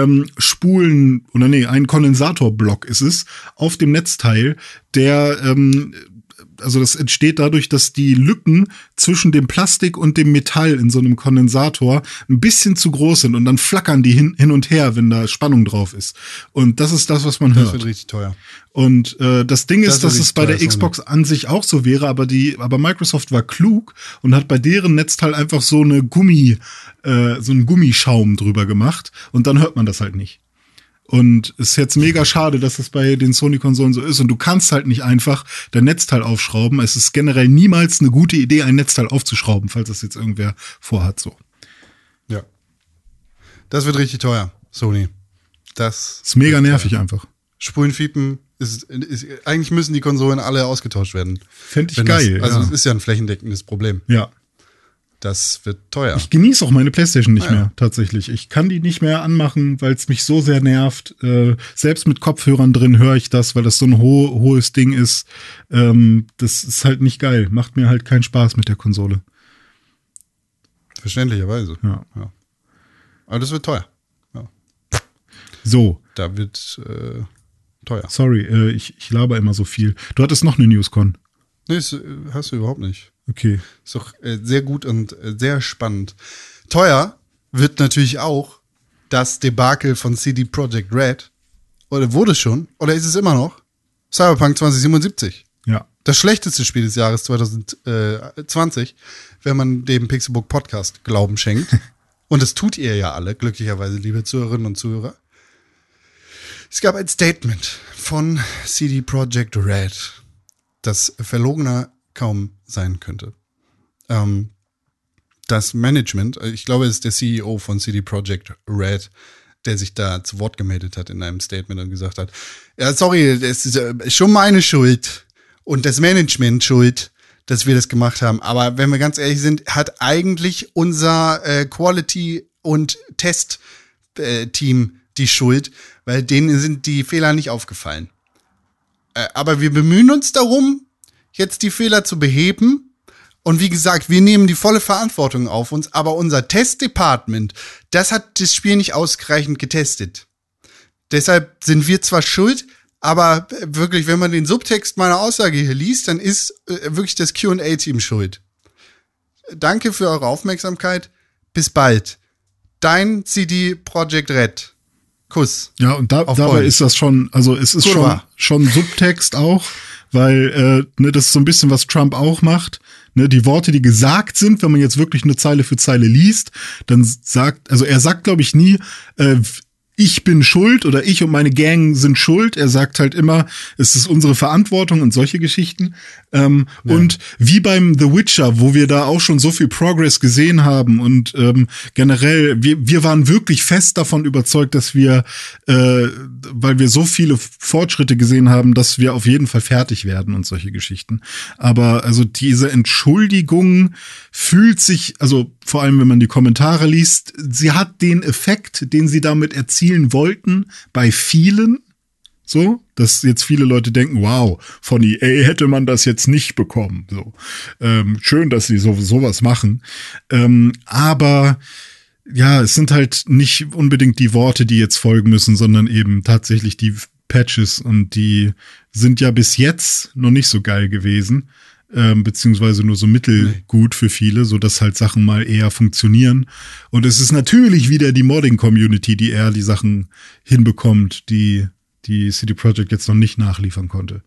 ein Kondensatorblock ist es auf dem Netzteil, der also das entsteht dadurch, dass die Lücken zwischen dem Plastik und dem Metall in so einem Kondensator ein bisschen zu groß sind, und dann flackern die hin und her, wenn da Spannung drauf ist. Und das ist das, was man Das hört. wird richtig teuer. Und das Ding ist, Das dass wird es bei der richtig teuer, Xbox an sich auch so wäre, aber Microsoft war klug und hat bei deren Netzteil einfach so einen Gummischaum drüber gemacht, und dann hört man das halt nicht. Und es ist jetzt mega schade, dass das bei den Sony-Konsolen so ist, und du kannst halt nicht einfach dein Netzteil aufschrauben. Es ist generell niemals eine gute Idee, ein Netzteil aufzuschrauben, falls das jetzt irgendwer vorhat, so. Ja. Das wird richtig teuer, Sony. Das Ist mega wird nervig teuer. einfach. Spulen, Fiepen, eigentlich müssen die Konsolen alle ausgetauscht werden. Fänd ich Wenn geil, Also ja. es ist ja ein flächendeckendes Problem. Ja. Das wird teuer. Ich genieße auch meine PlayStation nicht Ah, ja. mehr, tatsächlich. Ich kann die nicht mehr anmachen, weil es mich so sehr nervt. Selbst mit Kopfhörern drin höre ich das, weil das so ein hohes Ding ist. Das ist halt nicht geil. Macht mir halt keinen Spaß mit der Konsole. Verständlicherweise. Ja. Aber das wird teuer. Ja. So, Da wird teuer. sorry, ich laber immer so viel. Du hattest noch eine Newscon. Nee, das hast du überhaupt nicht. Okay. Ist doch sehr gut und sehr spannend. Teuer wird natürlich auch das Debakel von CD Projekt Red. Oder wurde es schon? Oder ist es immer noch? Cyberpunk 2077. Ja. Das schlechteste Spiel des Jahres 2020, wenn man dem Pixelbook Podcast Glauben schenkt. Und das tut ihr ja alle, glücklicherweise, liebe Zuhörerinnen und Zuhörer. Es gab ein Statement von CD Projekt Red, das verlogener kaum sein könnte. Das Management, ich glaube, es ist der CEO von CD Projekt Red, der sich da zu Wort gemeldet hat in einem Statement und gesagt hat, ja, sorry, das ist schon meine Schuld und das Management schuld, dass wir das gemacht haben. Aber wenn wir ganz ehrlich sind, hat eigentlich unser Quality- und Test-Team die Schuld, weil denen sind die Fehler nicht aufgefallen. Aber wir bemühen uns darum, jetzt die Fehler zu beheben. Und wie gesagt, wir nehmen die volle Verantwortung auf uns, aber unser Testdepartment, das hat das Spiel nicht ausreichend getestet. Deshalb sind wir zwar schuld, aber wirklich, wenn man den Subtext meiner Aussage hier liest, dann ist wirklich das Q&A-Team schuld. Danke für eure Aufmerksamkeit. Bis bald. Dein CD Projekt Red. Kuss. Ja, und dabei ist das schon, also es ist schon Subtext auch, weil das ist so ein bisschen, was Trump auch macht. Ne, die Worte, die gesagt sind, wenn man jetzt wirklich nur Zeile für Zeile liest, dann er sagt, glaube ich, nie, ich bin schuld oder ich und meine Gang sind schuld. Er sagt halt immer, es ist unsere Verantwortung und solche Geschichten. Und wie beim The Witcher, wo wir da auch schon so viel Progress gesehen haben und generell, wir waren wirklich fest davon überzeugt, dass wir, weil wir so viele Fortschritte gesehen haben, dass wir auf jeden Fall fertig werden und solche Geschichten. Aber also diese Entschuldigung fühlt sich, also vor allem wenn man die Kommentare liest, sie hat den Effekt, den sie damit erzielen wollten, bei vielen, so, dass jetzt viele Leute denken, wow, von EA hätte man das jetzt nicht bekommen. So, schön, dass sie sowas machen. Aber ja, es sind halt nicht unbedingt die Worte, die jetzt folgen müssen, sondern eben tatsächlich die Patches, und die sind ja bis jetzt noch nicht so geil gewesen. Beziehungsweise nur so mittelgut für viele, so dass halt Sachen mal eher funktionieren. Und es ist natürlich wieder die Modding-Community, die eher die Sachen hinbekommt, die CD Projekt jetzt noch nicht nachliefern konnte.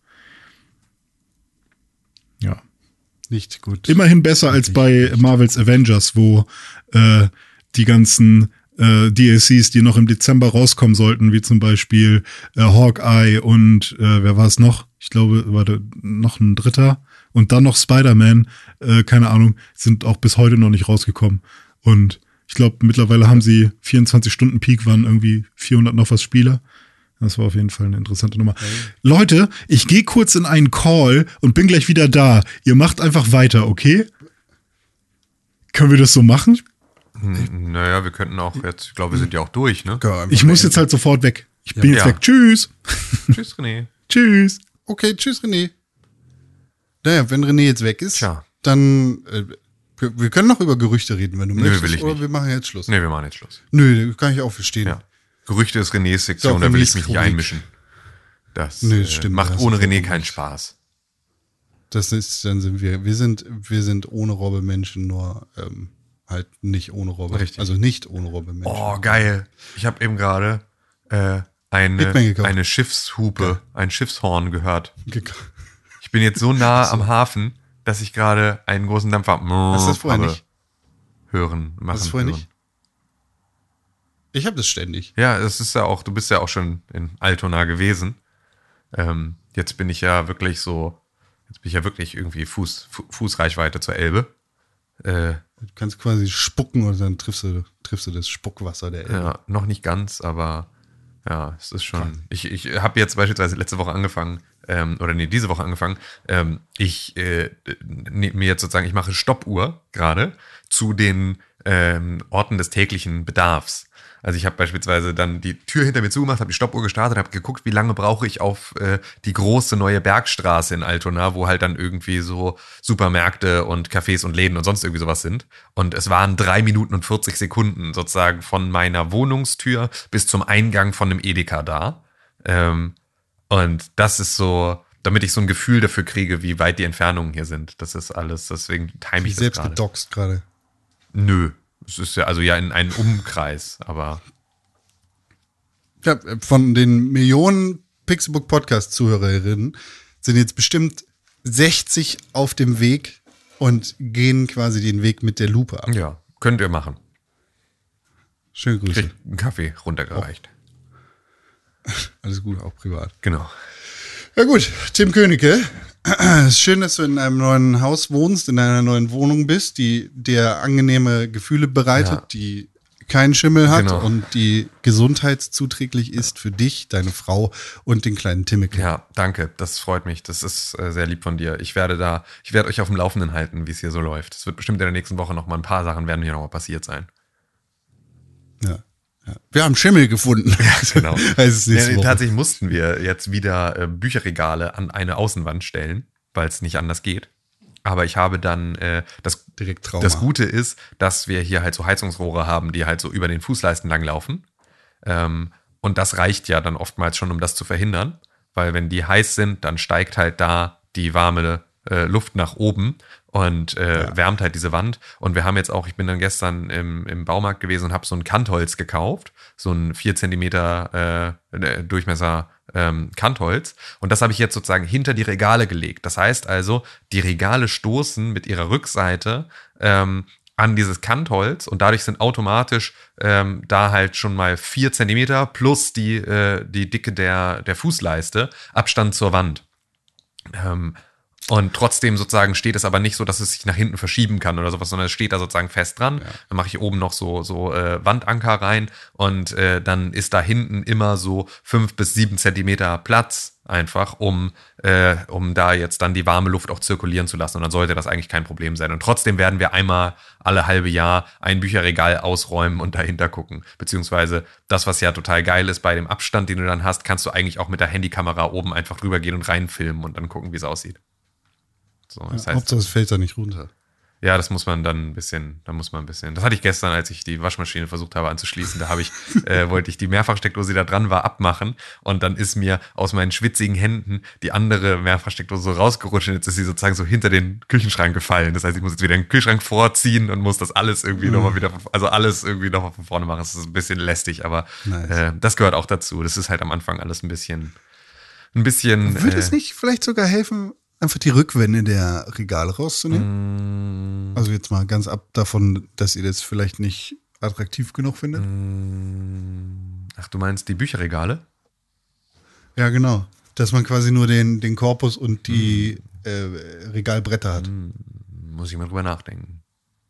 Ja. Nicht gut. Immerhin besser als bei Marvel's Avengers, wo die ganzen DLCs, die noch im Dezember rauskommen sollten, wie zum Beispiel Hawkeye und wer war es noch? Ich glaube, war da noch ein dritter. Und dann noch Spider-Man, keine Ahnung, sind auch bis heute noch nicht rausgekommen. Und ich glaube, mittlerweile haben sie 24-Stunden-Peak, waren irgendwie 400 noch was Spieler. Das war auf jeden Fall eine interessante Nummer. Okay. Leute, ich gehe kurz in einen Call und bin gleich wieder da. Ihr macht einfach weiter, okay? Können wir das so machen? Naja, wir könnten auch jetzt, ich glaube, wir sind ja auch durch, ne? Ich muss jetzt halt sofort weg. Ich bin jetzt weg. Tschüss. Tschüss, René. Tschüss. Okay, tschüss, René. Naja, wenn René jetzt weg ist, dann wir können noch über Gerüchte reden, wenn du möchtest. Will ich oder nicht. Wir machen jetzt Schluss. Nee, wir machen jetzt Schluss. Nö, kann ich auch verstehen. Ja. Gerüchte ist Renés Sektion, da will ich mich nicht einmischen. Das stimmt, macht ohne René keinen Spaß. Das ist, dann sind wir sind ohne Robbe Menschen, nur halt nicht ohne Robbe. Richtig. Also nicht ohne Robbe Menschen. Oh, geil. Ich habe eben gerade eine Schiffshupe, ein Schiffshorn gehört. Ich bin jetzt so nah am Hafen, dass ich gerade einen großen Dampfer Hast du das vorher nicht? Machen. Hast du das vorher nicht? Ich habe das ständig. Ja, das ist ja auch, du bist ja auch schon in Altona gewesen. Jetzt bin ich ja wirklich irgendwie Fußreichweite zur Elbe. Du kannst quasi spucken und dann triffst du das Spuckwasser der Elbe. Ja, noch nicht ganz, aber ja, es ist schon. Ich habe jetzt beispielsweise letzte Woche angefangen, diese Woche angefangen. Ich mir jetzt sozusagen, ich mache Stoppuhr gerade zu den Orten des täglichen Bedarfs. Also ich habe beispielsweise dann die Tür hinter mir zugemacht, habe die Stoppuhr gestartet, habe geguckt, wie lange brauche ich auf die große neue Bergstraße in Altona, wo halt dann irgendwie so Supermärkte und Cafés und Läden und sonst irgendwie sowas sind. Und es waren 3 Minuten und 40 Sekunden sozusagen von meiner Wohnungstür bis zum Eingang von einem Edeka da. Und das ist so, damit ich so ein Gefühl dafür kriege, wie weit die Entfernungen hier sind. Das ist alles, deswegen time ich das selbst gerade. gedoxt gerade. Nö. Es ist ja also in einen Umkreis, aber. Ja, von den Millionen Pixelbook Podcast-Zuhörerinnen sind jetzt bestimmt 60 auf dem Weg und gehen quasi den Weg mit der Lupe ab. Ja, könnt ihr machen. Schöne Grüße. Kriegt einen Kaffee runtergereicht. Alles gut, auch privat. Genau. Ja gut, Tim Königke. Es ist schön, dass du in einem neuen Haus wohnst, in einer neuen Wohnung bist, die dir angenehme Gefühle bereitet, die keinen Schimmel hat und die gesundheitszuträglich ist für dich, deine Frau und den kleinen Timmeke. Ja, danke, das freut mich. Das ist sehr lieb von dir. Ich werde euch auf dem Laufenden halten, wie es hier so läuft. Es wird bestimmt in der nächsten Woche noch mal ein paar Sachen werden hier noch mal passiert sein. Ja. Wir haben Schimmel gefunden. Ja, genau. Tatsächlich mussten wir jetzt wieder Bücherregale an eine Außenwand stellen, weil es nicht anders geht. Aber ich habe dann das Gute ist, dass wir hier halt so Heizungsrohre haben, die halt so über den Fußleisten langlaufen. Und das reicht ja dann oftmals schon, um das zu verhindern, weil wenn die heiß sind, dann steigt halt da die warme Luft nach oben und wärmt halt diese Wand. Und wir haben jetzt auch, ich bin dann gestern im Baumarkt gewesen und habe so ein Kantholz gekauft, so ein 4 Zentimeter Durchmesser Kantholz. Und das habe ich jetzt sozusagen hinter die Regale gelegt. Das heißt also, die Regale stoßen mit ihrer Rückseite an dieses Kantholz und dadurch sind automatisch da halt schon mal 4 Zentimeter plus die Dicke der Fußleiste Abstand zur Wand. Und trotzdem sozusagen steht es aber nicht so, dass es sich nach hinten verschieben kann oder sowas, sondern es steht da sozusagen fest dran. Ja. Dann mache ich oben noch so Wandanker rein und dann ist da hinten immer so 5 bis 7 Zentimeter Platz einfach, um da jetzt dann die warme Luft auch zirkulieren zu lassen. Und dann sollte das eigentlich kein Problem sein. Und trotzdem werden wir einmal alle halbe Jahr ein Bücherregal ausräumen und dahinter gucken. Beziehungsweise das, was ja total geil ist, bei dem Abstand, den du dann hast, kannst du eigentlich auch mit der Handykamera oben einfach drüber gehen und reinfilmen und dann gucken, wie es aussieht. So, das heißt, Hauptsache es fällt da nicht runter. Ja, das muss man dann ein bisschen, das hatte ich gestern, als ich die Waschmaschine versucht habe anzuschließen, da wollte ich die Mehrfachsteckdose, die da dran war, abmachen und dann ist mir aus meinen schwitzigen Händen die andere Mehrfachsteckdose so rausgerutscht und jetzt ist sie sozusagen so hinter den Küchenschrank gefallen. Das heißt, ich muss jetzt wieder den Kühlschrank vorziehen und muss das alles irgendwie nochmal wieder, also alles irgendwie nochmal von vorne machen. Das ist ein bisschen lästig, aber nice. Das gehört auch dazu. Das ist halt am Anfang alles ein bisschen. Würde es nicht vielleicht sogar helfen, einfach die Rückwände der Regale rauszunehmen? Also jetzt mal ganz ab davon, dass ihr das vielleicht nicht attraktiv genug findet. Ach, du meinst die Bücherregale? Ja, genau. Dass man quasi nur den Korpus und die Regalbretter hat. Muss ich mal drüber nachdenken.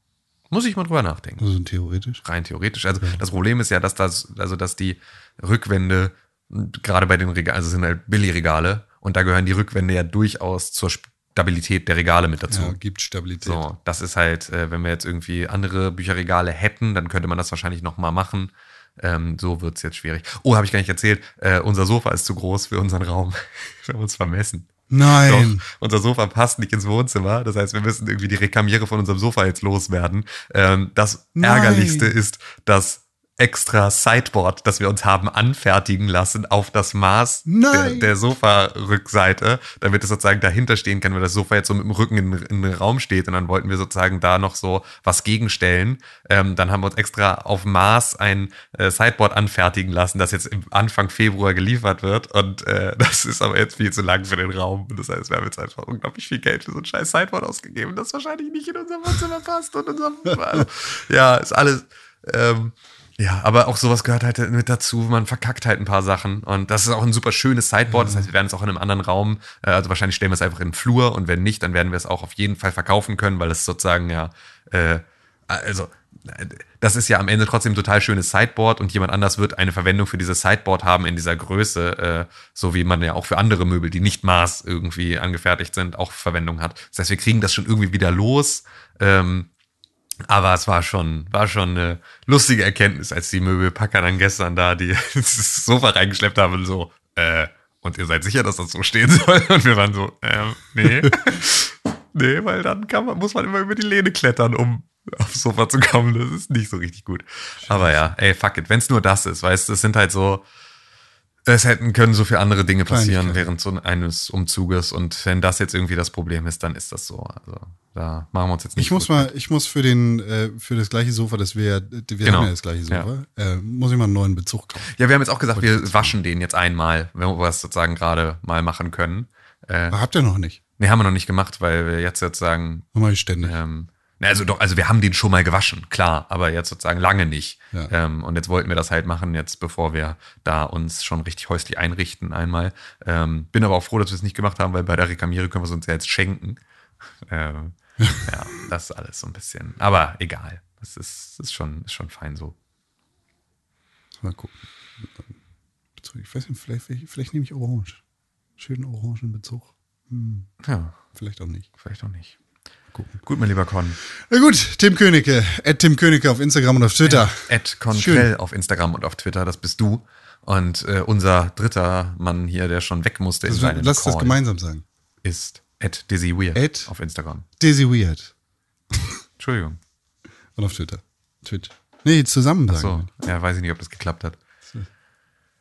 Also theoretisch? Rein theoretisch. Also das Problem ist ja, dass die Rückwände, gerade bei den Regalen, also es sind halt Billigregale, und da gehören die Rückwände ja durchaus zur Stabilität der Regale mit dazu. Ja, gibt Stabilität. So, das ist halt, wenn wir jetzt irgendwie andere Bücherregale hätten, dann könnte man das wahrscheinlich nochmal machen. So wird's jetzt schwierig. Oh, habe ich gar nicht erzählt. Unser Sofa ist zu groß für unseren Raum. Wir haben uns vermessen. Nein. Doch, unser Sofa passt nicht ins Wohnzimmer. Das heißt, wir müssen irgendwie die Rekamiere von unserem Sofa jetzt loswerden. Das Ärgerlichste ist, dass extra Sideboard, das wir uns haben anfertigen lassen auf das Maß der Sofa-Rückseite, damit es sozusagen dahinter stehen kann, wenn das Sofa jetzt so mit dem Rücken in den Raum steht und dann wollten wir sozusagen da noch so was gegenstellen. Dann haben wir uns extra auf Maß ein Sideboard anfertigen lassen, das jetzt im Anfang Februar geliefert wird und das ist aber jetzt viel zu lang für den Raum. Das heißt, wir haben jetzt einfach unglaublich viel Geld für so ein scheiß Sideboard ausgegeben, das wahrscheinlich nicht in unser Wohnzimmer passt und ja, ist alles ja, aber auch sowas gehört halt mit dazu, man verkackt halt ein paar Sachen und das ist auch ein super schönes Sideboard, das heißt, wir werden es auch in einem anderen Raum, also wahrscheinlich stellen wir es einfach in den Flur und wenn nicht, dann werden wir es auch auf jeden Fall verkaufen können, weil es sozusagen das ist ja am Ende trotzdem ein total schönes Sideboard und jemand anders wird eine Verwendung für dieses Sideboard haben in dieser Größe, so wie man ja auch für andere Möbel, die nicht Maß irgendwie angefertigt sind, auch Verwendung hat. Das heißt, wir kriegen das schon irgendwie wieder los, aber es war schon eine lustige Erkenntnis, als die Möbelpacker dann gestern da das Sofa reingeschleppt haben und so, und ihr seid sicher, dass das so stehen soll? Und wir waren so, nee. Nee, weil dann muss man immer über die Lehne klettern, um aufs Sofa zu kommen. Das ist nicht so richtig gut. Aber ja, ey, fuck it. Wenn es nur das ist, weißt du, es sind halt so, können so viele andere Dinge passieren während so eines Umzuges und wenn das jetzt irgendwie das Problem ist, dann ist das so. Also da machen wir uns jetzt nicht. Ich muss für das gleiche Sofa, wir haben ja das gleiche Sofa, muss ich mal einen neuen Bezug kaufen. Ja, wir haben jetzt auch gesagt, wir waschen den jetzt einmal, wenn wir es sozusagen gerade mal machen können. Habt ihr noch nicht? Nee, haben wir noch nicht gemacht, weil wir jetzt sozusagen. Mach ich ständig. Also wir haben den schon mal gewaschen, klar, aber jetzt sozusagen lange nicht. Ja. Und jetzt wollten wir das halt machen, jetzt bevor wir da uns schon richtig häuslich einrichten einmal. Bin aber auch froh, dass wir es nicht gemacht haben, weil bei der Rekamiere können wir es uns ja jetzt schenken. Ja, das ist alles so ein bisschen. Aber egal. Das ist schon fein so. Mal gucken. Ich weiß nicht, vielleicht nehme ich Orange. Schönen Orangenbezug. Ja. Vielleicht auch nicht. Gucken. Gut, mein lieber Con. Na gut, Tim Königke, @TimKönigke auf Instagram und auf Twitter. @Contrell auf Instagram und auf Twitter, das bist du. Und unser dritter Mann hier, der schon weg musste in seinen Lass das gemeinsam sagen. Ist @DizzyWeird auf Instagram. DizzyWeird. Entschuldigung. Und auf Twitter. Twitch. Nee, zusammen sagen. Ach so, ja, weiß ich nicht, ob das geklappt hat.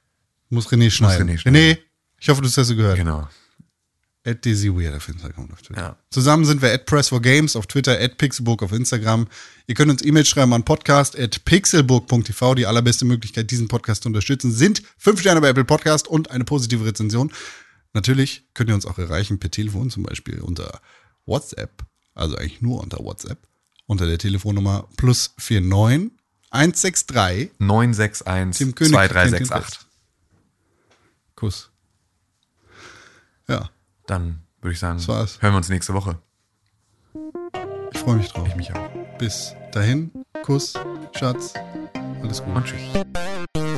Muss René schneiden. René, ich hoffe, du hast das gehört. Genau. @daisyweird auf Instagram und auf Twitter. Ja. Zusammen sind wir @press4games auf Twitter, @pixelburg auf Instagram. Ihr könnt uns E-Mails schreiben an podcast@pixelburg.tv. Die allerbeste Möglichkeit, diesen Podcast zu unterstützen, sind 5 Sterne bei Apple Podcast und eine positive Rezension. Natürlich könnt ihr uns auch erreichen per Telefon, zum Beispiel unter WhatsApp, also eigentlich nur unter WhatsApp, unter der Telefonnummer +49 163 961 Tim König, 2368. Kuss. Ja, Dann würde ich sagen, Das war's. hören wir uns nächste Woche. ich freue mich drauf. Ich mich auch. Bis dahin, Kuss, Schatz, alles gut. Und tschüss.